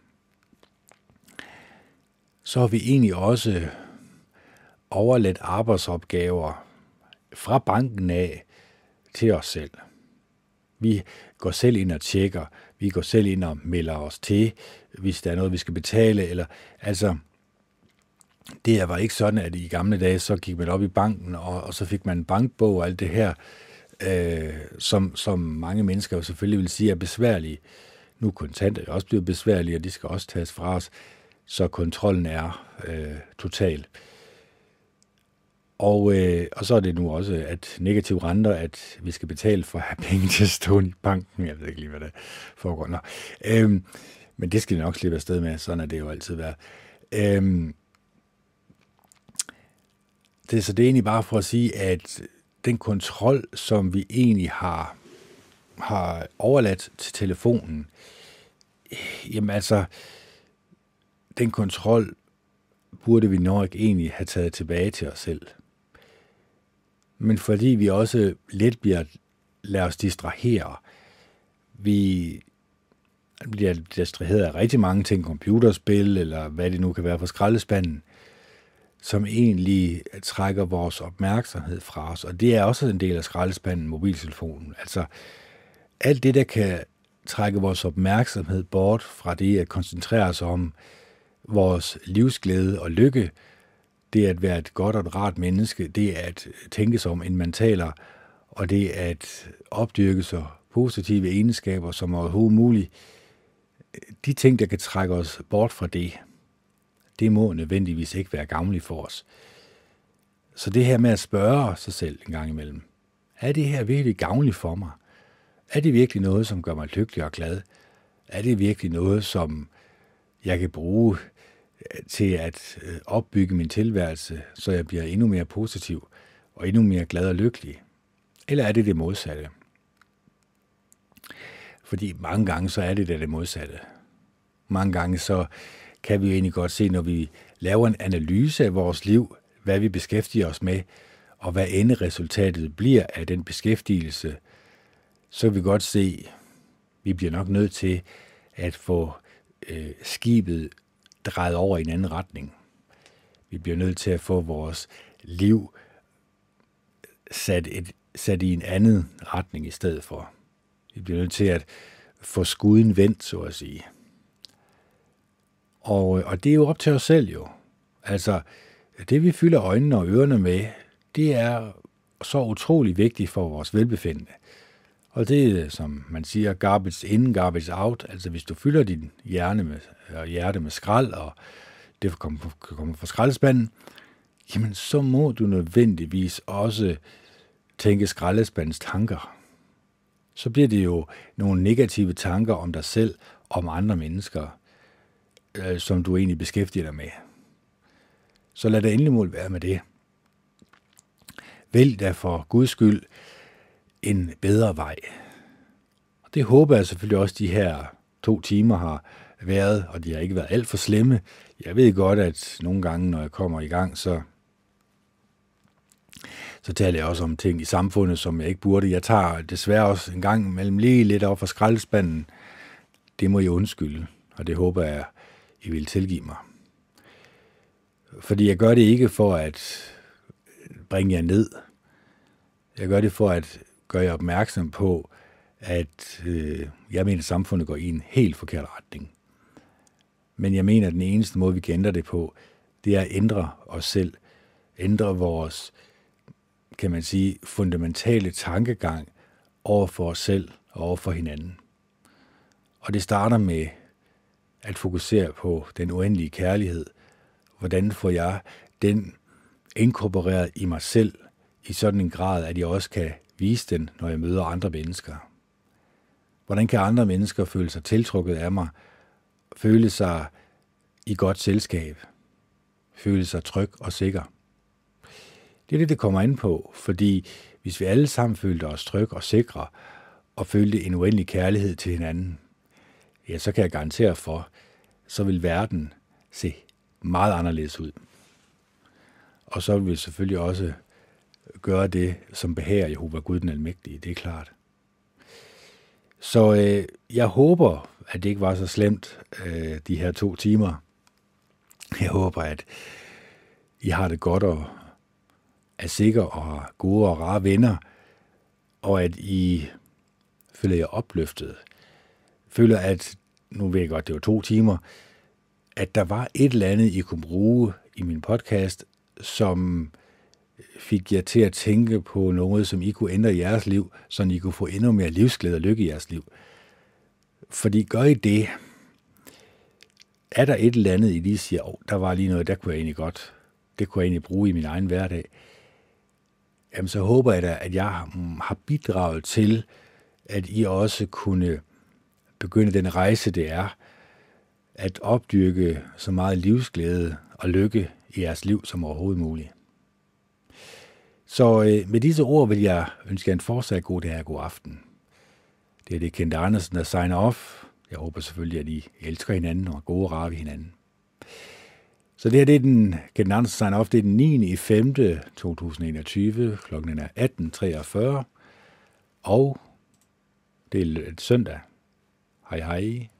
Så har vi egentlig også overladt arbejdsopgaver fra banken af til os selv. Vi går selv ind og tjekker. Vi går selv ind og melder os til, hvis der er noget, vi skal betale. Eller, altså, det var ikke sådan, at i gamle dage, så gik man op i banken, og så fik man en bankbog og alt det her, som mange mennesker jo selvfølgelig vil sige er besværlige. Nu er kontanter også blevet besværlige, og de skal også tages fra os, så kontrollen er total. Og så er det nu også, at negativ renter, at vi skal betale for at have penge til at stå i banken. Jeg ved ikke lige, hvad det foregår. Men det skal vi nok slippe afsted med. Sådan er det jo altid været. Så det er egentlig bare for at sige, at den kontrol, som vi egentlig har overladt til telefonen, jamen altså, den kontrol burde vi nok egentlig have taget tilbage til os selv. Men fordi vi også let bliver lader os distrahere, vi bliver distraheret af rigtig mange ting, computerspil, eller hvad det nu kan være på skraldespanden, som egentlig trækker vores opmærksomhed fra os. Og det er også en del af skraldespanden, mobiltelefonen. Altså, alt det, der kan trække vores opmærksomhed bort fra det at koncentrere os om vores livsglæde og lykke, det er at være et godt og et rart menneske, det er at tænke sig om, inden man taler, og det er at opdyrke så positive egenskaber som overhovedet muligt. De ting, der kan trække os bort fra det må nødvendigvis ikke være gavnligt for os. Så det her med at spørge sig selv en gang imellem, er det her virkelig gavnligt for mig? Er det virkelig noget, som gør mig lykkelig og glad? Er det virkelig noget, som jeg kan bruge til at opbygge min tilværelse, så jeg bliver endnu mere positiv og endnu mere glad og lykkelig? Eller er det det modsatte? Fordi mange gange så er det modsatte. Mange gange så kan vi jo egentlig godt se, når vi laver en analyse af vores liv, hvad vi beskæftiger os med, og hvad enderesultatet bliver af den beskæftigelse, så kan vi godt se, at vi bliver nok nødt til at få skibet drejet over i en anden retning. Vi bliver nødt til at få vores liv sat i en anden retning i stedet for. Vi bliver nødt til at få skuden vendt, så at sige. Og det er jo op til os selv jo. Altså, det vi fylder øjnene og ørerne med, det er så utrolig vigtigt for vores velbefindende. Og det er, som man siger, garbage in, garbage out. Altså, hvis du fylder din hjerte med skrald, og det kommer fra skraldespanden, jamen, så må du nødvendigvis også tænke skraldespandens tanker. Så bliver det jo nogle negative tanker om dig selv, om andre mennesker, som du egentlig beskæftiger dig med. Så lad dig endelig mål være med det. Vælg dig for Guds skyld en bedre vej. Og det håber jeg selvfølgelig også, de her 2 timer har været, og de har ikke været alt for slemme. Jeg ved godt, at nogle gange, når jeg kommer i gang, så taler jeg også om ting i samfundet, som jeg ikke burde. Jeg tager desværre også en gang mellem lige lidt op fra skraldespanden. Det må I undskylde, og det håber jeg, I vil tilgive mig. Fordi jeg gør det ikke for at bringe jer ned. Jeg gør det for at gøre jer opmærksom på, at jeg mener, at samfundet går i en helt forkert retning. Men jeg mener, at den eneste måde, vi kan ændre det på, det er at ændre os selv. Ændre vores, kan man sige, fundamentale tankegang over for os selv og over for hinanden. Og det starter med at fokusere på den uendelige kærlighed. Hvordan får jeg den inkorporeret i mig selv i sådan en grad, at jeg også kan vise den, når jeg møder andre mennesker? Hvordan kan andre mennesker føle sig tiltrukket af mig, føle sig i godt selskab, føle sig tryg og sikker? Det er det kommer ind på, fordi hvis vi alle sammen følte os trygge og sikre, og følte en uendelig kærlighed til hinanden, ja, så kan jeg garantere for, så vil verden se meget anderledes ud. Og så vil vi selvfølgelig også gøre det, som behager Jehova Gud den Almægtige, det er klart. Så jeg håber, at det ikke var så slemt, de her 2 timer. Jeg håber, at I har det godt og er sikre og har gode og rare venner, og at I føler jeg opløftet. Føler, at, nu ved jeg godt, det var 2 timer, at der var et eller andet, I kunne bruge i min podcast, som fik jer til at tænke på noget, som I kunne ændre i jeres liv, så I kunne få endnu mere livsglæde og lykke i jeres liv. Fordi gør I det, er der et eller andet, I lige siger, der var lige noget, der kunne jeg egentlig godt, det kunne jeg egentlig bruge i min egen hverdag, jamen så håber jeg da, at jeg har bidraget til, at I også kunne begynde den rejse, det er, at opdyrke så meget livsglæde og lykke i jeres liv som overhovedet muligt. Så med disse ord vil jeg ønske jer en fortsat god dag og god aften. Det er Kent Andersen, der signer off. Jeg håber selvfølgelig, at I elsker hinanden og er gode og rare ved hinanden. Så det her, det er den Kent Andersen signer off. Det er den 9.5.2021. Klokken er 18.43. Og det er søndag. Hej hej.